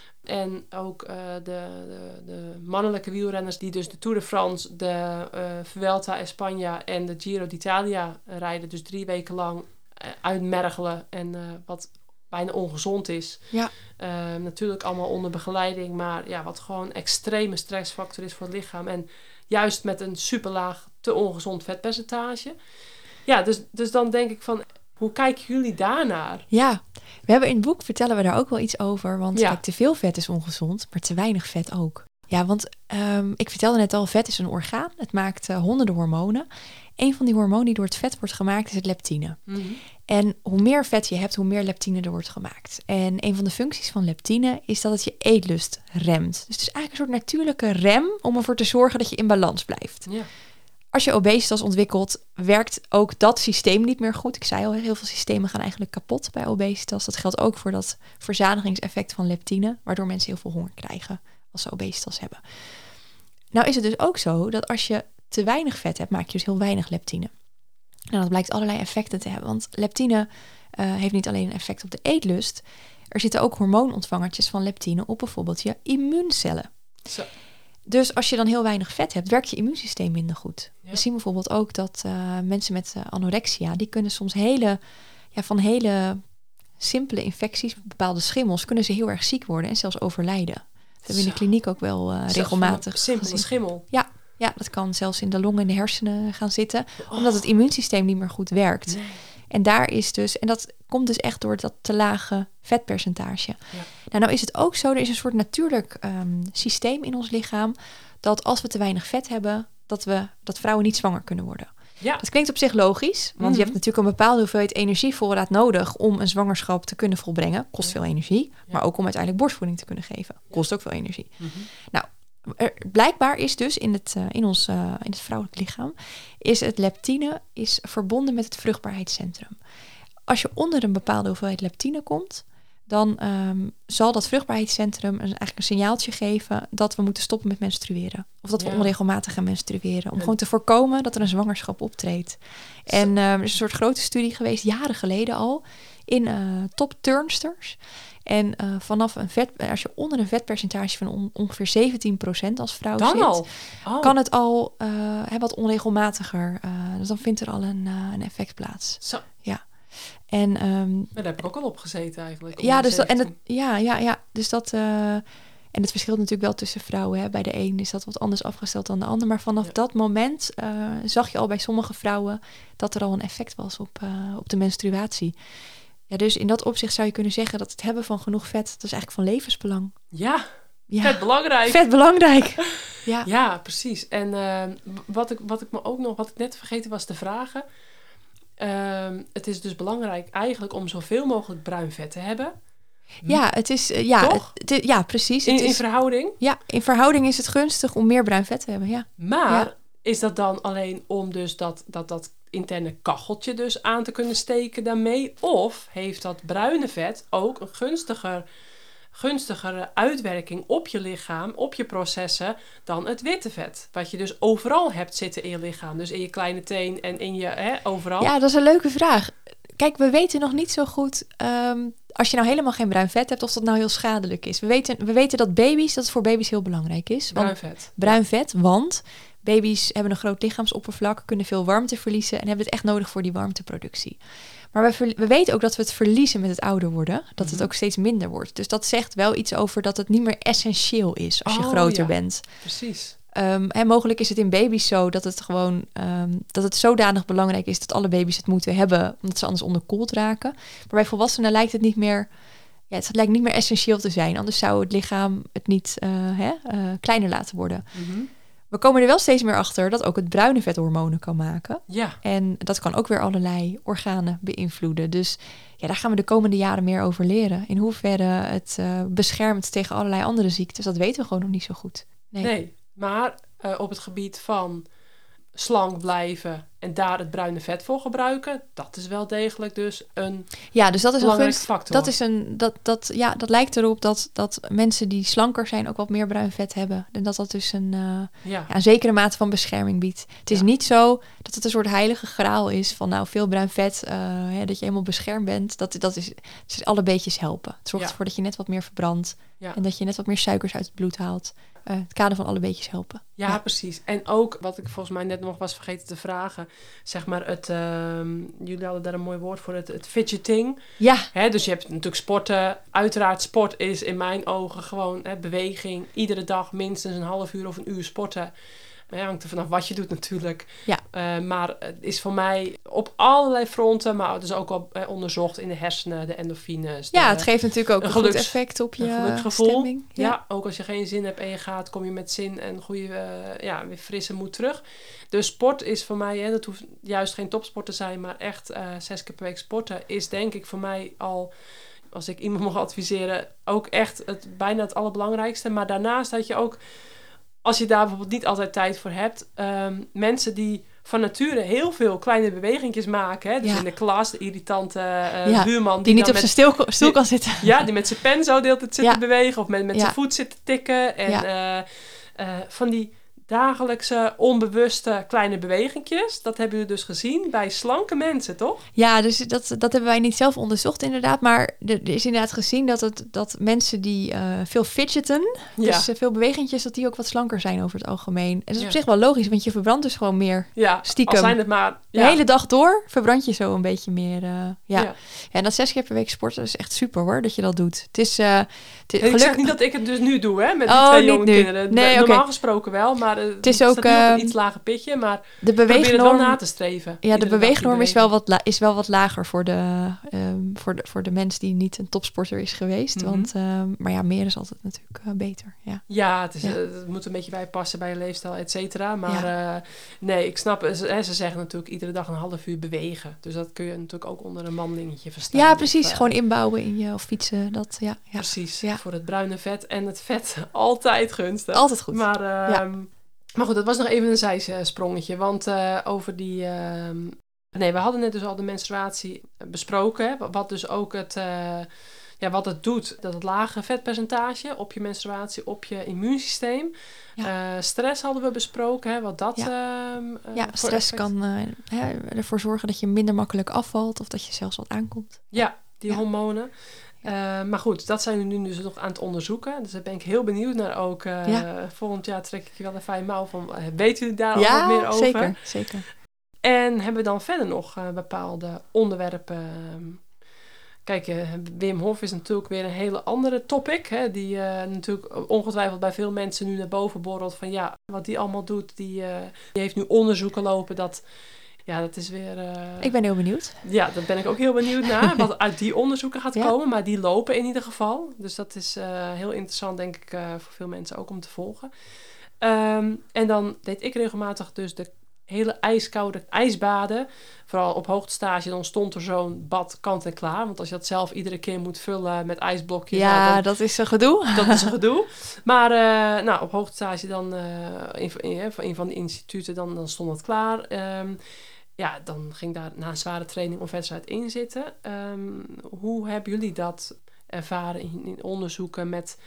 En ook uh, de, de, de mannelijke wielrenners die dus de Tour de France, de uh, Vuelta España en de Giro d'Italia rijden. Dus drie weken lang uh, uitmergelen en uh, wat bijna ongezond is. Ja. Uh, natuurlijk allemaal onder begeleiding, maar ja, wat gewoon extreme stressfactor is voor het lichaam. En juist met een superlaag, te ongezond vetpercentage. Ja, dus, dus dan denk ik van, hoe kijken jullie daarnaar? Ja, we hebben in het boek, vertellen we daar ook wel iets over. Want ja. kijk, te veel vet is ongezond, maar te weinig vet ook. Ja, want um, ik vertelde net al, vet is een orgaan. Het maakt uh, honderden hormonen. Een van die hormonen die door het vet wordt gemaakt is het leptine. Mm-hmm. En hoe meer vet je hebt, hoe meer leptine er wordt gemaakt. En een van de functies van leptine is dat het je eetlust remt. Dus het is eigenlijk een soort natuurlijke rem om ervoor te zorgen dat je in balans blijft. Ja. Als je obesitas ontwikkelt, werkt ook dat systeem niet meer goed. Ik zei al, heel veel systemen gaan eigenlijk kapot bij obesitas. Dat geldt ook voor dat verzadigingseffect van leptine, waardoor mensen heel veel honger krijgen als ze obesitas hebben. Nou is het dus ook zo dat als je te weinig vet hebt, maak je dus heel weinig leptine. Nou, dat blijkt allerlei effecten te hebben. Want leptine uh, heeft niet alleen een effect op de eetlust. Er zitten ook hormoonontvangertjes van leptine op bijvoorbeeld je immuuncellen. Zo. Dus als je dan heel weinig vet hebt, werkt je immuunsysteem minder goed. Ja. We zien bijvoorbeeld ook dat uh, mensen met uh, anorexia, die kunnen soms hele, ja, van hele simpele infecties, bepaalde schimmels, kunnen ze heel erg ziek worden en zelfs overlijden. Dat hebben we in de kliniek ook wel uh, regelmatig simpele gezien. Schimmel? Ja. Ja, dat kan zelfs in de longen en de hersenen gaan zitten, oh. omdat het immuunsysteem niet meer goed werkt. Nee. En daar is dus, en dat komt dus echt door dat te lage vetpercentage. Ja. Nou, nou is het ook zo, er is een soort natuurlijk um, systeem in ons lichaam, dat als we te weinig vet hebben, dat we dat vrouwen niet zwanger kunnen worden. Ja. Dat klinkt op zich logisch, want Mm-hmm. je hebt natuurlijk een bepaalde hoeveelheid energievoorraad nodig om een zwangerschap te kunnen volbrengen. Kost veel energie, Ja. maar ook om uiteindelijk borstvoeding te kunnen geven. Kost ook veel energie. Mm-hmm. Nou, er, blijkbaar is dus in het, uh, in ons uh, in het vrouwelijk lichaam, is het leptine is verbonden met het vruchtbaarheidscentrum. Als je onder een bepaalde hoeveelheid leptine komt, dan um, zal dat vruchtbaarheidscentrum een, eigenlijk een signaaltje geven dat we moeten stoppen met menstrueren. Of dat we Ja. onregelmatig gaan menstrueren. Om En... gewoon te voorkomen dat er een zwangerschap optreedt. En uh, er is een soort grote studie geweest, jaren geleden al, in uh, top turnsters. En uh, vanaf een vet, als je onder een vetpercentage van on, ongeveer zeventien procent als vrouw Dan zit, al? Oh. kan het al uh, hè, wat onregelmatiger. Uh, dus dan vindt er al een, uh, een effect plaats. Zo. Ja. En um, daar heb ik ook al op gezeten eigenlijk. Ja, dus dat, en dat, ja, ja, ja, dus dat. Uh, en het verschilt natuurlijk wel tussen vrouwen. Hè. Bij de een is dat wat anders afgesteld dan de ander. Maar vanaf ja. dat moment uh, zag je al bij sommige vrouwen dat er al een effect was op, uh, op de menstruatie. Ja, dus in dat opzicht zou je kunnen zeggen dat het hebben van genoeg vet, dat is eigenlijk van levensbelang. Ja, ja. vet belangrijk. Vet belangrijk. Ja, ja precies. En uh, wat, ik, wat ik me ook nog, wat ik net vergeten was te vragen. Uh, het is dus belangrijk eigenlijk om zoveel mogelijk bruin vet te hebben. Ja, het is, uh, ja, Toch? Het, het, ja, precies. In, het is, in verhouding? Ja, in verhouding is het gunstig om meer bruin vet te hebben, ja. Maar ja. is dat dan alleen om dus dat, dat, dat interne kacheltje dus aan te kunnen steken daarmee? Of heeft dat bruine vet ook een gunstiger, gunstigere uitwerking op je lichaam, op je processen, dan het witte vet? Wat je dus overal hebt zitten in je lichaam. Dus in je kleine teen en in je, hè, overal. Ja, dat is een leuke vraag. Kijk, we weten nog niet zo goed, um, als je nou helemaal geen bruin vet hebt, of dat nou heel schadelijk is. We weten, we weten dat baby's, dat het voor baby's heel belangrijk is. Bruin vet. Bruin vet, want baby's hebben een groot lichaamsoppervlak, kunnen veel warmte verliezen en hebben het echt nodig voor die warmteproductie. Maar we, ver, we weten ook dat we het verliezen met het ouder worden. Dat mm-hmm. het ook steeds minder wordt. Dus dat zegt wel iets over dat het niet meer essentieel is als je oh, groter ja. bent. Precies. Um, en mogelijk is het in baby's zo dat het gewoon um, dat het zodanig belangrijk is dat alle baby's het moeten hebben, omdat ze anders onderkoeld raken. Maar bij volwassenen lijkt het niet meer, ja, het lijkt niet meer essentieel te zijn. Anders zou het lichaam het niet uh, hè, uh, kleiner laten worden. Mm-hmm. We komen er wel steeds meer achter dat ook het bruine vet hormonen kan maken. Ja. En dat kan ook weer allerlei organen beïnvloeden. Dus ja, daar gaan we de komende jaren meer over leren. In hoeverre het uh, beschermt tegen allerlei andere ziektes, dat weten we gewoon nog niet zo goed. Nee. nee. Maar uh, op het gebied van slank blijven en daar het bruine vet voor gebruiken, dat is wel degelijk dus een ja, dus dat is belangrijke een gunst, factor. Dat is een dat dat ja, dat lijkt erop dat dat mensen die slanker zijn ook wat meer bruin vet hebben en dat dat dus een, uh, ja. ja, een zekere mate van bescherming biedt. Het is ja. niet zo dat het een soort heilige graal is van nou veel bruin vet, uh, hè, dat je helemaal beschermd bent. Dat dat is, dus alle beetjes helpen. Het zorgt ja. ervoor dat je net wat meer verbrandt ja. en dat je net wat meer suikers uit het bloed haalt. Uh, het kader van alle beetjes helpen. Ja, ja, precies. En ook, wat ik volgens mij net nog was vergeten te vragen, zeg maar het, uh, jullie hadden daar een mooi woord voor, het, het fidgeting. Ja. Hè, dus je hebt natuurlijk sporten. Uiteraard, sport is in mijn ogen gewoon hè, beweging. Iedere dag minstens een half uur of een uur sporten. Maar ja, hangt er vanaf wat je doet natuurlijk. Ja. Uh, maar het is voor mij op allerlei fronten, maar het is ook al eh, onderzocht in de hersenen, de endorfines. De, ja, het geeft natuurlijk ook een, een geluks, goed effect op je een geluksgevoel. stemming. Ja. Ja, ook als je geen zin hebt en je gaat, kom je met zin en goede, uh, ja, weer frisse moed terug. Dus sport is voor mij, hè, dat hoeft juist geen topsport te zijn, maar echt uh, zes keer per week sporten is denk ik voor mij al, als ik iemand mag adviseren, ook echt het, bijna het allerbelangrijkste. Maar daarnaast had je ook, als je daar bijvoorbeeld niet altijd tijd voor hebt, um, mensen die van nature heel veel kleine bewegingjes maken. Hè? Dus ja. in de klas, de irritante uh, ja, buurman. Die, die niet op met, zijn stil, stoel kan zitten. Ja, die met zijn pen zo de hele tijd zit ja. te bewegen. Of met, met ja. zijn voet zit te tikken. En ja. uh, uh, van die dagelijkse, onbewuste kleine bewegingjes. Dat hebben jullie dus gezien bij slanke mensen, toch? Ja, dus dat, dat hebben wij niet zelf onderzocht inderdaad. Maar er is inderdaad gezien dat, het, dat mensen die uh, veel fidgeten, ja. dus uh, veel bewegingjes, dat die ook wat slanker zijn over het algemeen. En dat is ja. op zich wel logisch, want je verbrandt dus gewoon meer ja, stiekem. Al zijn het maar De Ja. hele dag door verbrand je zo een beetje meer. Uh, ja. Ja. ja, en dat zes keer per week sporten is echt super hoor, dat je dat doet. Het is, uh, het is Ik gelukkig... zeg niet dat ik het dus nu doe, hè, met die oh, twee niet jonge nu. kinderen. Nee, Normaal okay. gesproken wel, maar uh, het is het ook staat nu op uh, een iets lager pitje, maar de beweegnorm probeer het wel na te streven. Ja, de beweegnorm is wel, wat la- is wel wat lager voor de, um, voor de, voor de mens die niet een topsporter is geweest. Mm-hmm. Want, um, maar ja, meer is altijd natuurlijk uh, beter. Ja, ja, het, is, ja. Uh, het moet een beetje bij passen bij je leefstijl, et cetera. Maar ja. uh, nee, ik snap, ze, ze zeggen natuurlijk iedere dag een half uur bewegen. Dus dat kun je natuurlijk ook onder een mandingetje verstaan. Ja, precies. Of, uh, gewoon inbouwen in je of fietsen. Dat, ja, ja. Precies, ja. voor het bruine vet en het vet altijd gunstig. Altijd goed. Maar, uh, ja. maar goed, dat was nog even een zijsprongetje. Want uh, over die... Uh, nee, we hadden net dus al de menstruatie besproken. Hè, wat dus ook het... Uh, ja, wat het doet, dat het lage vetpercentage op je menstruatie, op je immuunsysteem. Ja. Uh, stress hadden we besproken, hè, wat dat... Ja, uh, uh, ja stress kan uh, hè, ervoor zorgen dat je minder makkelijk afvalt of dat je zelfs wat aankomt. Ja, die ja. hormonen. Uh, maar goed, dat zijn we nu dus nog aan het onderzoeken. Dus daar ben ik heel benieuwd naar ook. Uh, ja. Volgend jaar trek ik je wel een fijn mouw van. Uh, weet u daar ja, al wat meer over? Zeker, zeker. En hebben we dan verder nog uh, bepaalde onderwerpen... Uh, Kijk, uh, Wim Hof is natuurlijk weer een hele andere topic. Hè, die uh, natuurlijk ongetwijfeld bij veel mensen nu naar boven borrelt. Van ja, wat die allemaal doet. Die, uh, die heeft nu onderzoeken lopen. Dat, ja, dat is weer... Uh, ik ben heel benieuwd. Ja, daar ben ik ook heel benieuwd naar. Wat uit die onderzoeken gaat ja. komen. Maar die lopen in ieder geval. Dus dat is uh, heel interessant, denk ik, uh, voor veel mensen ook om te volgen. Um, en dan deed ik regelmatig dus de hele ijskoude ijsbaden. Vooral op hoogtestage, dan stond er zo'n bad kant en klaar. Want als je dat zelf iedere keer moet vullen met ijsblokjes... Ja, nou, dan, dat is een gedoe. Dat is een gedoe. Maar uh, nou, op hoogtestage dan, uh, in, in, in een van de instituten, dan, dan stond het klaar. Um, ja, dan ging daar na een zware training of wedstrijd in zitten. Um, hoe hebben jullie dat ervaren in, in onderzoeken met,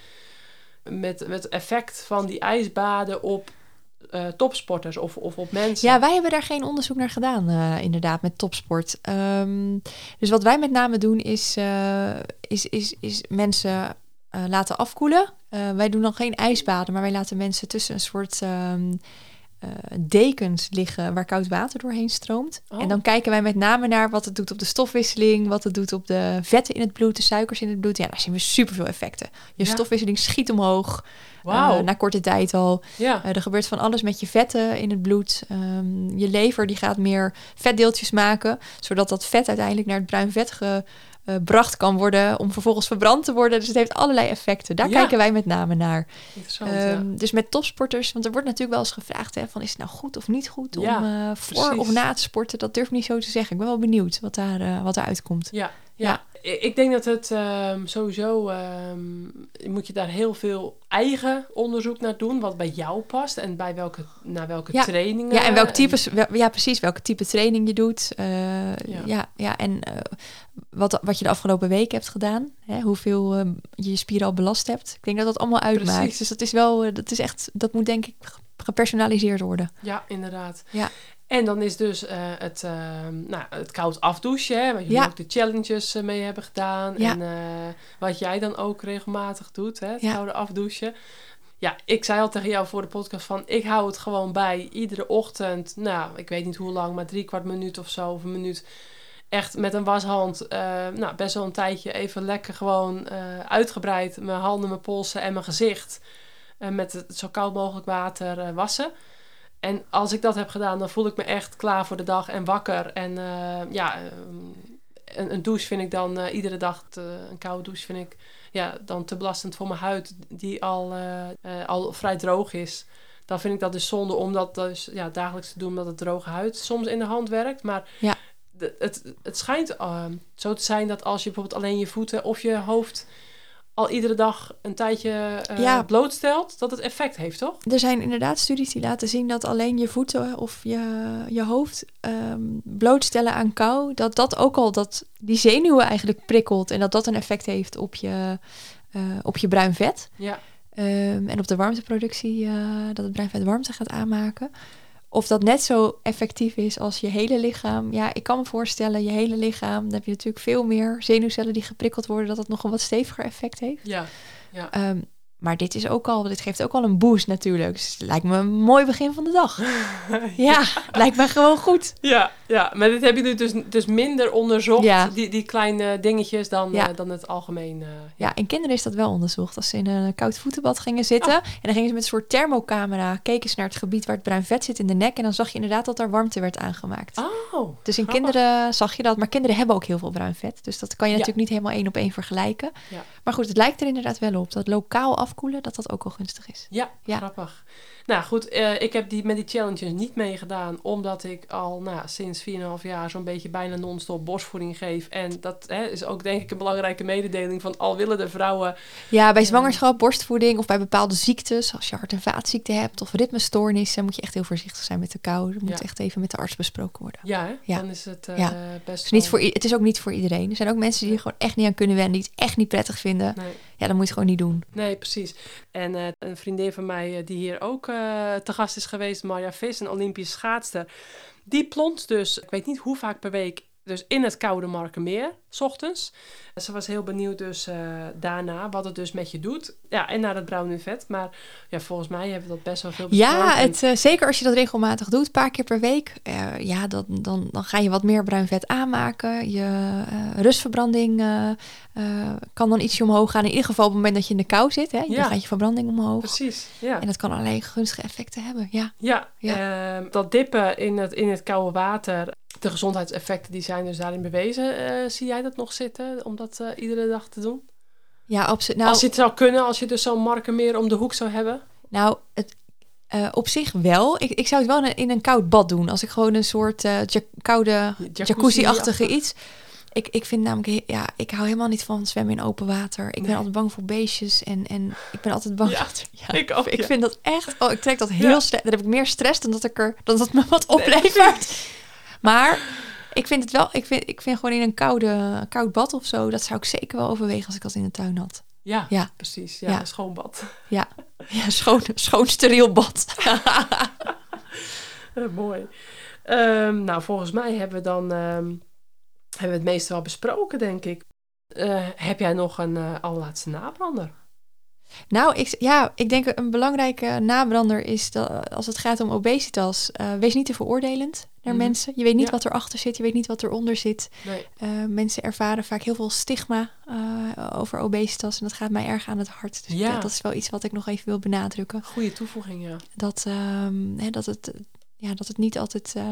met, met het effect van die ijsbaden op... Uh, topsporters of, of op mensen? Ja, wij hebben daar geen onderzoek naar gedaan, uh, inderdaad, met topsport. Um, dus wat wij met name doen is, uh, is, is, is mensen uh, laten afkoelen. Uh, wij doen dan geen ijsbaden, maar wij laten mensen tussen een soort um, uh, dekens liggen waar koud water doorheen stroomt. Oh. En dan kijken wij met name naar wat het doet op de stofwisseling, wat het doet op de vetten in het bloed, de suikers in het bloed. Ja, daar zien we superveel effecten. Je ja. stofwisseling schiet omhoog. Wow. Uh, na korte tijd al. Ja. Uh, er gebeurt van alles met je vetten in het bloed. Um, je lever die gaat meer vetdeeltjes maken, zodat dat vet uiteindelijk naar het bruin vet gebracht kan worden om vervolgens verbrand te worden. Dus het heeft allerlei effecten. Daar ja. kijken wij met name naar. Interessant, um, ja. Dus met topsporters, want er wordt natuurlijk wel eens gevraagd, hè, van is het nou goed of niet goed om ja, uh, voor precies. of na te sporten? Dat durf ik niet zo te zeggen. Ik ben wel benieuwd wat daar uh, wat eruit komt. Ja, ja. ja. Ik denk dat het um, sowieso... Um, moet je daar heel veel eigen onderzoek naar doen... wat bij jou past en bij welke, naar welke ja. trainingen... Ja, en welk type... Wel, ja, precies. Welke type training je doet. Uh, ja. ja, ja, en uh, wat, wat je de afgelopen week hebt gedaan. Hè, hoeveel uh, je je spieren al belast hebt. Ik denk dat dat allemaal uitmaakt. Precies. Dus dat is wel... Uh, dat is echt... Dat moet denk ik gepersonaliseerd worden. Ja, wat Ja. En dan is dus uh, het, uh, nou, het koud afdouchen, hè, waar jullie ja. ook de challenges uh, mee hebben gedaan. Ja. En uh, wat jij dan ook regelmatig doet, hè, het ja. koude afdouchen. Ja, ik zei al tegen jou voor de podcast van... ik hou het gewoon bij iedere ochtend... nou, ik weet niet hoe lang, maar drie kwart minuut of zo... of een minuut echt met een washand... Uh, nou, best wel een tijdje even lekker gewoon uh, uitgebreid... mijn handen, mijn polsen en mijn gezicht... Uh, met het zo koud mogelijk water uh, wassen... En als ik dat heb gedaan, dan voel ik me echt klaar voor de dag en wakker. En uh, ja, een, een douche vind ik dan uh, iedere dag, te, een koude douche vind ik ja, dan te belastend voor mijn huid, die al, uh, uh, al vrij droog is. Dan vind ik dat dus zonde om dat dus, ja, dagelijks te doen, omdat het droge huid soms in de hand werkt. Maar ja. de, het, het schijnt uh, zo te zijn dat als je bijvoorbeeld alleen je voeten of je hoofd... al iedere dag een tijdje uh, ja. blootstelt, dat het effect heeft, toch? Er zijn inderdaad studies die laten zien dat alleen je voeten of je, je hoofd um, blootstellen aan kou, dat dat ook al dat die zenuwen eigenlijk prikkelt en dat dat een effect heeft op je, uh, op je bruin vet. Ja. Um, en op de warmteproductie, uh, dat het bruin vet warmte gaat aanmaken. Of dat net zo effectief is als je hele lichaam. Ja, ik kan me voorstellen, je hele lichaam... dan heb je natuurlijk veel meer zenuwcellen die geprikkeld worden... dat het nog een wat steviger effect heeft. Ja, ja. Um, Maar dit is ook al, dit geeft ook al een boost natuurlijk. Dus het lijkt me een mooi begin van de dag. Ja, het lijkt me gewoon goed. Ja, ja, maar dit heb je dus, dus minder onderzocht, Ja. die, die kleine dingetjes, dan, Ja. uh, dan het algemeen. Uh, Ja, in kinderen is dat wel onderzocht. Als ze in een koud voetenbad gingen zitten... Oh. en dan gingen ze met een soort thermocamera... keken ze naar het gebied waar het bruin vet zit in de nek... en dan zag je inderdaad dat er warmte werd aangemaakt. Oh, dus in grappig. kinderen zag je dat. Maar kinderen hebben ook heel veel bruin vet. Dus dat kan je Ja. natuurlijk niet helemaal één op één vergelijken. Ja. Maar goed, het lijkt er inderdaad wel op. Dat lokaal afkoelen, dat dat ook wel gunstig is. Ja, Ja. grappig. Nou goed, uh, ik heb die, met die challenges niet meegedaan, omdat ik al nou, sinds vier komma vijf jaar zo'n beetje bijna non-stop borstvoeding geef. En dat hè, is ook denk ik een belangrijke mededeling van al willen de vrouwen. Ja, bij zwangerschap, borstvoeding of bij bepaalde ziektes, als je hart- en vaatziekten hebt of ritmestoornissen, moet je echt heel voorzichtig zijn met de kou. Dat moet Ja. echt even met de arts besproken worden. Ja, hè? Ja. Dan is het uh, Ja. best Het is, niet wel- voor, i- het is ook niet voor iedereen. Er zijn ook mensen die er gewoon echt niet aan kunnen wennen, die het echt niet prettig vinden. Nee. Ja, dan moet je het gewoon niet doen. Nee, precies. En uh, een vriendin van mij uh, die hier ook uh, te gast is geweest, Marja Vis, een Olympisch schaatster, die plonst dus, ik weet niet hoe vaak per week, dus in het koude Markermeer, 's ochtends. Ze was heel benieuwd dus uh, daarna wat het dus met je doet. Ja, en naar het bruine vet. Maar ja, volgens mij hebben we dat best wel veel besproken. Ja, het, uh, zeker als je dat regelmatig doet, een paar keer per week. Uh, ja, dan, dan, dan ga je wat meer bruin vet aanmaken. Je uh, rustverbranding uh, uh, kan dan ietsje omhoog gaan. In ieder geval op het moment dat je in de kou zit. Hè? Ja. Dan gaat je verbranding omhoog. Precies, ja. En dat kan allerlei gunstige effecten hebben, ja. Ja, Ja. Uh, dat dippen in het, in het koude water, de gezondheidseffecten die zijn dus daarin bewezen. Uh, zie jij dat nog zitten, om dat uh, iedere dag te doen? Ja, absoluut. Nou, als je het zou kunnen, als je dus zo'n Markermeer om de hoek zou hebben? Nou, het, uh, op zich wel. Ik, ik zou het wel in een, in een koud bad doen. Als ik gewoon een soort uh, ja, koude, jacuzzi-achtige iets... Ik, ik vind namelijk, ja, ik hou helemaal niet van zwemmen in open water. Ik nee. ben altijd bang voor beestjes en, en ik ben altijd bang. Ja, dat, ja, ik ook. Ik ja. vind dat echt, oh, ik trek dat heel ja. slecht. Dan heb ik meer stress dan dat ik er, dan dat me wat oplevert. Nee, maar ik vind het wel, ik vind, ik vind gewoon in een koude, koud bad of zo, dat zou ik zeker wel overwegen als ik dat in de tuin had. Ja, ja. precies. Ja, ja. een schoon bad. Ja, ja schoon, schoon steriel bad. Mooi. Um, nou, volgens mij hebben we dan um, hebben we het meeste wel besproken, denk ik. Uh, heb jij nog een uh, allerlaatste nabrander? Nou, ik, ja, ik denk een belangrijke nabrander is dat als het gaat om obesitas, uh, wees niet te veroordelend naar mm-hmm. mensen. Je weet niet ja. wat erachter zit, je weet niet wat eronder zit. Nee. Uh, mensen ervaren vaak heel veel stigma uh, over obesitas en dat gaat mij erg aan het hart. Dus ja. ik, dat is wel iets wat ik nog even wil benadrukken. Goeie toevoeging, ja. Dat, um, hè, dat, het, ja, dat het niet altijd... Uh,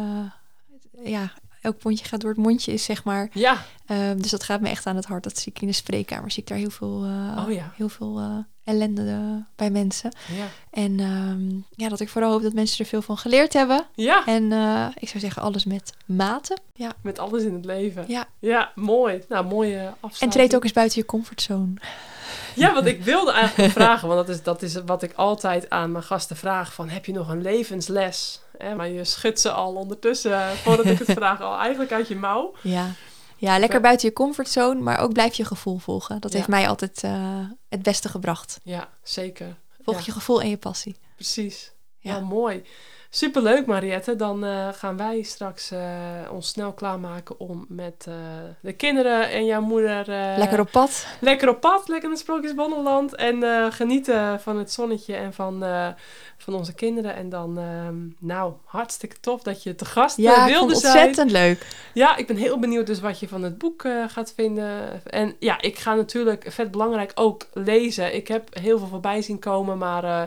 ja, elk pondje gaat door het mondje is, zeg maar. Ja. Uh, dus dat gaat me echt aan het hart. Dat zie ik in de spreekkamer. Zie ik daar heel veel, uh, oh, ja. heel veel uh, ellende uh, bij mensen. Ja. En um, ja, dat ik vooral hoop dat mensen er veel van geleerd hebben. Ja. En uh, ik zou zeggen, alles met mate. Ja. Met alles in het leven. Ja. Ja, mooi. Nou, mooie afsluiting. En treed ook eens buiten je comfortzone. Ja, want ik wilde eigenlijk vragen, want dat is, dat is wat ik altijd aan mijn gasten vraag, van heb je nog een levensles? Eh, maar je schudt ze al ondertussen, voordat ik het vraag, al eigenlijk uit je mouw. Ja, ja lekker buiten je comfortzone, maar ook blijf je gevoel volgen. Dat ja. heeft mij altijd uh, het beste gebracht. Ja, zeker. Volg ja. je gevoel en je passie. Precies. Ja, ja mooi. Superleuk, Mariette. Dan uh, gaan wij straks uh, ons snel klaarmaken om met uh, de kinderen en jouw moeder... Uh, lekker op pad. Lekker op pad, lekker in het Sprookjeswandelland. En uh, genieten van het zonnetje en van, uh, van onze kinderen. En dan, uh, nou, hartstikke tof dat je te gast ja, wilde ik vond zijn. ontzettend leuk. Ja, ik ben heel benieuwd dus wat je van het boek uh, gaat vinden. En ja, ik ga natuurlijk, vet belangrijk, ook lezen. Ik heb heel veel voorbij zien komen, maar... Uh,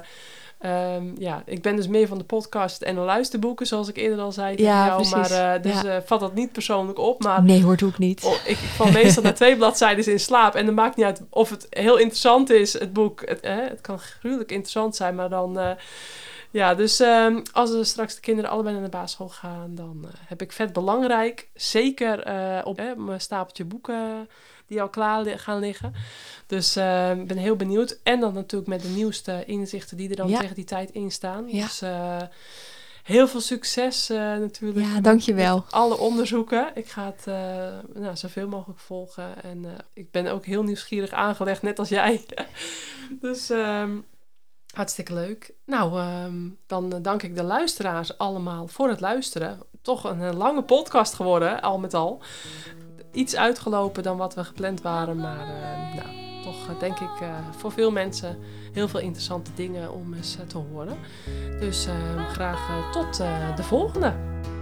Um, ja, ik ben dus meer van de podcast en de luisterboeken, zoals ik eerder al zei tegen ja, jou. Precies. Maar uh, dus ja. uh, vat dat niet persoonlijk op. Maar nee hoor, doe ik niet. Oh, ik, ik val meestal na twee bladzijden in slaap. En dan maakt niet uit of het heel interessant is, het boek. Het, eh, het kan gruwelijk interessant zijn, maar dan... Uh, ja, dus um, als er straks de kinderen allebei naar de basisschool gaan, dan uh, heb ik vet belangrijk, zeker uh, op eh, mijn stapeltje boeken die al klaar li- gaan liggen. Dus ik uh, ben heel benieuwd. En dan natuurlijk met de nieuwste inzichten die er dan ja. tegen die tijd in staan. Ja. Dus uh, heel veel succes uh, natuurlijk. Ja, dankjewel. Met alle onderzoeken. Ik ga het uh, nou, zoveel mogelijk volgen. En uh, ik ben ook heel nieuwsgierig aangelegd, net als jij. Dus... Um, hartstikke leuk. Nou, um, dan dank ik de luisteraars allemaal voor het luisteren. Toch een lange podcast geworden, al met al. Iets uitgelopen dan wat we gepland waren, maar uh, nou, toch, uh, denk ik, uh, voor veel mensen heel veel interessante dingen om eens uh, te horen. Dus uh, graag uh, tot uh, de volgende.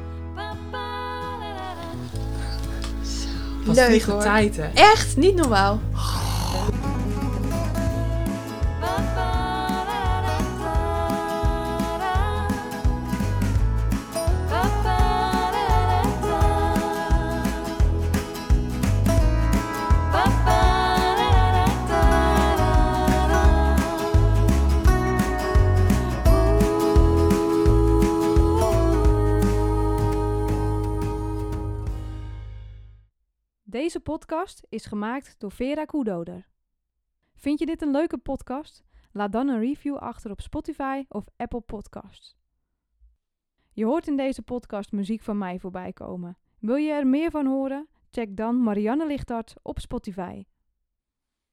Wat Leuk vliegt de hoor. tijd, hè? Echt, niet normaal. Deze podcast is gemaakt door Vera Koedoder. Vind je dit een leuke podcast? Laat dan een review achter op Spotify of Apple Podcasts. Je hoort in deze podcast muziek van mij voorbij komen. Wil je er meer van horen? Check dan Marianne Lichthart op Spotify.